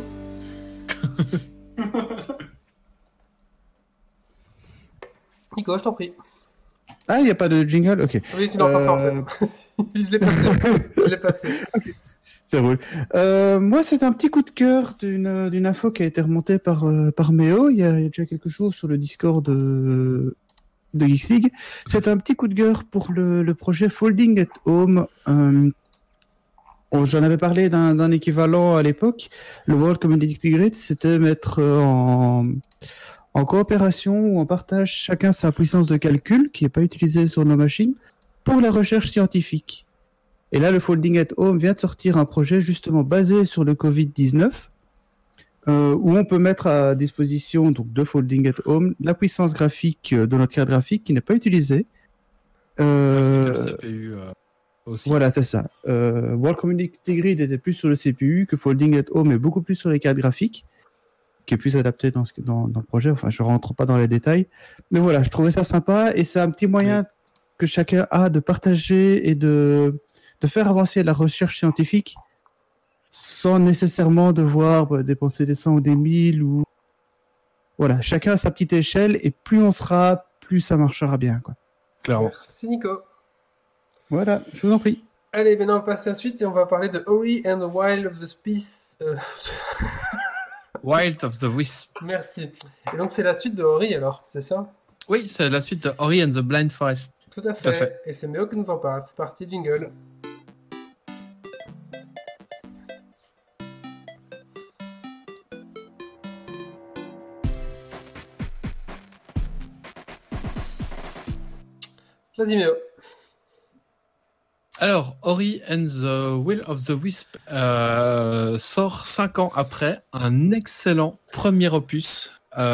Nico, je t'en prie. Ah, il n'y a pas de jingle? Ok. Oui, tu n'entends pas en fait. Je l'ai passé. Okay. Ça roule. Moi, c'est un petit coup de cœur d'une info qui a été remontée par Méo. Il y a déjà quelques jours sur le Discord de Geeks League. C'est un petit coup de cœur pour le projet Folding at Home. J'en avais parlé d'un équivalent à l'époque. Le World Community Grid, c'était mettre en coopération où on partage chacun sa puissance de calcul, qui n'est pas utilisée sur nos machines, pour la recherche scientifique. Et là, le Folding at Home vient de sortir un projet justement basé sur le Covid-19, où on peut mettre à disposition donc, de Folding at Home la puissance graphique de notre carte graphique qui n'est pas utilisée. Ainsi que le CPU aussi. Voilà, c'est ça. World Community Grid était plus sur le CPU, que Folding at Home est beaucoup plus sur les cartes graphiques, qui est plus adapté dans le projet. Enfin, je rentre pas dans les détails. Mais voilà, je trouvais ça sympa et c'est un petit moyen que chacun a de partager et de faire avancer la recherche scientifique sans nécessairement devoir dépenser des 100 ou des 1000 ou... Voilà, chacun à sa petite échelle et plus on sera, plus ça marchera bien, quoi. Clairement. Merci Nico. Voilà, je vous en prie. Allez, maintenant on va passer à la suite et on va parler de Ori and the Wild of the Space. Wild of the Wisp. Merci. Et donc c'est la suite de Ori alors, c'est ça? Oui, c'est la suite de Ori and the Blind Forest. Tout à fait. Et c'est Méo qui nous en parle. C'est parti, jingle. Vas-y Méo. Alors, Ori and the Will of the Wisp sort 5 ans après un excellent premier opus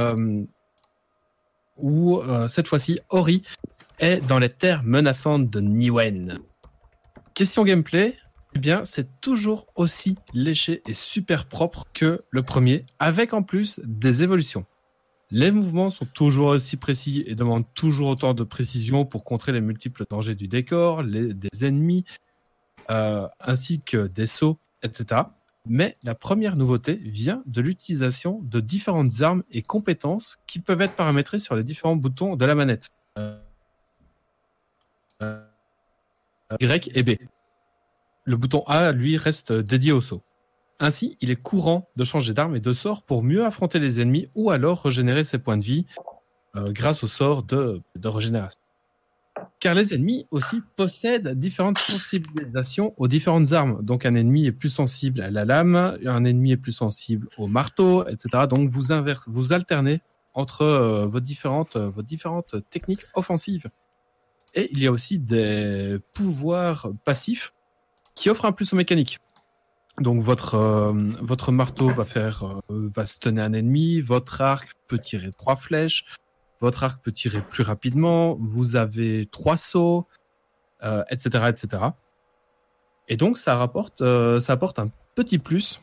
où cette fois-ci Ori est dans les terres menaçantes de Niwen. Question gameplay, eh bien c'est toujours aussi léché et super propre que le premier, avec en plus des évolutions. Les mouvements sont toujours aussi précis et demandent toujours autant de précision pour contrer les multiples dangers du décor, des ennemis, ainsi que des sauts, etc. Mais la première nouveauté vient de l'utilisation de différentes armes et compétences qui peuvent être paramétrées sur les différents boutons de la manette. Y et B. Le bouton A, lui, reste dédié au saut. Ainsi, il est courant de changer d'arme et de sort pour mieux affronter les ennemis ou alors régénérer ses points de vie grâce au sort de régénération. Car les ennemis aussi possèdent différentes sensibilisations aux différentes armes. Donc un ennemi est plus sensible à la lame, un ennemi est plus sensible au marteau, etc. Donc vous alternez entre vos différentes techniques offensives. Et il y a aussi des pouvoirs passifs qui offrent un plus aux mécaniques. Donc votre marteau va stunner un ennemi, votre arc peut tirer 3 flèches, votre arc peut tirer plus rapidement, vous avez 3 sauts, etc., etc. Et donc ça apporte un petit plus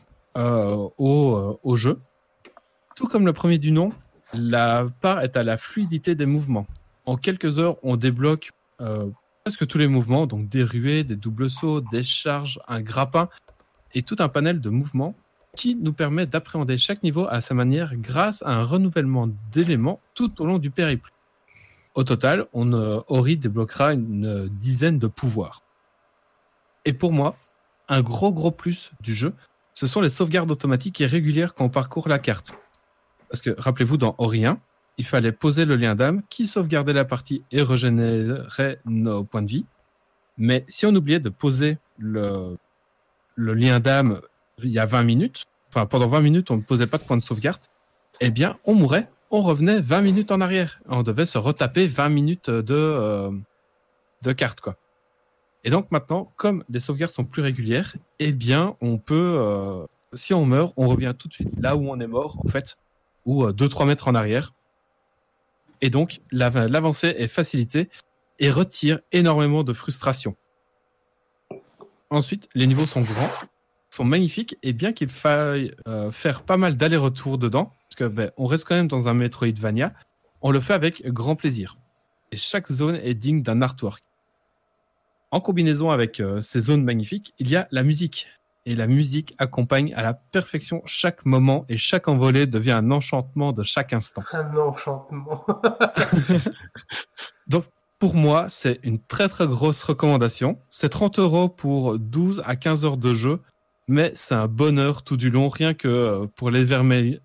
au jeu. Tout comme le premier du nom, la part est à la fluidité des mouvements. En quelques heures, on débloque presque tous les mouvements, donc des ruées, des doubles sauts, des charges, un grappin, et tout un panel de mouvements qui nous permet d'appréhender chaque niveau à sa manière grâce à un renouvellement d'éléments tout au long du périple. Au total, Ori débloquera une dizaine de pouvoirs. Et pour moi, un gros plus du jeu, ce sont les sauvegardes automatiques et régulières quand on parcourt la carte. Parce que, rappelez-vous, dans Ori 1, il fallait poser le lien d'âme qui sauvegardait la partie et régénérait nos points de vie. Mais si on oubliait de poser le lien d'âme il y a 20 minutes, enfin pendant 20 minutes on ne posait pas de point de sauvegarde, eh bien on mourait, on revenait 20 minutes en arrière. On devait se retaper 20 minutes de carte, quoi. Et donc maintenant, comme les sauvegardes sont plus régulières, eh bien on peut, si on meurt, on revient tout de suite là où on est mort, en fait, ou 2-3 mètres en arrière. Et donc l'avancée est facilitée et retire énormément de frustration. Ensuite, les niveaux sont grands, sont magnifiques, et bien qu'il faille faire pas mal d'allers-retours dedans, parce que on reste quand même dans un Metroidvania, on le fait avec grand plaisir. Et chaque zone est digne d'un artwork. En combinaison avec ces zones magnifiques, il y a la musique. Et la musique accompagne à la perfection chaque moment, et chaque envolée devient un enchantement de chaque instant. Un enchantement. Donc, pour moi, c'est une très grosse recommandation. C'est 30 € pour 12 à 15 heures de jeu, mais c'est un bonheur tout du long, rien que pour l'émerveillement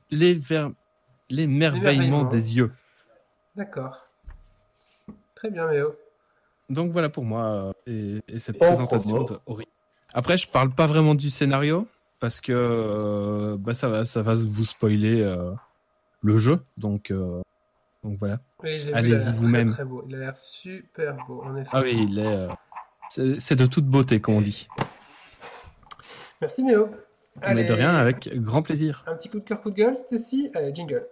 des yeux. D'accord. Très bien, Méo. Donc voilà pour moi et cette présentation de Ori. Après, je parle pas vraiment du scénario, parce que ça va vous spoiler le jeu. Donc voilà. Oui, je l'ai vu, Allez-y il a l'air vous-même. Très, très beau. Il a l'air super beau, en effet. Ah oui, il est. C'est de toute beauté, comme on dit. Merci Méo. Mais de rien, avec grand plaisir. Un petit coup de cœur, coup de gueule, Stacy. Allez, jingle.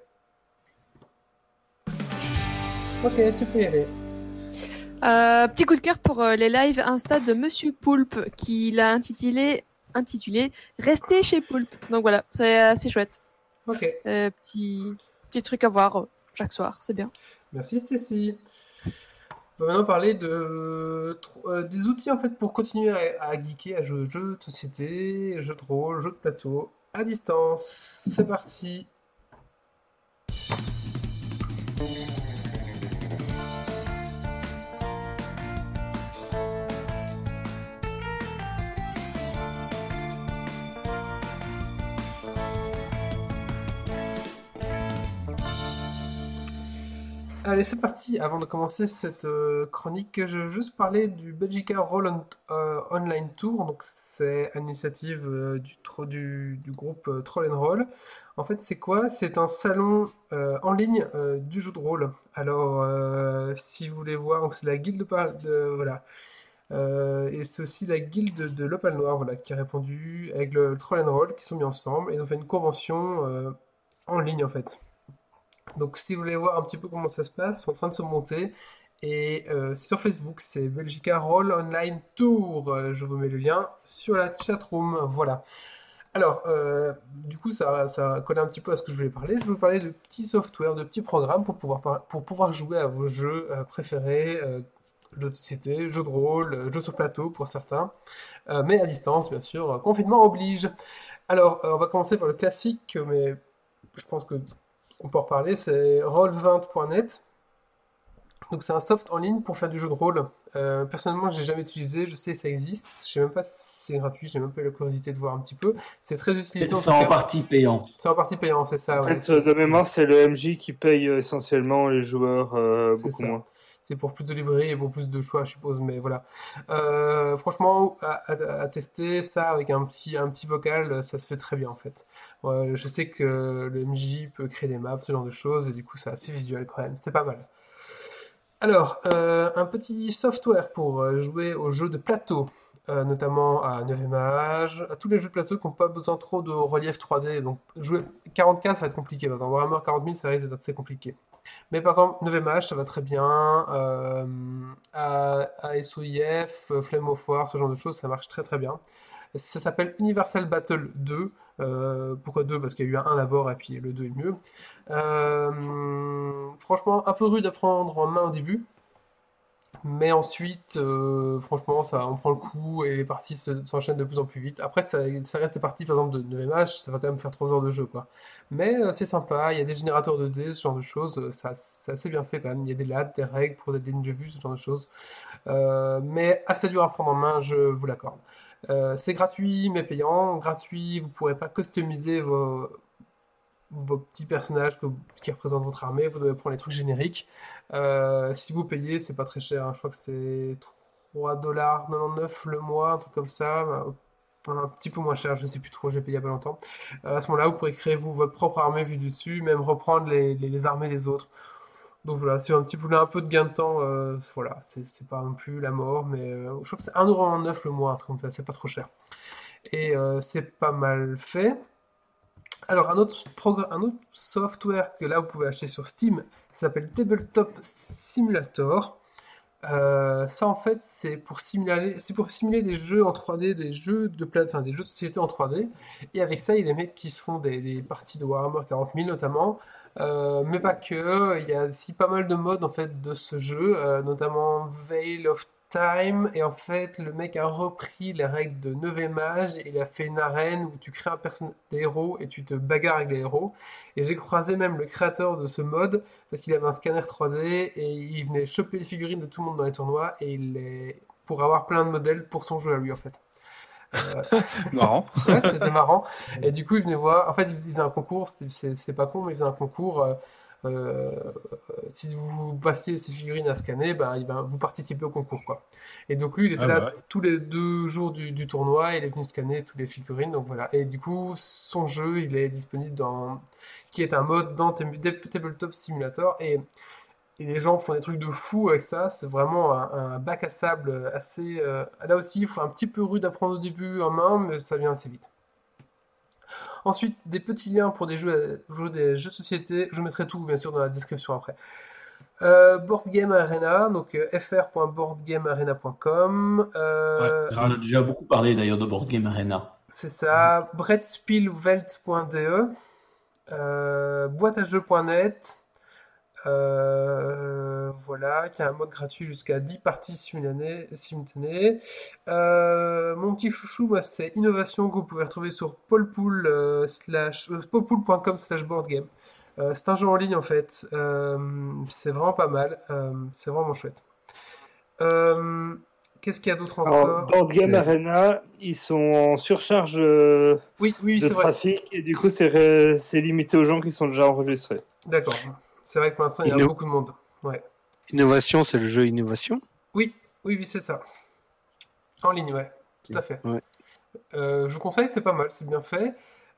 Ok, tu peux y aller. Petit coup de cœur pour les lives Insta de Monsieur Poulpe qui l'a intitulé Restez chez Poulpe. Donc voilà, c'est assez chouette. Ok. Petit truc à voir chaque soir, c'est bien. Merci Stacy. On va maintenant parler des outils en fait pour continuer à geeker, à jouer aux jeux de société, jeux de rôle, jeux de plateau, à distance. C'est parti. Allez, c'est parti. Avant de commencer cette chronique, je veux juste parler du Belgica Roll Online Tour. Donc, c'est à l'initiative du groupe Troll & Roll. En fait, c'est quoi? C'est un salon en ligne du jeu de rôle. Alors, si vous voulez voir, donc c'est la guilde voilà. Et c'est aussi la guilde de l'Opale Noir, voilà, qui a répondu avec le Troll & Roll, qui sont mis ensemble. Ils ont fait une convention en ligne, en fait. Donc si vous voulez voir un petit peu comment ça se passe, c'est en train de se monter. Et c'est sur Facebook, c'est Belgica Roll Online Tour. Je vous mets le lien sur la chatroom. Voilà. Alors, du coup, ça colle un petit peu à ce que je voulais parler. Je vais vous parler de petits softwares, de petits programmes pour pouvoir jouer à vos jeux préférés. Jeux de société, jeux de rôle, jeux sur plateau pour certains. Mais à distance, bien sûr. Confinement oblige. Alors, on va commencer par le classique, mais je pense que on peut en reparler, c'est roll20.net. Donc c'est un soft en ligne pour faire du jeu de rôle. Personnellement, je l'ai jamais utilisé, je sais que ça existe. Je sais même pas si c'est gratuit, j'ai même pas eu la curiosité de voir un petit peu. C'est très utilisé. C'est en partie payant. C'est en partie payant, c'est ça. En fait, de mémoire, c'est le MJ qui paye essentiellement les joueurs beaucoup moins. C'est pour plus de librairies et pour plus de choix, je suppose, mais voilà. Franchement, à tester ça avec un petit vocal, ça se fait très bien en fait. Je sais que le MJ peut créer des maps, ce genre de choses, et du coup, c'est assez visuel quand même. C'est pas mal. Alors, un petit software pour jouer aux jeux de plateau, notamment à 9e âge, à tous les jeux de plateau qui n'ont pas besoin trop de relief 3D. Donc, jouer 40K, ça va être compliqué. Par exemple, Warhammer 40 000, ça risque d'être assez compliqué. Mais par exemple, 9e âge, ça va très bien. À SOIF, Flame of War, ce genre de choses, ça marche très très bien. Ça s'appelle Universal Battle 2. Pourquoi 2? Parce qu'il y a eu un 1 d'abord et puis le 2 est mieux. Franchement, un peu rude à prendre en main au début. Mais ensuite, franchement, on prend le coup et les parties s'enchaînent de plus en plus vite. Après, ça reste des parties, par exemple, de 9e âge, ça va quand même faire 3 heures de jeu, quoi. Mais c'est sympa, il y a des générateurs de dés, ce genre de choses, c'est assez bien fait quand même. Il y a des lattes, des règles pour des lignes de vue, ce genre de choses. Mais assez dur à prendre en main, je vous l'accorde. C'est gratuit, mais payant. Gratuit, vous ne pourrez pas customiser vos petits personnages qui représentent votre armée, vous devez prendre les trucs génériques. Si vous payez, c'est pas très cher, hein. Je crois que c'est $3,99 le mois, un truc comme ça. Un petit peu moins cher, je sais plus trop, j'ai payé il y a pas longtemps. À ce moment-là, vous pourrez créer votre propre armée vue du dessus, même reprendre les armées des autres. Donc voilà, si vous voulez un peu de gain de temps, voilà, c'est pas non plus la mort, mais je crois que c'est €1,99 le mois, un truc comme ça, c'est pas trop cher. Et c'est pas mal fait. Alors, un autre software que là vous pouvez acheter sur Steam, ça s'appelle Tabletop Simulator. Ça en fait, c'est pour simuler des jeux en 3D, des jeux de société en 3D. Et avec ça, il y a des mecs qui se font des parties de Warhammer 40 000 notamment. Mais pas que, il y a aussi pas mal de modes en fait de ce jeu, notamment Veil of Time, et en fait le mec a repris les règles de 9e âge et il a fait une arène où tu crées des héros et tu te bagarres avec les héros. Et j'ai croisé même le créateur de ce mode parce qu'il avait un scanner 3D et il venait choper les figurines de tout le monde dans les tournois pour avoir plein de modèles pour son jeu à lui en fait. Marrant. Ouais, c'était marrant. Et du coup, il venait voir. En fait, il faisait un concours. C'est pas con, mais il faisait un concours si vous passiez ces figurines à scanner, vous participez au concours, quoi. Et donc lui, il était là tous les 2 jours du tournoi, il est venu scanner toutes les figurines, donc voilà. Et du coup, son jeu, il est disponible qui est un mode dans Tabletop Simulator, et les gens font des trucs de fou avec ça. C'est vraiment un bac à sable assez... là aussi, il faut un petit peu rude à prendre au début en main, mais ça vient assez vite. Ensuite, des petits liens pour des jeux de société. Je mettrai tout, bien sûr, dans la description après. Board Game Arena, donc fr.boardgamearena.com. On a déjà beaucoup parlé d'ailleurs de Board Game Arena. C'est ça. Brettspielwelt.de. Boîteajeux.net. Voilà, qui a un mode gratuit jusqu'à 10 parties simultanées. Mon petit chouchou, moi, c'est Innovation que vous pouvez retrouver sur paulpool.com/boardgame. C'est un jeu en ligne en fait. C'est vraiment pas mal. C'est vraiment chouette. Qu'est-ce qu'il y a d'autre encore? Board Game Arena, ils sont en surcharge de trafic et du coup c'est limité aux gens qui sont déjà enregistrés. D'accord. C'est vrai que pour l'instant il y a beaucoup de monde. Ouais. Innovation, c'est le jeu Innovation? Oui, c'est ça. En ligne, ouais. Tout à fait. Ouais. Je vous conseille, c'est pas mal, c'est bien fait.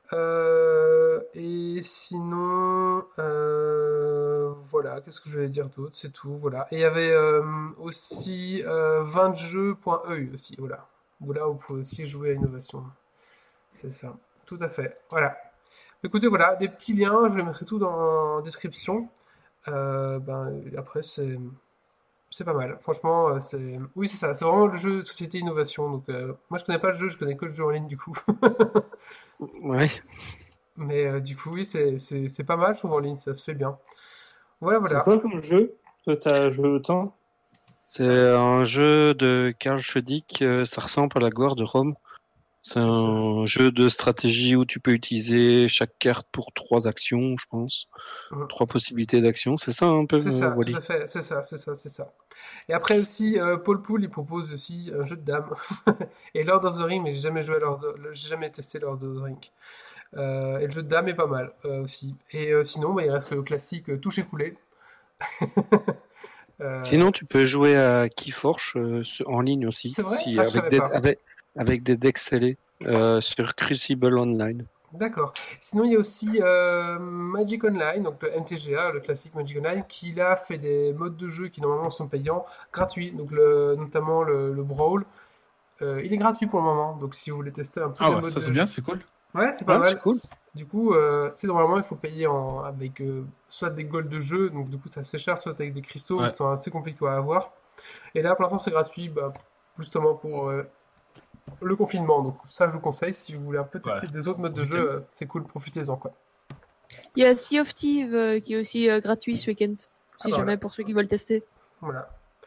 Et sinon, voilà, qu'est-ce que je vais dire d'autre? C'est tout, voilà. Et il y avait aussi 20jeux.eu aussi, voilà. Là, vous pouvez aussi jouer à Innovation. C'est ça, tout à fait. Voilà. Écoutez, voilà, des petits liens, je les mettrai tout dans la description. Après, c'est pas mal. Franchement, oui, c'est ça. C'est vraiment le jeu de société innovation. Donc, moi, je connais pas le jeu, je connais que le jeu en ligne, du coup. Ouais. Mais du coup, oui, c'est pas mal, je trouve, en ligne, ça se fait bien. Voilà. C'est quoi comme jeu que tu as joué autant? C'est un jeu de Karl Schwedik, ça ressemble à la Gloire de Rome. C'est un jeu de stratégie où tu peux utiliser chaque carte pour 3 actions, je pense. 3 possibilités d'action, c'est ça un peu? C'est ça, tout à fait, c'est ça. Et après aussi, Paul Pool, il propose aussi un jeu de dames. Et Lord of the Ring, mais j'ai jamais testé Lord of the Ring. Et le jeu de dames est pas mal aussi. Et sinon, il reste le classique touche et couler. Sinon, tu peux jouer à Keyforge en ligne aussi. C'est vrai? Avec des decks scellés sur Crucible Online. D'accord. Sinon, il y a aussi Magic Online, donc le MTGA, le classique Magic Online, qui là fait des modes de jeu qui normalement sont payants, gratuits. Donc notamment le Brawl. Il est gratuit pour le moment, donc si vous voulez tester un peu les modes ça c'est bien, c'est cool. Ouais, c'est pas mal. C'est cool. Du coup, normalement, il faut payer avec soit des golds de jeu, donc du coup c'est assez cher, soit avec des cristaux qui sont assez compliqués à avoir. Et là, pour l'instant, c'est gratuit, justement pour le confinement. Donc ça, je vous conseille, si vous voulez un peu tester des autres modes de jeu, c'est cool, profitez-en, quoi. Il y a Sea of Thieves qui est aussi gratuit ce week-end, si jamais pour ceux qui veulent tester. Voilà.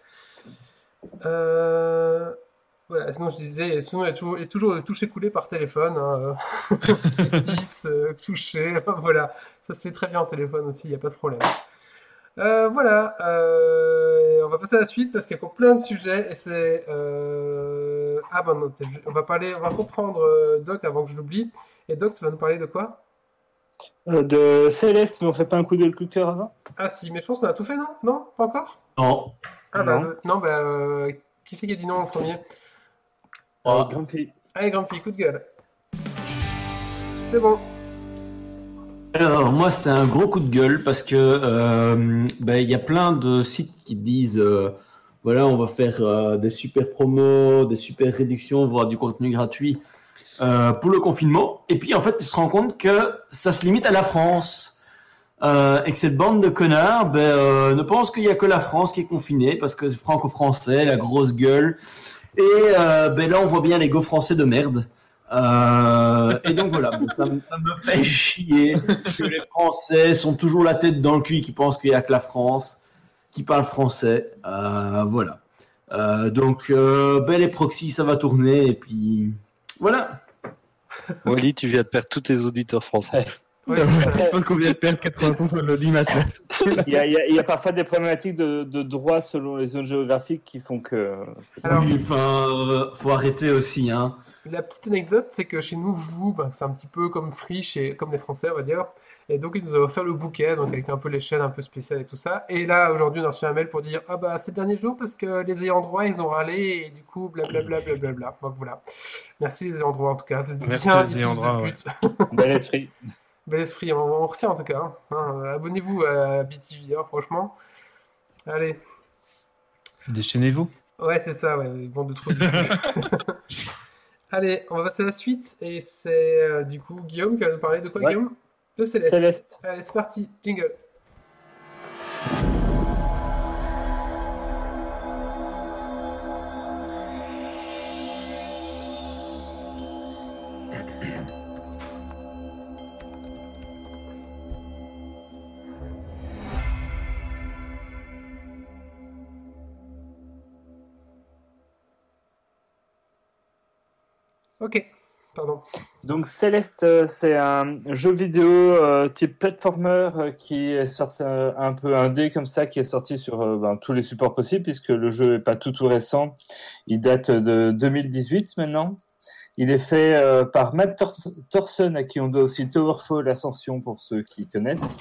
Voilà, sinon je disais, il y a toujours le toucher coulé par téléphone, hein, C6, toucher, voilà, ça se fait très bien en téléphone aussi, il n'y a pas de problème. Voilà, on va passer à la suite parce qu'il y a encore plein de sujets et c'est... on va reprendre Doc avant que je l'oublie. Et Doc, tu vas nous parler de quoi? De Céleste, mais on fait pas un coup de cœur avant? Ah si, mais je pense qu'on a tout fait, non? Non? Pas encore? Non. Qui c'est qui a dit non en premier? Grumpy. Allez, Grumpy, coup de gueule. C'est bon. Alors, moi, c'est un gros coup de gueule parce que y a plein de sites qui disent on va faire des super promos, des super réductions, voire du contenu gratuit pour le confinement. Et puis, en fait, tu te rends compte que ça se limite à la France. Et que cette bande de connards ne pense qu'il n'y a que la France qui est confinée parce que c'est franco-français, la grosse gueule. Et là, on voit bien les go français de merde. Et donc voilà, ça me fait chier que les Français sont toujours la tête dans le cul, qui pensent qu'il n'y a que la France qui parle français. Voilà. Donc les proxys, ça va tourner et puis voilà. Wally, tu viens de perdre tous tes auditeurs français. Ouais, Je pense qu'on vient de perdre 80% de l'audimat. Il y a parfois des problématiques de droit selon les zones géographiques qui font que... Alors, oui, enfin, faut arrêter aussi, hein. la petite anecdote, c'est que chez nous, c'est un petit peu comme Free, comme les Français, on va dire. Et donc, ils nous ont offert le bouquet, donc avec un peu les chaînes un peu spéciales et tout ça. Et là, aujourd'hui, on a reçu un mail pour dire ah bah ces derniers jours parce que les ayants droit, ils ont râlé et du coup, blablabla, blablabla. Donc voilà. Merci les ayants droit en tout cas. Vous êtes Merci bien, les ayants fils de droit, pute. Bel esprit. Bel esprit, on retient en tout cas. Abonnez-vous à BTV, franchement. Allez. Déchaînez-vous. Ouais, c'est ça, ouais, bande de trous. Allez, on va passer à la suite. Et c'est du coup Guillaume qui va nous parler de quoi, Ouais. Guillaume? De Céleste. Céleste. Allez, c'est parti. Jingle. Ok, pardon. Donc Céleste, c'est un jeu vidéo type platformer qui est sorti un peu indé comme ça, qui est sorti sur tous les supports possibles puisque le jeu est pas tout récent. Il date de 2018 maintenant. Il est fait par Matt Thorson, à qui on doit aussi Towerfall Ascension pour ceux qui connaissent.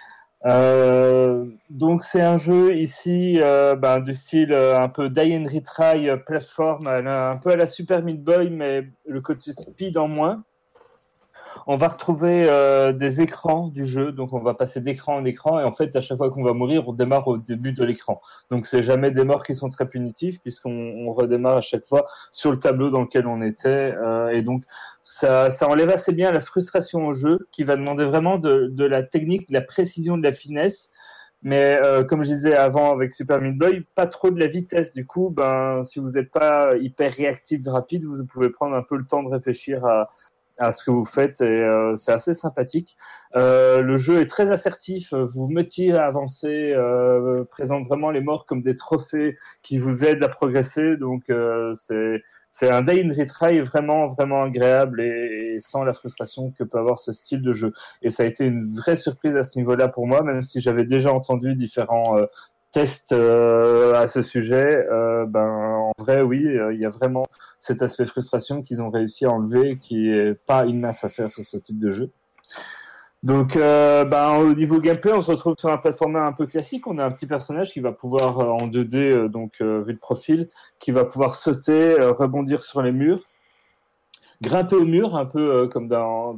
Donc c'est un jeu ici du style un peu die and retry platform, un peu à la Super Meat Boy, mais le côté speed en moins. On va retrouver des écrans du jeu, donc on va passer d'écran en écran, et en fait à chaque fois qu'on va mourir, on démarre au début de l'écran. Donc c'est jamais des morts qui sont très punitifs, puisqu'on redémarre à chaque fois sur le tableau dans lequel on était, et donc ça enlève assez bien la frustration au jeu, qui va demander vraiment de la technique, de la précision, de la finesse. Mais comme je disais avant avec Super Meat Boy, pas trop de la vitesse. Du coup, si vous n'êtes pas hyper réactif, rapide, vous pouvez prendre un peu le temps de réfléchir à ce que vous faites, et c'est assez sympathique. Le jeu est très assertif, vous motive à avancer, présente vraiment les morts comme des trophées qui vous aident à progresser. Donc c'est un die and retry vraiment agréable et sans la frustration que peut avoir ce style de jeu. Et ça a été une vraie surprise à ce niveau-là pour moi, même si j'avais déjà entendu différents tests à ce sujet. En vrai, oui, il y a vraiment cet aspect frustration qu'ils ont réussi à enlever, qui est pas une masse à faire sur ce type de jeu. Donc, au niveau gameplay, on se retrouve sur un platformer un peu classique. On a un petit personnage qui va pouvoir, en 2D, vu de profil, qui va pouvoir sauter, rebondir sur les murs, grimper au mur, un peu comme dans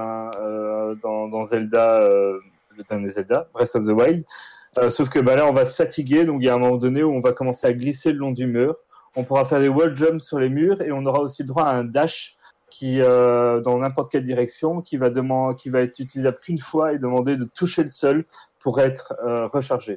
Zelda, le dernier Zelda, Breath of the Wild. Sauf que là, on va se fatiguer, donc il y a un moment donné où on va commencer à glisser le long du mur. On pourra faire des wall jumps sur les murs, et on aura aussi le droit à un dash qui, dans n'importe quelle direction, qui va être utilisable qu'une fois et demander de toucher le sol pour être rechargé.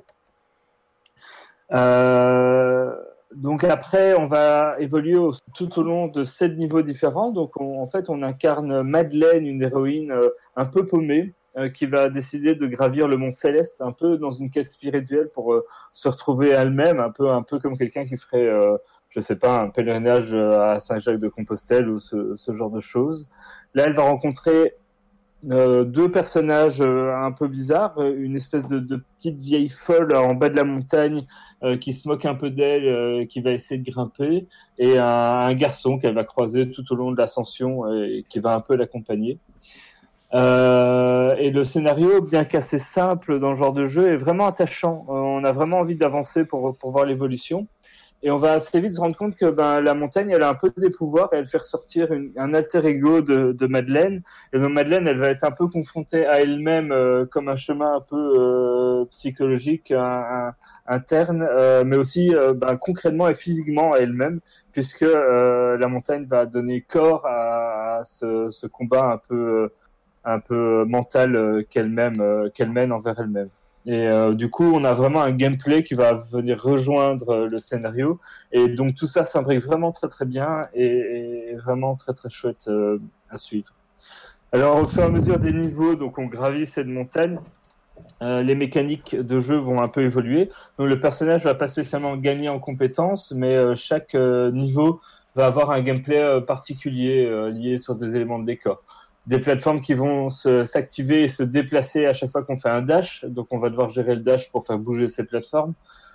Donc après, on va évoluer tout au long de 7 niveaux différents. Donc en fait, on incarne Madeleine, une héroïne un peu paumée, qui va décider de gravir le mont Céleste, un peu dans une quête spirituelle pour se retrouver elle-même, un peu comme quelqu'un qui ferait, je sais pas, un pèlerinage à Saint-Jacques-de-Compostelle ou ce genre de choses. Là, elle va rencontrer deux personnages un peu bizarres, une espèce de petite vieille folle en bas de la montagne qui se moque un peu d'elle, qui va essayer de grimper, et un garçon qu'elle va croiser tout au long de l'ascension et qui va un peu l'accompagner. Et le scénario, bien qu'assez simple dans le genre de jeu, est vraiment attachant. On a vraiment envie d'avancer pour voir l'évolution. Et on va assez vite se rendre compte que la montagne, elle a un peu des pouvoirs, et elle fait ressortir un alter ego de Madeleine. Et donc Madeleine, elle va être un peu confrontée à elle-même comme un chemin un peu psychologique, interne, mais aussi concrètement et physiquement à elle-même, puisque la montagne va donner corps à ce combat un peu mental qu'elle mène envers elle-même. Et du coup, on a vraiment un gameplay qui va venir rejoindre le scénario. Et donc, tout ça s'imbrique vraiment très, très bien et vraiment très, très chouette à suivre. Alors, au fur et à mesure des niveaux, donc on gravit cette montagne, les mécaniques de jeu vont un peu évoluer. Donc, le personnage ne va pas spécialement gagner en compétences, mais chaque niveau va avoir un gameplay particulier lié sur des éléments de décor. des plateformes qui vont s'activer et se déplacer à chaque fois qu'on fait un dash. Donc, on va devoir gérer le dash pour faire bouger ces plateformes.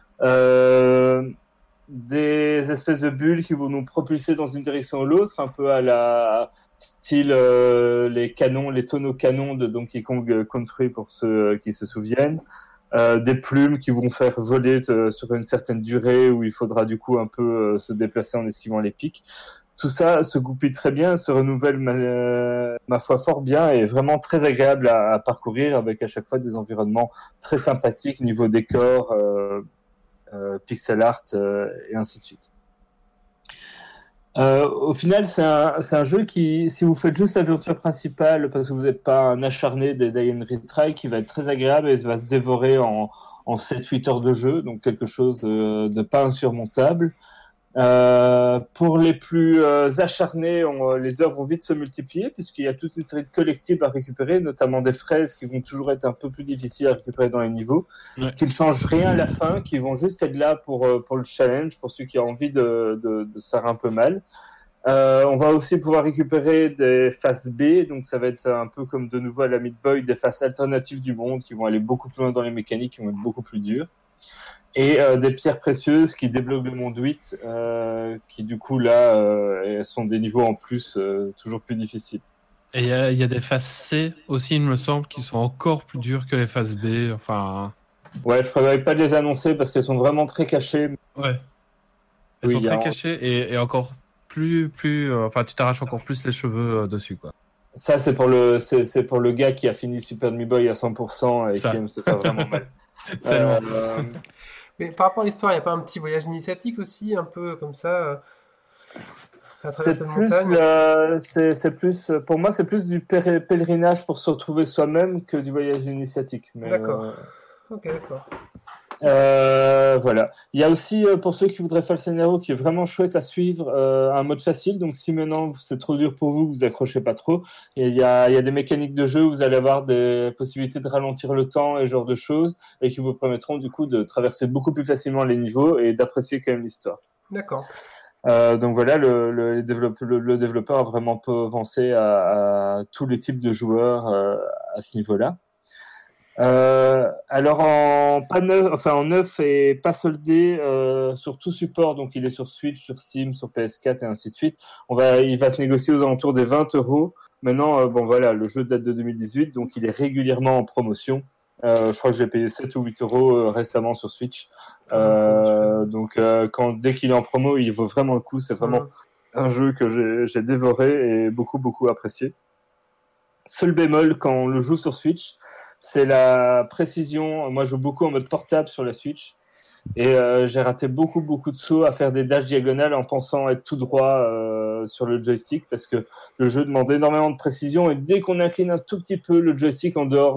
Des espèces de bulles qui vont nous propulser dans une direction ou l'autre, un peu à la style les tonneaux canons de Donkey Kong Country pour ceux qui se souviennent. Des plumes qui vont faire voler sur une certaine durée où il faudra du coup un peu se déplacer en esquivant les pics. Tout ça se goupille très bien, se renouvelle ma foi fort bien et vraiment très agréable à parcourir avec à chaque fois des environnements très sympathiques niveau décor, pixel art et ainsi de suite. Au final, c'est un jeu qui, si vous faites juste l'aventure principale, parce que vous n'êtes pas un acharné des Die and Retry, qui va être très agréable et va se dévorer en 7-8 heures de jeu, donc quelque chose de pas insurmontable. Pour les plus acharnés, les heures vont vite se multiplier puisqu'il y a toute une série de collectibles à récupérer, notamment des fraises qui vont toujours être un peu plus difficiles à récupérer dans les niveaux, qui ne changent rien à la fin, qui vont juste être là pour le challenge, pour ceux qui ont envie de se faire un peu mal. On va aussi pouvoir récupérer des faces B, donc ça va être un peu comme de nouveau à la Meat Boy, des faces alternatives du monde qui vont aller beaucoup plus loin dans les mécaniques, qui vont être beaucoup plus dures. Et des pierres précieuses qui débloquent le monde 8, qui du coup là sont des niveaux en plus toujours plus difficiles. Et il y a des phases C aussi, il me semble, qui sont encore plus dures que les phases B. Enfin. Ouais, je préfère pas de les annoncer parce qu'elles sont vraiment très cachées. Ouais. Elles sont très cachées et encore plus. Enfin, tu t'arraches encore plus les cheveux dessus, quoi. Ça, c'est pour le gars qui a fini Super Meat Boy à 100% et qui aime se faire vraiment mal. Mais par rapport à l'histoire, il n'y a pas un petit voyage initiatique aussi, un peu comme ça, à travers cette montagne c'est plus, pour moi, c'est plus du pèlerinage pour se retrouver soi-même que du voyage initiatique. Mais, d'accord. Ok, d'accord. Voilà. Il y a aussi, pour ceux qui voudraient faire le scénario, qui est vraiment chouette à suivre, un mode facile. Donc, si maintenant c'est trop dur pour vous, vous accrochez pas trop. Et il y a des mécaniques de jeu où vous allez avoir des possibilités de ralentir le temps et ce genre de choses, et qui vous permettront du coup de traverser beaucoup plus facilement les niveaux et d'apprécier quand même l'histoire. D'accord. Donc voilà, le développeur a vraiment pensé à tous les types de joueurs à ce niveau-là. Alors en neuf et pas soldé sur tout support, donc il est sur Switch, sur Steam, sur PS4 et ainsi de suite. Il va se négocier aux alentours des 20 €. Maintenant, bon voilà, le jeu date de 2018, donc il est régulièrement en promotion. Je crois que j'ai payé 7 ou 8 € récemment sur Switch. Donc dès qu'il est en promo, il vaut vraiment le coup. C'est vraiment un jeu que j'ai dévoré et beaucoup apprécié. Seul bémol quand on le joue sur Switch, c'est la précision. Moi, je joue beaucoup en mode portable sur la Switch. Et j'ai raté beaucoup de sauts à faire des dashs diagonales en pensant être tout droit sur le joystick parce que le jeu demande énormément de précision. Et dès qu'on incline un tout petit peu le joystick en dehors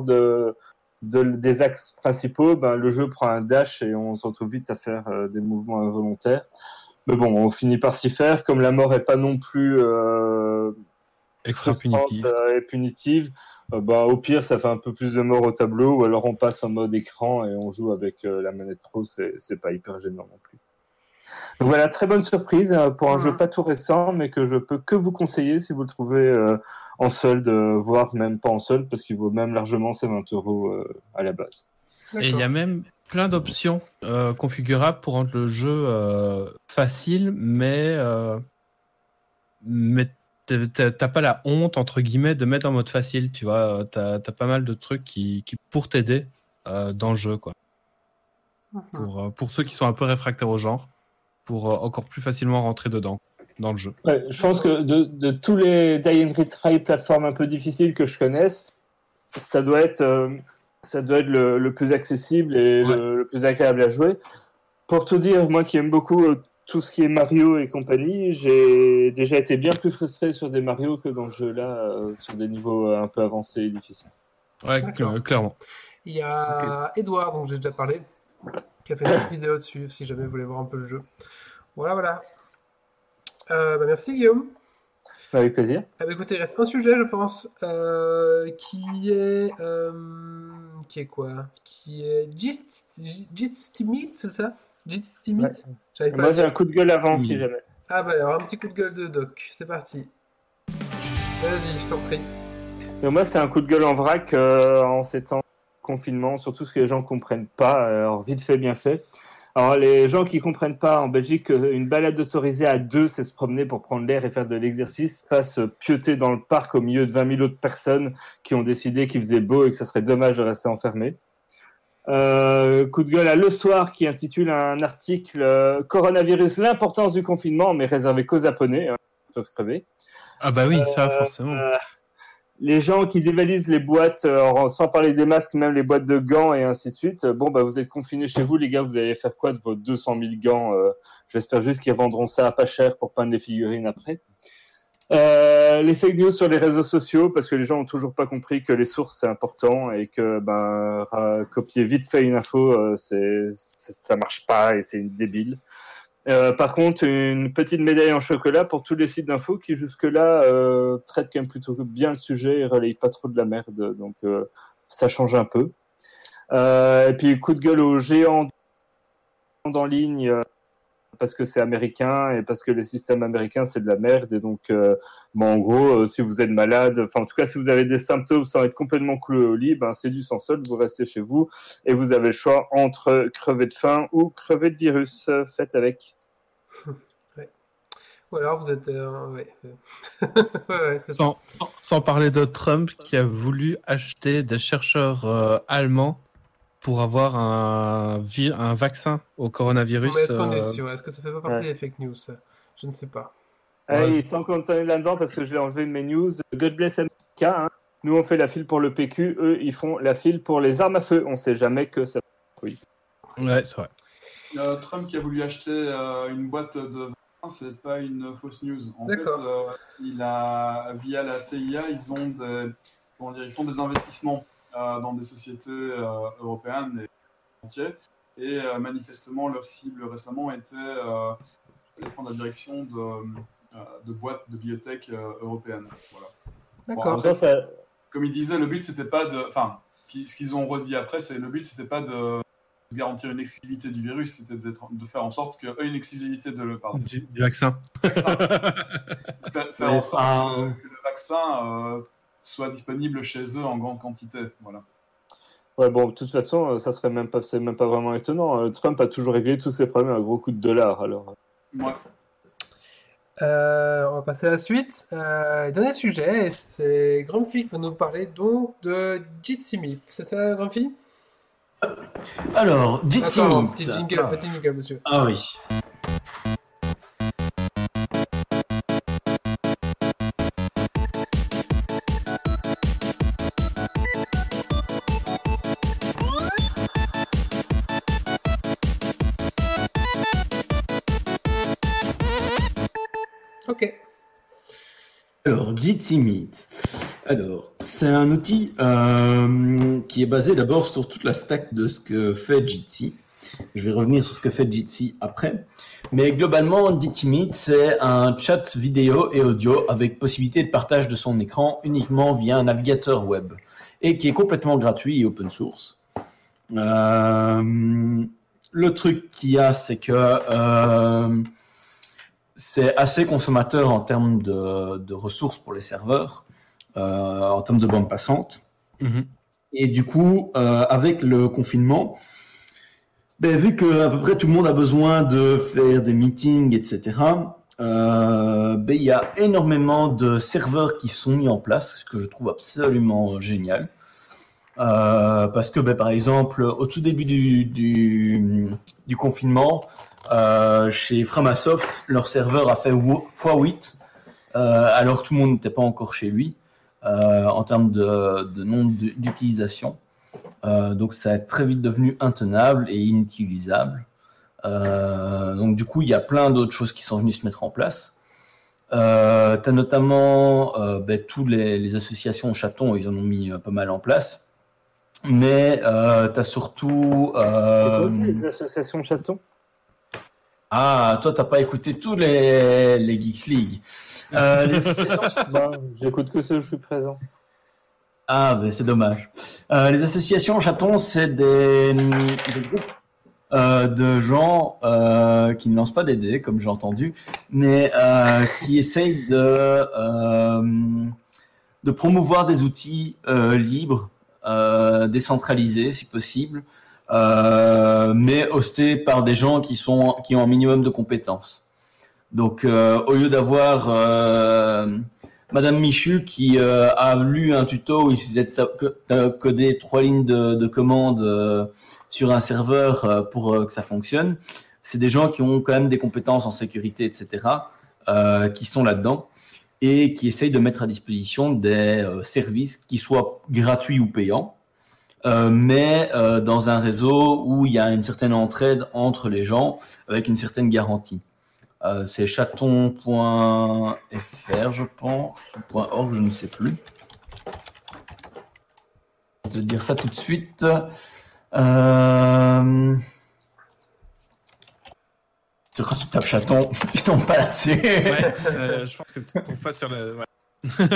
des axes principaux, le jeu prend un dash et on se retrouve vite à faire des mouvements involontaires. Mais bon, on finit par s'y faire. Comme la mort est pas non plus extra punitive. Et punitive, au pire, ça fait un peu plus de mort au tableau, ou alors on passe en mode écran et on joue avec la manette pro, c'est pas hyper gênant non plus. Donc voilà, très bonne surprise pour un jeu pas tout récent, mais que je peux que vous conseiller si vous le trouvez en solde, voire même pas en solde, parce qu'il vaut même largement ses 20 € à la base. Et il y a même plein d'options configurables pour rendre le jeu facile, mais t'as pas la honte entre guillemets de mettre en mode facile, tu vois. T'as pas mal de trucs qui pour t'aider dans le jeu, quoi. Pour ceux qui sont un peu réfractaires au genre, pour encore plus facilement rentrer dedans dans le jeu. Ouais, je pense que de tous les Die and Retry plateformes un peu difficiles que je connaisse, ça doit être le plus accessible et le plus agréable à jouer. Pour tout dire, moi qui aime beaucoup tout ce qui est Mario et compagnie, j'ai déjà été bien plus frustré sur des Mario que dans ce jeu-là, sur des niveaux un peu avancés et difficiles. Ouais, clairement. Il y a Edouard, dont j'ai déjà parlé, qui a fait une vidéo dessus, si jamais vous voulez voir un peu le jeu. Voilà. Merci Guillaume. Avec plaisir. Écoutez, il reste un sujet, je pense, qui est Jitstimit, c'est ça? Jitstimit. Moi, j'ai un coup de gueule avant, si jamais. Alors un petit coup de gueule de Doc. C'est parti. Vas-y, je t'en prie. Et moi, c'est un coup de gueule en vrac en ces temps de confinement, surtout ce que les gens ne comprennent pas. Alors, vite fait, bien fait. Alors, les gens qui ne comprennent pas, en Belgique, une balade autorisée à 2, c'est se promener pour prendre l'air et faire de l'exercice, pas se pioter dans le parc au milieu de 20 000 autres personnes qui ont décidé qu'il faisait beau et que ça serait dommage de rester enfermé. Coup de gueule à Le Soir qui intitule un article Coronavirus, l'importance du confinement, mais réservé qu'aux Japonais, ils peuvent crever. Ah bah oui, ça forcément. Les gens qui dévalisent les boîtes, sans parler des masques, même les boîtes de gants et ainsi de suite. Bon, bah, vous êtes confinés chez vous, les gars, vous allez faire quoi de vos 200 000 gants J'espère juste qu'ils vendront ça à pas cher pour peindre les figurines après. Les fake news sur les réseaux sociaux, parce que les gens ont toujours pas compris que les sources c'est important et que copier vite fait une info, ça marche pas et c'est une débile. Par contre, une petite médaille en chocolat pour tous les sites d'infos qui jusque-là traitent quand même plutôt bien le sujet et relayent pas trop de la merde, donc ça change un peu. Et puis coup de gueule aux géants en ligne parce que c'est américain et parce que les systèmes américains c'est de la merde et donc en gros si vous êtes malade, enfin en tout cas si vous avez des symptômes sans être complètement cloué au lit, c'est du sans solde, vous restez chez vous et vous avez le choix entre crever de faim ou crever de virus. Faites avec. Ouais. Ou alors vous êtes c'est sans parler de Trump qui a voulu acheter des chercheurs allemands pour avoir un vaccin au coronavirus. Mais est-ce qu'on est sûr ? Est-ce que ça fait pas partie des fake news ça ? Je ne sais pas. Tant qu'on est là-dedans, parce que je l'ai enlevé de mes news, God bless America, nous on fait la file pour le PQ, eux ils font la file pour les armes à feu. On sait jamais que ça... Oui. Ouais, c'est vrai. Trump qui a voulu acheter une boîte de vaccins, c'est pas une fausse news. En fait, via la CIA, ils font des investissements dans des sociétés européennes et entières. Et manifestement, leur cible récemment était de prendre la direction de boîtes de biotech européennes. Voilà. D'accord. Bon, après, comme ils disaient, le but c'était pas de. Enfin, ce qu'ils ont redit après, c'est le but c'était pas de garantir une exclusivité du virus, c'était de faire en sorte que une exclusivité du vaccin. Faire en sorte que le vaccin soit disponible chez eux en grande quantité. Voilà. Ouais, bon, de toute façon, c'est même pas vraiment étonnant. Trump a toujours réglé tous ses problèmes à un gros coup de dollars, alors. Ouais. On va passer à la suite. Dernier sujet, c'est Grumpy qui va nous parler donc de Jitsi Meet. C'est ça, Grumpy ? Alors, Jitsi Meet. Petit jingle, monsieur. Ah oui. Ok. Alors, Jitsi Meet. Alors, c'est un outil qui est basé d'abord sur toute la stack de ce que fait Jitsi. Je vais revenir sur ce que fait Jitsi après. Mais globalement, Jitsi Meet, c'est un chat vidéo et audio avec possibilité de partage de son écran uniquement via un navigateur web et qui est complètement gratuit et open source. Le truc qu'il y a, c'est que c'est assez consommateur en termes de ressources pour les serveurs, en termes de bande passante. Mm-hmm. Et du coup, avec le confinement, vu que à peu près tout le monde a besoin de faire des meetings, etc., il y a énormément de serveurs qui sont mis en place, ce que je trouve absolument génial. Parce que, par exemple, au tout début du confinement, chez Framasoft, leur serveur a fait x8, alors que tout le monde n'était pas encore chez lui, en termes de nombre d'utilisation. Donc ça est très vite devenu intenable et inutilisable. Donc du coup, il y a plein d'autres choses qui sont venues se mettre en place. Tu as notamment tous les associations chatons, ils en ont mis pas mal en place. Mais tu as surtout... C'est quoi aussi les associations chatons ? Ah, toi, t'as pas écouté tous les Geeks League. Les associations... J'écoute que ceux où je suis présent. Ah, c'est dommage. Les associations chatons, c'est des groupes de gens qui ne lancent pas des dés, comme j'ai entendu, mais qui essayent de de promouvoir des outils libres, décentralisés si possible, mais hostés par des gens qui ont un minimum de compétences. Donc, au lieu d'avoir Madame Michu qui a lu un tuto où il faisait coder 3 lignes de commande sur un serveur pour que ça fonctionne, c'est des gens qui ont quand même des compétences en sécurité, etc., qui sont là-dedans et qui essayent de mettre à disposition des services qui soient gratuits ou payants, mais dans un réseau où il y a une certaine entraide entre les gens avec une certaine garantie. C'est chaton.fr, je pense, ou .org, je ne sais plus. Je vais te dire ça tout de suite. Quand tu tapes chaton, tu tombes pas là-dessus. Ouais, je pense que tu trouves pas sur le... Ouais.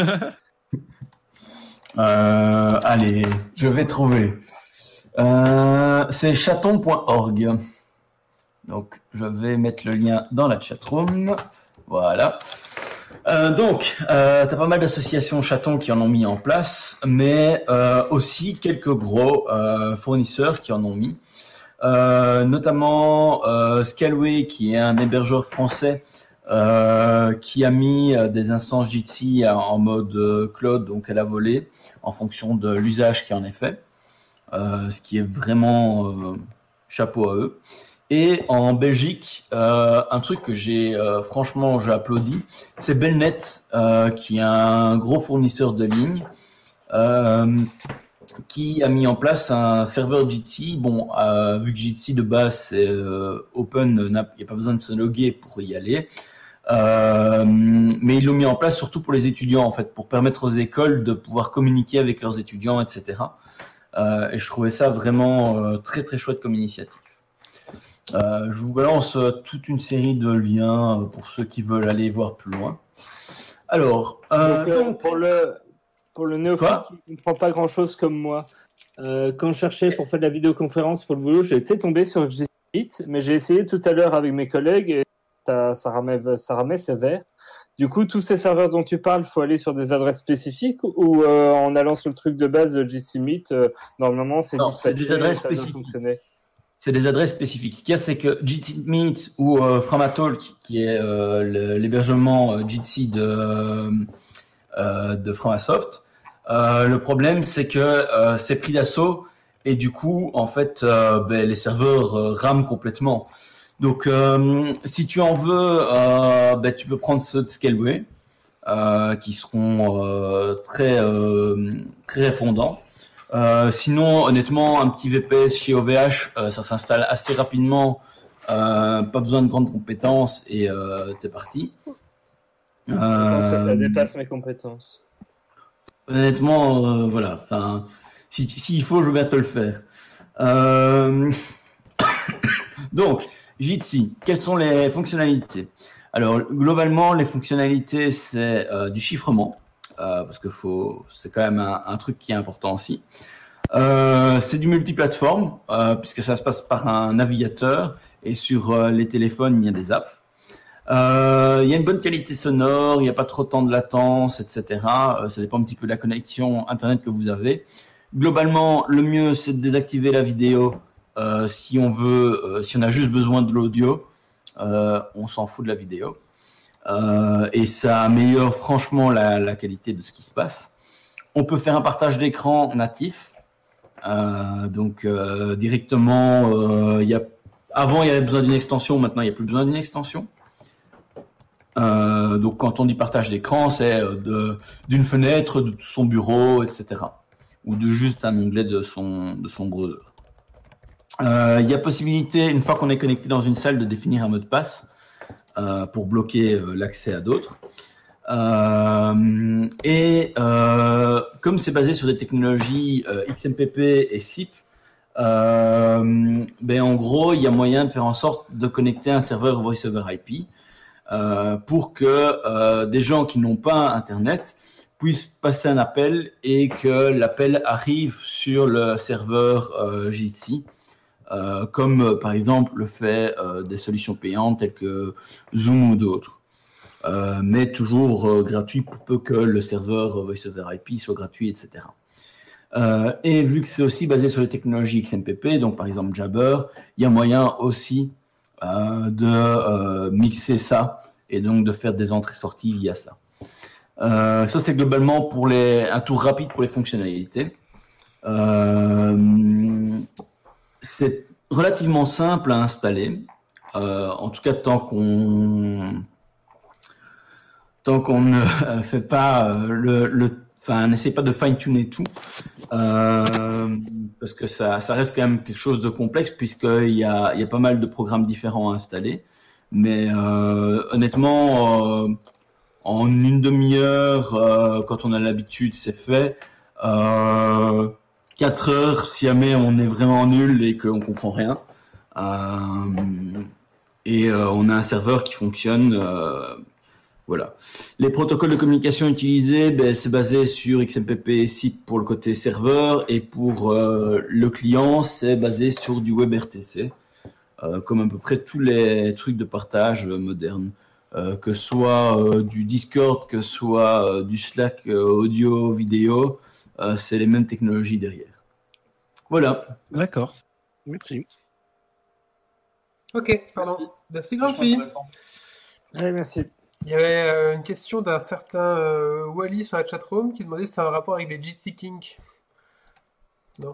Allez, je vais trouver. C'est chaton.org. Donc, je vais mettre le lien dans la chatroom. Voilà. Donc, tu as pas mal d'associations chatons qui en ont mis en place, mais aussi quelques gros fournisseurs qui en ont mis. Notamment Scaleway, qui est un hébergeur français qui a mis des instances Jitsi en mode cloud, donc à la volée, en fonction de l'usage qui en est fait. Ce qui est vraiment chapeau à eux. Et en Belgique, un truc que franchement, j'ai applaudi, c'est Belnet, qui est un gros fournisseur de lignes, qui a mis en place un serveur Jitsi. Bon, vu que Jitsi de base c'est open, il n'y a pas besoin de se loguer pour y aller. Mais ils l'ont mis en place surtout pour les étudiants, en fait, pour permettre aux écoles de pouvoir communiquer avec leurs étudiants, etc. Et je trouvais ça vraiment très très chouette comme initiative. Je vous balance toute une série de liens pour ceux qui veulent aller voir plus loin. Alors, donc, pour le néophyte qui ne comprend pas grand-chose comme moi, quand je cherchais pour faire de la vidéoconférence pour le boulot, j'ai été tombé sur G Suite, mais j'ai essayé tout à l'heure avec mes collègues et ça ramait sévère. Du coup, tous ces serveurs dont tu parles, il faut aller sur des adresses spécifiques ou en allant sur le truc de base de G Meet, normalement c'est dispatché, c'est des adresses spécifiques. C'est des adresses spécifiques. Ce qu'il y a, c'est que Jitsi Meet ou Framatalk, qui est l'hébergement Jitsi de Framasoft, le problème, c'est que c'est pris d'assaut et du coup, en fait, les serveurs rament complètement. Donc, si tu en veux, tu peux prendre ceux de Scaleway, qui seront très répondants. Sinon, honnêtement, un petit VPS chez OVH, ça s'installe assez rapidement, pas besoin de grandes compétences et t'es parti. Je pense que ça dépasse mes compétences. Honnêtement, voilà. Enfin, s'il faut, je vais bien te le faire. Donc, Jitsi, quelles sont les fonctionnalités? Alors, globalement, les fonctionnalités, c'est du chiffrement. Parce que c'est quand même un truc qui est important aussi. C'est du multiplateforme, puisque ça se passe par un navigateur, et sur les téléphones, il y a des apps. Il y a une bonne qualité sonore, il n'y a pas trop de temps de latence, etc. Ça dépend un petit peu de la connexion Internet que vous avez. Globalement, le mieux, c'est de désactiver la vidéo si on a juste besoin de l'audio. On s'en fout de la vidéo. Et ça améliore franchement la qualité de ce qui se passe. On peut faire un partage d'écran natif. Donc directement, avant il y avait besoin d'une extension, maintenant il n'y a plus besoin d'une extension. Donc quand on dit partage d'écran, c'est d'une fenêtre, de son bureau, etc. Ou de juste un onglet de son browser. Il y a possibilité, une fois qu'on est connecté dans une salle, de définir un mot de passe pour bloquer l'accès à d'autres. Comme c'est basé sur des technologies XMPP et SIP, en gros, il y a moyen de faire en sorte de connecter un serveur Voice over IP pour que des gens qui n'ont pas Internet puissent passer un appel et que l'appel arrive sur le serveur Jitsi. Comme par exemple le fait des solutions payantes telles que Zoom ou d'autres. mais toujours gratuit pour peu que le serveur Voice over IP soit gratuit, etc. Et vu que c'est aussi basé sur les technologies XMPP, donc par exemple Jabber, il y a moyen aussi de mixer ça et donc de faire des entrées-sorties via ça. Ça c'est globalement pour un tour rapide pour les fonctionnalités. C'est relativement simple à installer, en tout cas tant qu'on ne fait pas n'essaie pas de fine-tuner tout, parce que ça reste quand même quelque chose de complexe puisqu'il y a pas mal de programmes différents à installer. Mais honnêtement, en une demi-heure, quand on a l'habitude, c'est fait. 4 heures, si jamais on est vraiment nul et qu'on comprend rien. Et on a un serveur qui fonctionne. Voilà. Les protocoles de communication utilisés, c'est basé sur XMPP et SIP pour le côté serveur, et pour le client, c'est basé sur du WebRTC, comme à peu près tous les trucs de partage modernes, que ce soit du Discord, que ce soit du Slack audio, vidéo, c'est les mêmes technologies derrière. Voilà. D'accord. Merci. Ok, pardon. Merci grande fille. Oui, merci. Il y avait une question d'un certain Wally sur la chatroom qui demandait si c'est un rapport avec les Jitsi Kink. Non.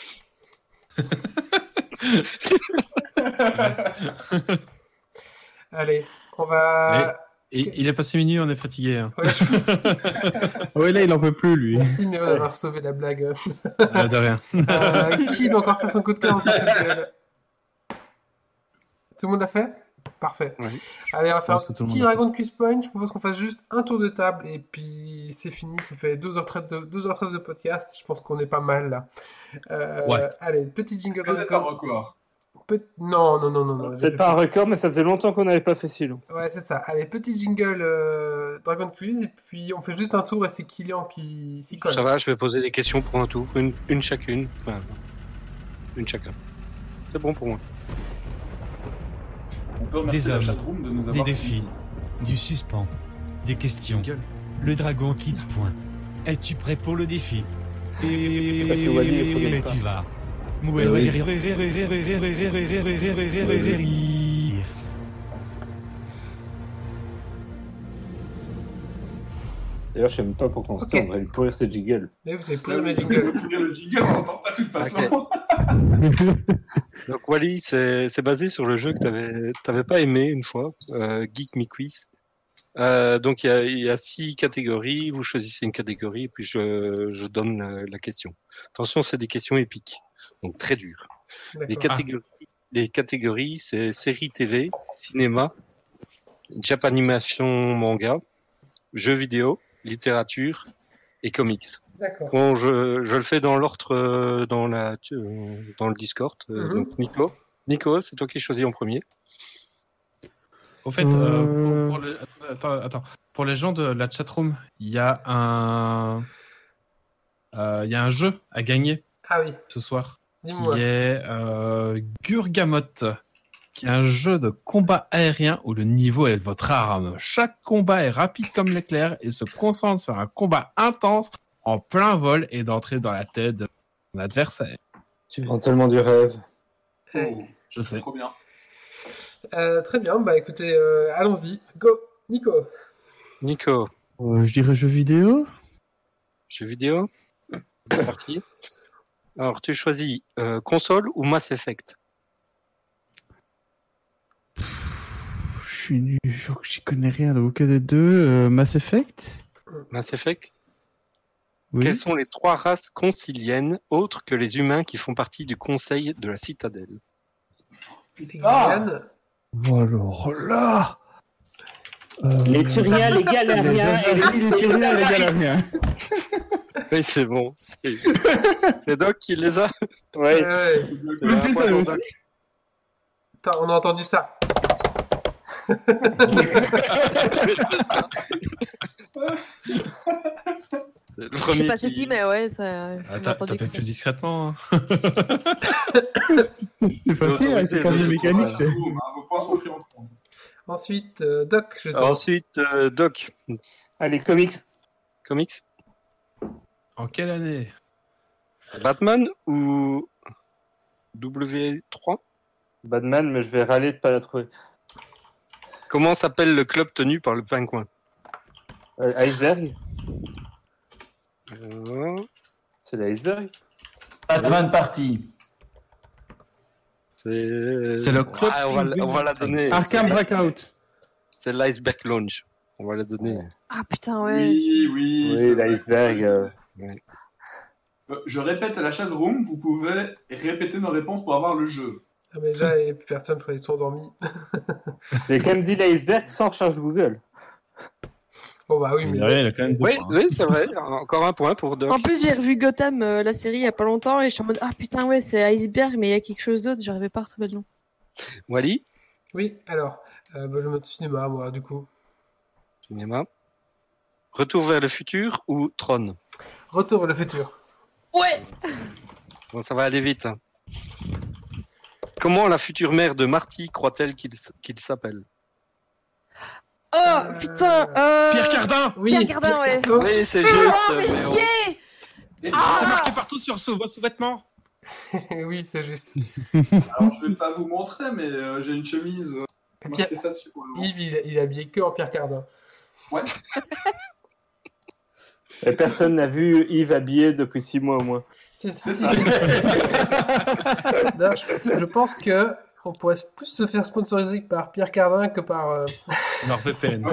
Allez, on va... Il est passé minuit, on est fatigué. Hein. Ouais, là, il en peut plus, lui. Merci Méo d'avoir sauvé la blague. De rien. Qui doit encore faire son coup de cœur en sortie de gueule? Tout le monde l'a fait? Parfait. Oui. Allez, on va faire un petit Dragon de Quiz Point. Je propose qu'on fasse juste un tour de table et puis c'est fini. Ça fait 2h13 de podcast. Je pense qu'on est pas mal là. Ouais. Allez, petit jingle. Est-ce que c'est un record? Non. C'est pas un record, mais ça faisait longtemps qu'on n'avait pas fait si long. Ouais, c'est ça. Allez, petit jingle Dragon Quiz et puis on fait juste un tour et c'est Kylian qui s'y colle. Ça va, je vais poser des questions pour un tour. Une chacune. Enfin, une chacun. C'est bon pour moi. On peut remercier Des la hommes, chatroom de nous des avoir défis, suivis. du suspens, des questions. Le Dragon Kids Point. Es-tu prêt pour le défi? C'est parce que Wally est faux de tu vas. D'ailleurs, je sais même pas pourquoi on se dit, on devrait lui pourrir ses jiggles. Mais vous avez pourri ma jingle. Le jingle, on l'entend pas de toute façon. Donc Wally, c'est basé sur le jeu que t'avais pas aimé une fois, Geek Me Quiz. Donc il y a 6 catégories, vous choisissez une catégorie et puis je donne la question. Attention, c'est des questions épiques, donc très dures. Les catégories, c'est série TV, cinéma, Japanimation manga, jeux vidéo, littérature et comics. D'accord. Bon, je le fais dans l'ordre dans le Discord. Donc Nico, c'est toi qui choisis en premier. Au fait, pour les gens de la chatroom, il y a un jeu à gagner ce soir. Dis-moi. Qui est Gurgamot, qui est un jeu de combat aérien où le niveau est votre arme. Chaque combat est rapide comme l'éclair et se concentre sur un combat intense en plein vol et d'entrer dans la tête de son adversaire. Tu vends tellement du rêve. Je sais. Trop bien. Très bien, bah écoutez, allons-y. Go, Nico. Je dirais jeux vidéo. Jeux vidéo. C'est parti. Alors, tu choisis console ou Mass Effect? J'y connais rien, donc aucun des deux. Mass Effect. Mass Effect. Oui. Quelles sont les 3 races conciliennes autres que les humains qui font partie du Conseil de la Citadelle? Oh, alors là. Les Turiens, les Galériens et les Turiens, les Galériens. Oui, c'est bon. C'est Doc qui les a. Ouais. Attends, on a entendu ça. Je sais pas c'est qui, mais ouais, ça. T'appelles plus discrètement. Hein. C'est facile avec le cambio mécanique. Vos points sont pris en compte. Ensuite, Doc, je sais. Ensuite, Doc. Allez, comics. Comics. En quelle année? Batman ou W3? Batman, mais je vais râler de pas la trouver. Comment s'appelle le club tenu par le Pingouin? Iceberg. Euh, C'est l'iceberg. Batman Party. C'est le club on va la donner. Arkham Breakout. C'est l'iceberg lounge. On va la donner. Ah putain, ouais. Oui, Oui, l'iceberg. Je répète à la chat room, vous pouvez répéter nos réponses pour avoir le jeu. Ah, mais déjà, il n'y a plus personne, je crois qu'ils sont endormis. J'ai quand même dit l'iceberg sans recherche Google. Oh bah oui, mais... il a quand même Oui, c'est vrai. Encore un point pour Doc. En plus, j'ai revu Gotham, la série, il y a pas longtemps, et je suis en mode, ah putain, ouais, c'est Iceberg, mais il y a quelque chose d'autre, j'arrivais pas à retrouver le nom. Wally, Oui, alors, je vais mettre cinéma, moi, du coup. cinéma. Retour vers le futur ou Tron? Retour vers le futur. Ouais! Bon, ça va aller vite. Hein. Comment la future mère de Marty croit-elle qu'il s'appelle? Oh, putain! Pierre Cardin! Oui, Pierre Cardin, ouais. Oui, c'est juste. Oh, mais mais on- chier! C'est marqué partout sur vos sous-vêtements. oui, c'est juste. Alors, je vais pas vous montrer, mais j'ai une chemise. Pierre- Marqué ça dessus pour le moment. Yves, il est habillé que en Pierre Cardin. Ouais. Et personne n'a vu Yves habillé depuis 6 mois au moins. C'est C'est ça. ça. D'ailleurs, je pense que on pourrait plus se faire sponsoriser par Pierre Cardin que par NordVPN.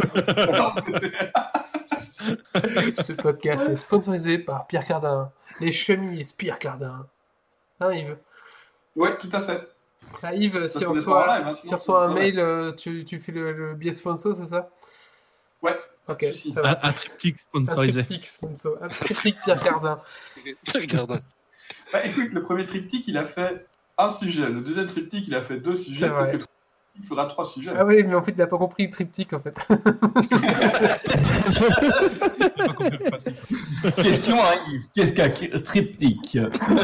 ce podcast. C'est sponsorisé par Pierre Cardin. Les chemises Pierre Cardin. Hein, Yves? Ouais, tout à fait. Ah, Yves, Parce si on qu'on est pas en reçoit live, hein, si sinon on reçoit un c'est pas mail, tu fais le billet sponsor, c'est ça? Ouais. Ok, pas de souci. ça va. Un triptyque Un sponsorisé. triptyque sponsor. Un triptyque Pierre Cardin. Regarde. Bah, écoute, le premier triptyque, il a fait un sujet. Le deuxième triptyque, il a fait 2 sujets. C'est vrai. Peut-être que il faudra 3 sujets. Ah oui, mais en fait, il n'a pas compris le triptyque, en fait. Question à Yves. Qu'est-ce qu'un triptyque?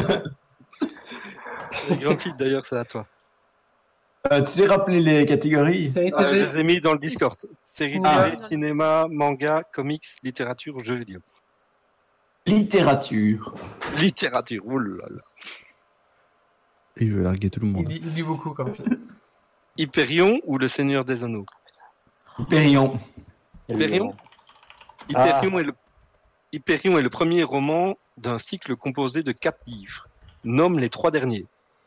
Le grand clip d'ailleurs, c'est à toi. Tu sais rappeler les catégories? Série Je TV. les ai mis dans le Discord. Série Cinéma. TV, cinéma, manga, comics, littérature, jeux vidéo. Littérature. Littérature, oulala. Il veut larguer tout le monde. Il lit beaucoup comme film. Hyperion ou Le Seigneur des Anneaux? Hyperion. Hyperion Ah. Hyperion est le premier roman d'un cycle composé de 4 livres. Nomme les 3 derniers.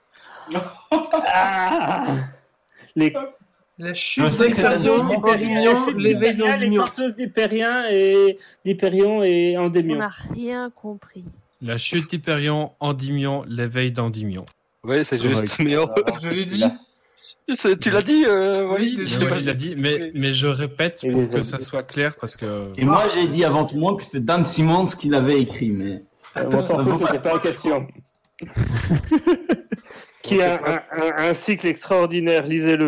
Ah les La chute Je sais que c'est d'Hyperion, un Endymion, l'éveil les d'Endymion. porteuses d'Hyperion et On Endymion. n'a rien compris. La chute d'Hyperion, Endymion, l'éveil d'Endymion. Oui, c'est juste. Mais Je l'ai dit. tu l'as dit, Wally? je l'ai dit. Il a dit, mais je répète Et pour les que ça amis. soit clair parce que. Et moi, j'ai dit avant tout le monde que c'était Dan Simmons qui l'avait écrit, mais... On s'en fout, c'était pas la question. Qui a un cycle extraordinaire, lisez-le.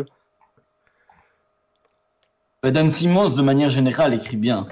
Dan Simmons, de manière générale, écrit bien.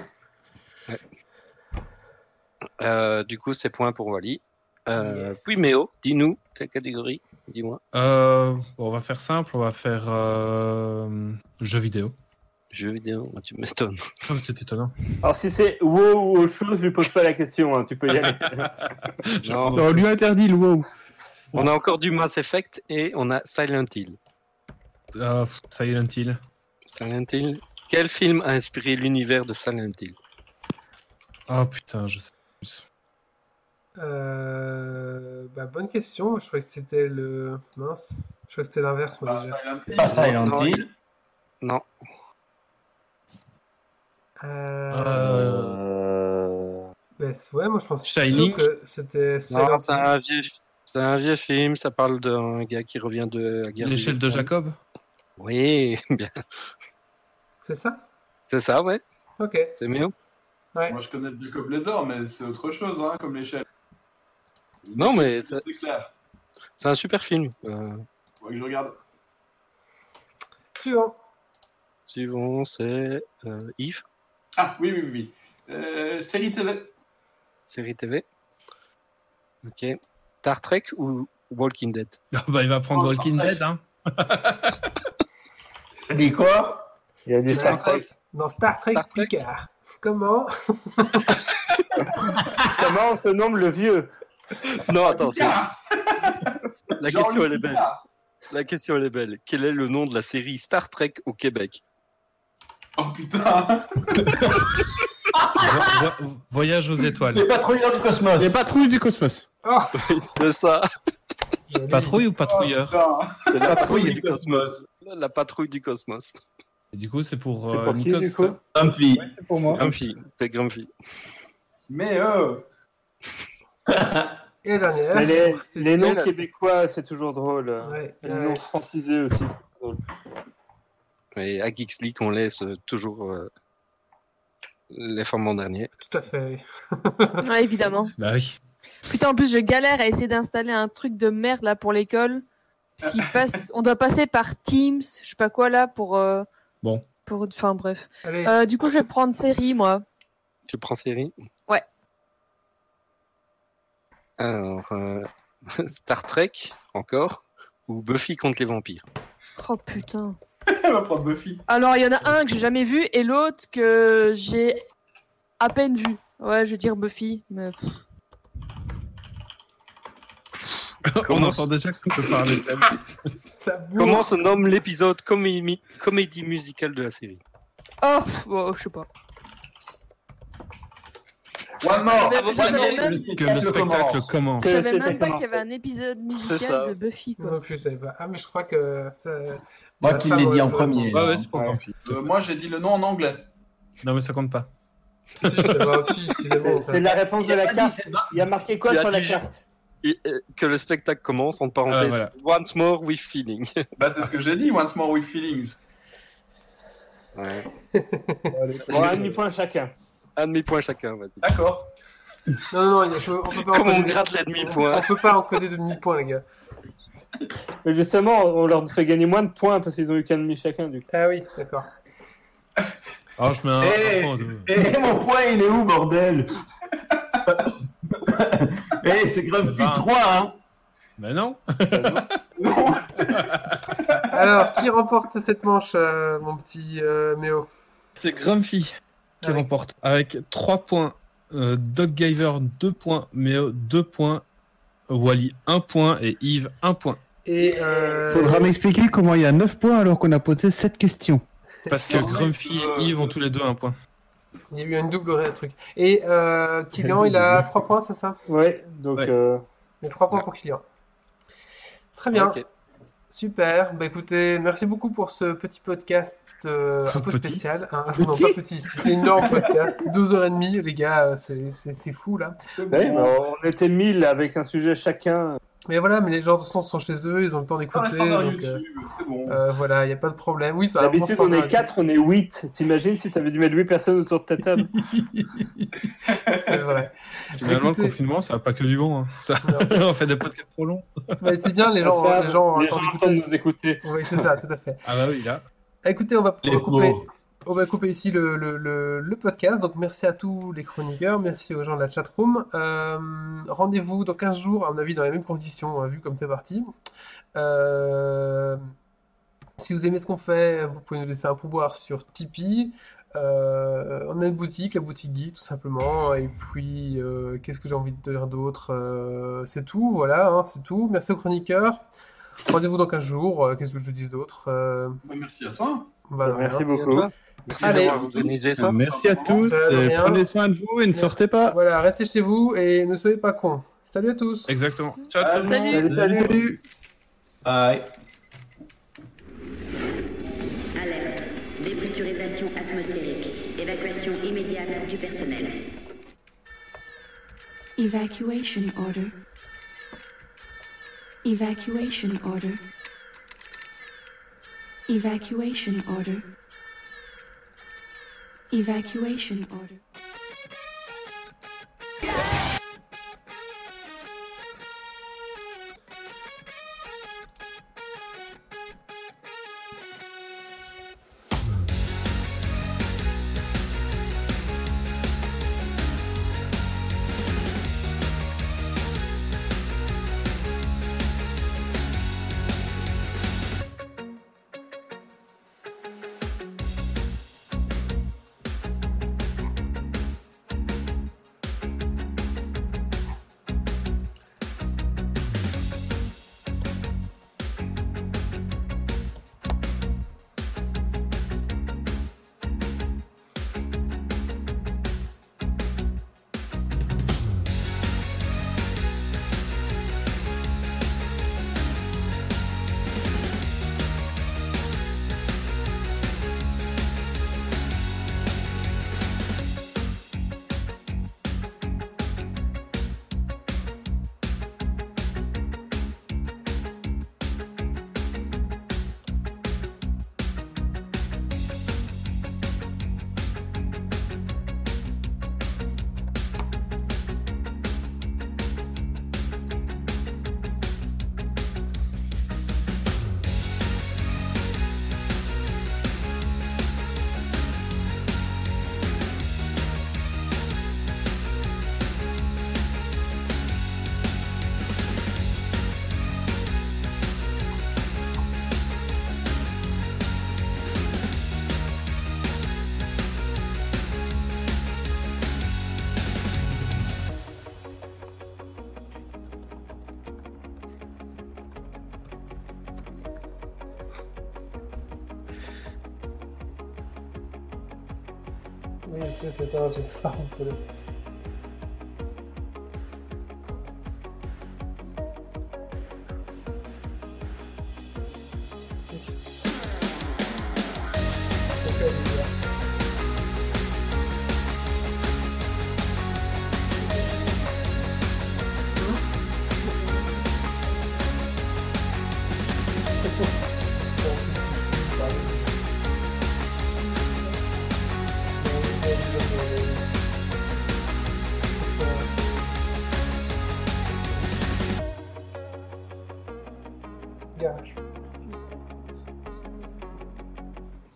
Du coup, c'est point pour Wally. Yes. Puis Méo, dis-nous ta catégorie, dis-moi. On va faire simple, on va faire jeux vidéo. Jeux vidéo, tu m'étonnes. Comme c'est étonnant. Alors si c'est WoW ou autre chose, lui pose pas la question, hein, tu peux y aller. Non, On lui interdit le wow. on a encore du Mass Effect et on a Silent Hill. Silent Hill. Silent Hill. Quel film a inspiré l'univers de Silent Hill? Oh putain, je sais plus. Bonne question. Je crois que c'était le... Mince. Je crois que c'était l'inverse, moi, Bah, déjà. Silent Hill. Pas Silent Non, Hill. Non. Ouais, moi, je pense Shining. que c'était... Non, c'est un vieux film, ça parle d'un gars qui revient de la guerre. L'échelle de Jacob. Oui, bien. C'est ça? C'est ça, ouais. Ok. C'est mieux. Ouais. Moi, je connais le Jacob Ledor, mais c'est autre chose, hein, comme l'échelle. Non, mais C'est clair. c'est un super film. Faut que je regarde. Suivant. Suivant, c'est Yves, Ah, oui. Série TV. série TV. Ok. Star Trek ou Walking Dead? Il va prendre Oh, Walking Star Trek. Dead, hein. T'as dit quoi? Il a dit Star Trek. Dans Star Trek Picard. Comment Comment se nomme le vieux? Non, attends. La question, elle est belle. La question, elle est belle. Quel est le nom de la série Star Trek au Québec? Oh putain. Voyage aux étoiles. Les patrouilleurs du cosmos. Les patrouilles du cosmos. Oh, C'est ça. Patrouille ou patrouilleur? C'est la patrouille du cosmos. La patrouille du cosmos. Et du coup, c'est pour, C'est pour qui, Nikos, du coup? Grumpy. C'est pour moi. Grumpy. C'est Grumpy. Mais et la dernière. Mais c'est les noms celle- québécois, c'est toujours drôle. Ouais, Les noms francisés aussi, c'est drôle. Et à Geeks League, on laisse toujours les femmes en dernier. Tout à fait. Ouais, évidemment. Bah oui. Putain, en plus, je galère à essayer d'installer un truc de merde là pour l'école. Parce qu'il passe, on doit passer par Teams, je sais pas quoi là, pour. Bon. Enfin bref. Allez. Du coup, je vais prendre série, moi. Tu prends série? Ouais. Alors, Star Trek, encore, ou Buffy contre les vampires? Oh putain. elle va prendre Buffy. Alors, il y en a un que j'ai jamais vu et l'autre que j'ai à peine vu. Ouais, je vais dire Buffy. Mais... On entend déjà que ça peut parler. Ça bourre. Comment se nomme l'épisode comédie musicale de la série? Oh, je sais pas. One more. Je savais même, Que le spectacle commence. je savais même pas qu'il y avait un épisode musical de Buffy, quoi. Non plus, je savais pas. Ah, mais je crois que ça. Moi Ma qui femme l'ai dit aurait en pu premier. répondre. Ouais, c'est pour Ouais. Grumpy. Moi, j'ai dit le nom en anglais. Non, mais ça compte pas. Si, c'est bon. ça. C'est la réponse de la carte. c'est pas- Il y a marqué quoi Il a sur la dit- carte? Et, que le spectacle commence, entre parenthèses, voilà. Once More with Feeling. Bah, c'est ce que j'ai dit, Once More with Feelings. Ouais. Bon, un demi-point chacun. Un demi-point chacun, on va dire. D'accord. Non, on peut pas Comme on encoder. gratte les On demi-points. peut pas encoder de demi-points, les gars. Mais justement, on leur fait gagner moins de points parce qu'ils ont eu qu'un demi chacun, du coup. Ah oui, d'accord. Alors, je mets un point. Et mon point, il est où, bordel? C'est Grumpy 3, hein? Mais non. Alors, qui remporte cette manche, mon petit Méo? C'est Grumpy qui Ah oui. remporte avec 3 points. Doc Giver 2 points. Méo 2 points. Wally 1 point. Et Yves 1 point. Et Faudra m'expliquer comment il y a 9 points alors qu'on a posé 7 questions. Parce que Grumpy et Yves ont tous les deux 1 point. il y a eu une double truc. Et Kylian, il a 3 points, c'est ça? Ouais, donc Ouais. Il y a 3 points pour Kylian. Très bien. Ok. Super. Bah écoutez, merci beaucoup pour ce petit podcast un peu Petit. spécial. Hein. Non, pas petit, c'est un énorme podcast. 2h30, les gars, c'est fou là. ouais, bah, on était 1000 avec un sujet chacun. Mais voilà, mais les gens de toute façon sont chez eux, ils ont le temps Dans les d'écouter. standards donc, YouTube, c'est bon. voilà, il n'y a pas de problème. Oui, ça a un bon D'habitude, on standard est 4, on est 8. T'imagines si t'avais dû mettre 8 personnes autour de ta table? C'est vrai. Finalement, Écoutez- le confinement, ça va pas que du bon. Hein. Ça... on fait des podcasts trop longs. Mais c'est bien, les gens ont les gens le ont temps le temps de d'écouter. nous écouter. Oui, c'est ça, tout à fait. Ah bah oui, là. Écoutez, on va Les couper. pauvres. On va couper ici le podcast. Donc, merci à tous les chroniqueurs. Merci aux gens de la chatroom. Rendez-vous dans 15 jours, à mon avis, dans les mêmes conditions, vu comme c'est parti. Si vous aimez ce qu'on fait, vous pouvez nous laisser un pourboire sur Tipeee. On a une boutique, la boutique Geek, tout simplement. Et puis, qu'est-ce que j'ai envie de dire d'autre? C'est tout, voilà, hein, c'est tout. Merci aux chroniqueurs. Rendez-vous dans 15 jours. Qu'est-ce que je vous dise d'autre? Bah, merci à toi. Bah, Merci rien. beaucoup. Merci Allez. d'avoir organisé ça. Merci à tous. rien. Prenez soin de vous et ne sortez pas. Voilà, restez chez vous et ne soyez pas cons. Salut à tous. Exactement. Ciao, ciao. Salut. Salut. Bye. Alerte. Dépressurisation atmosphérique. Évacuation immédiate du personnel. Evacuation order. Evacuation order. Evacuation order. Evacuation order. Oui, c'est un Jack Farm pour le. Okay.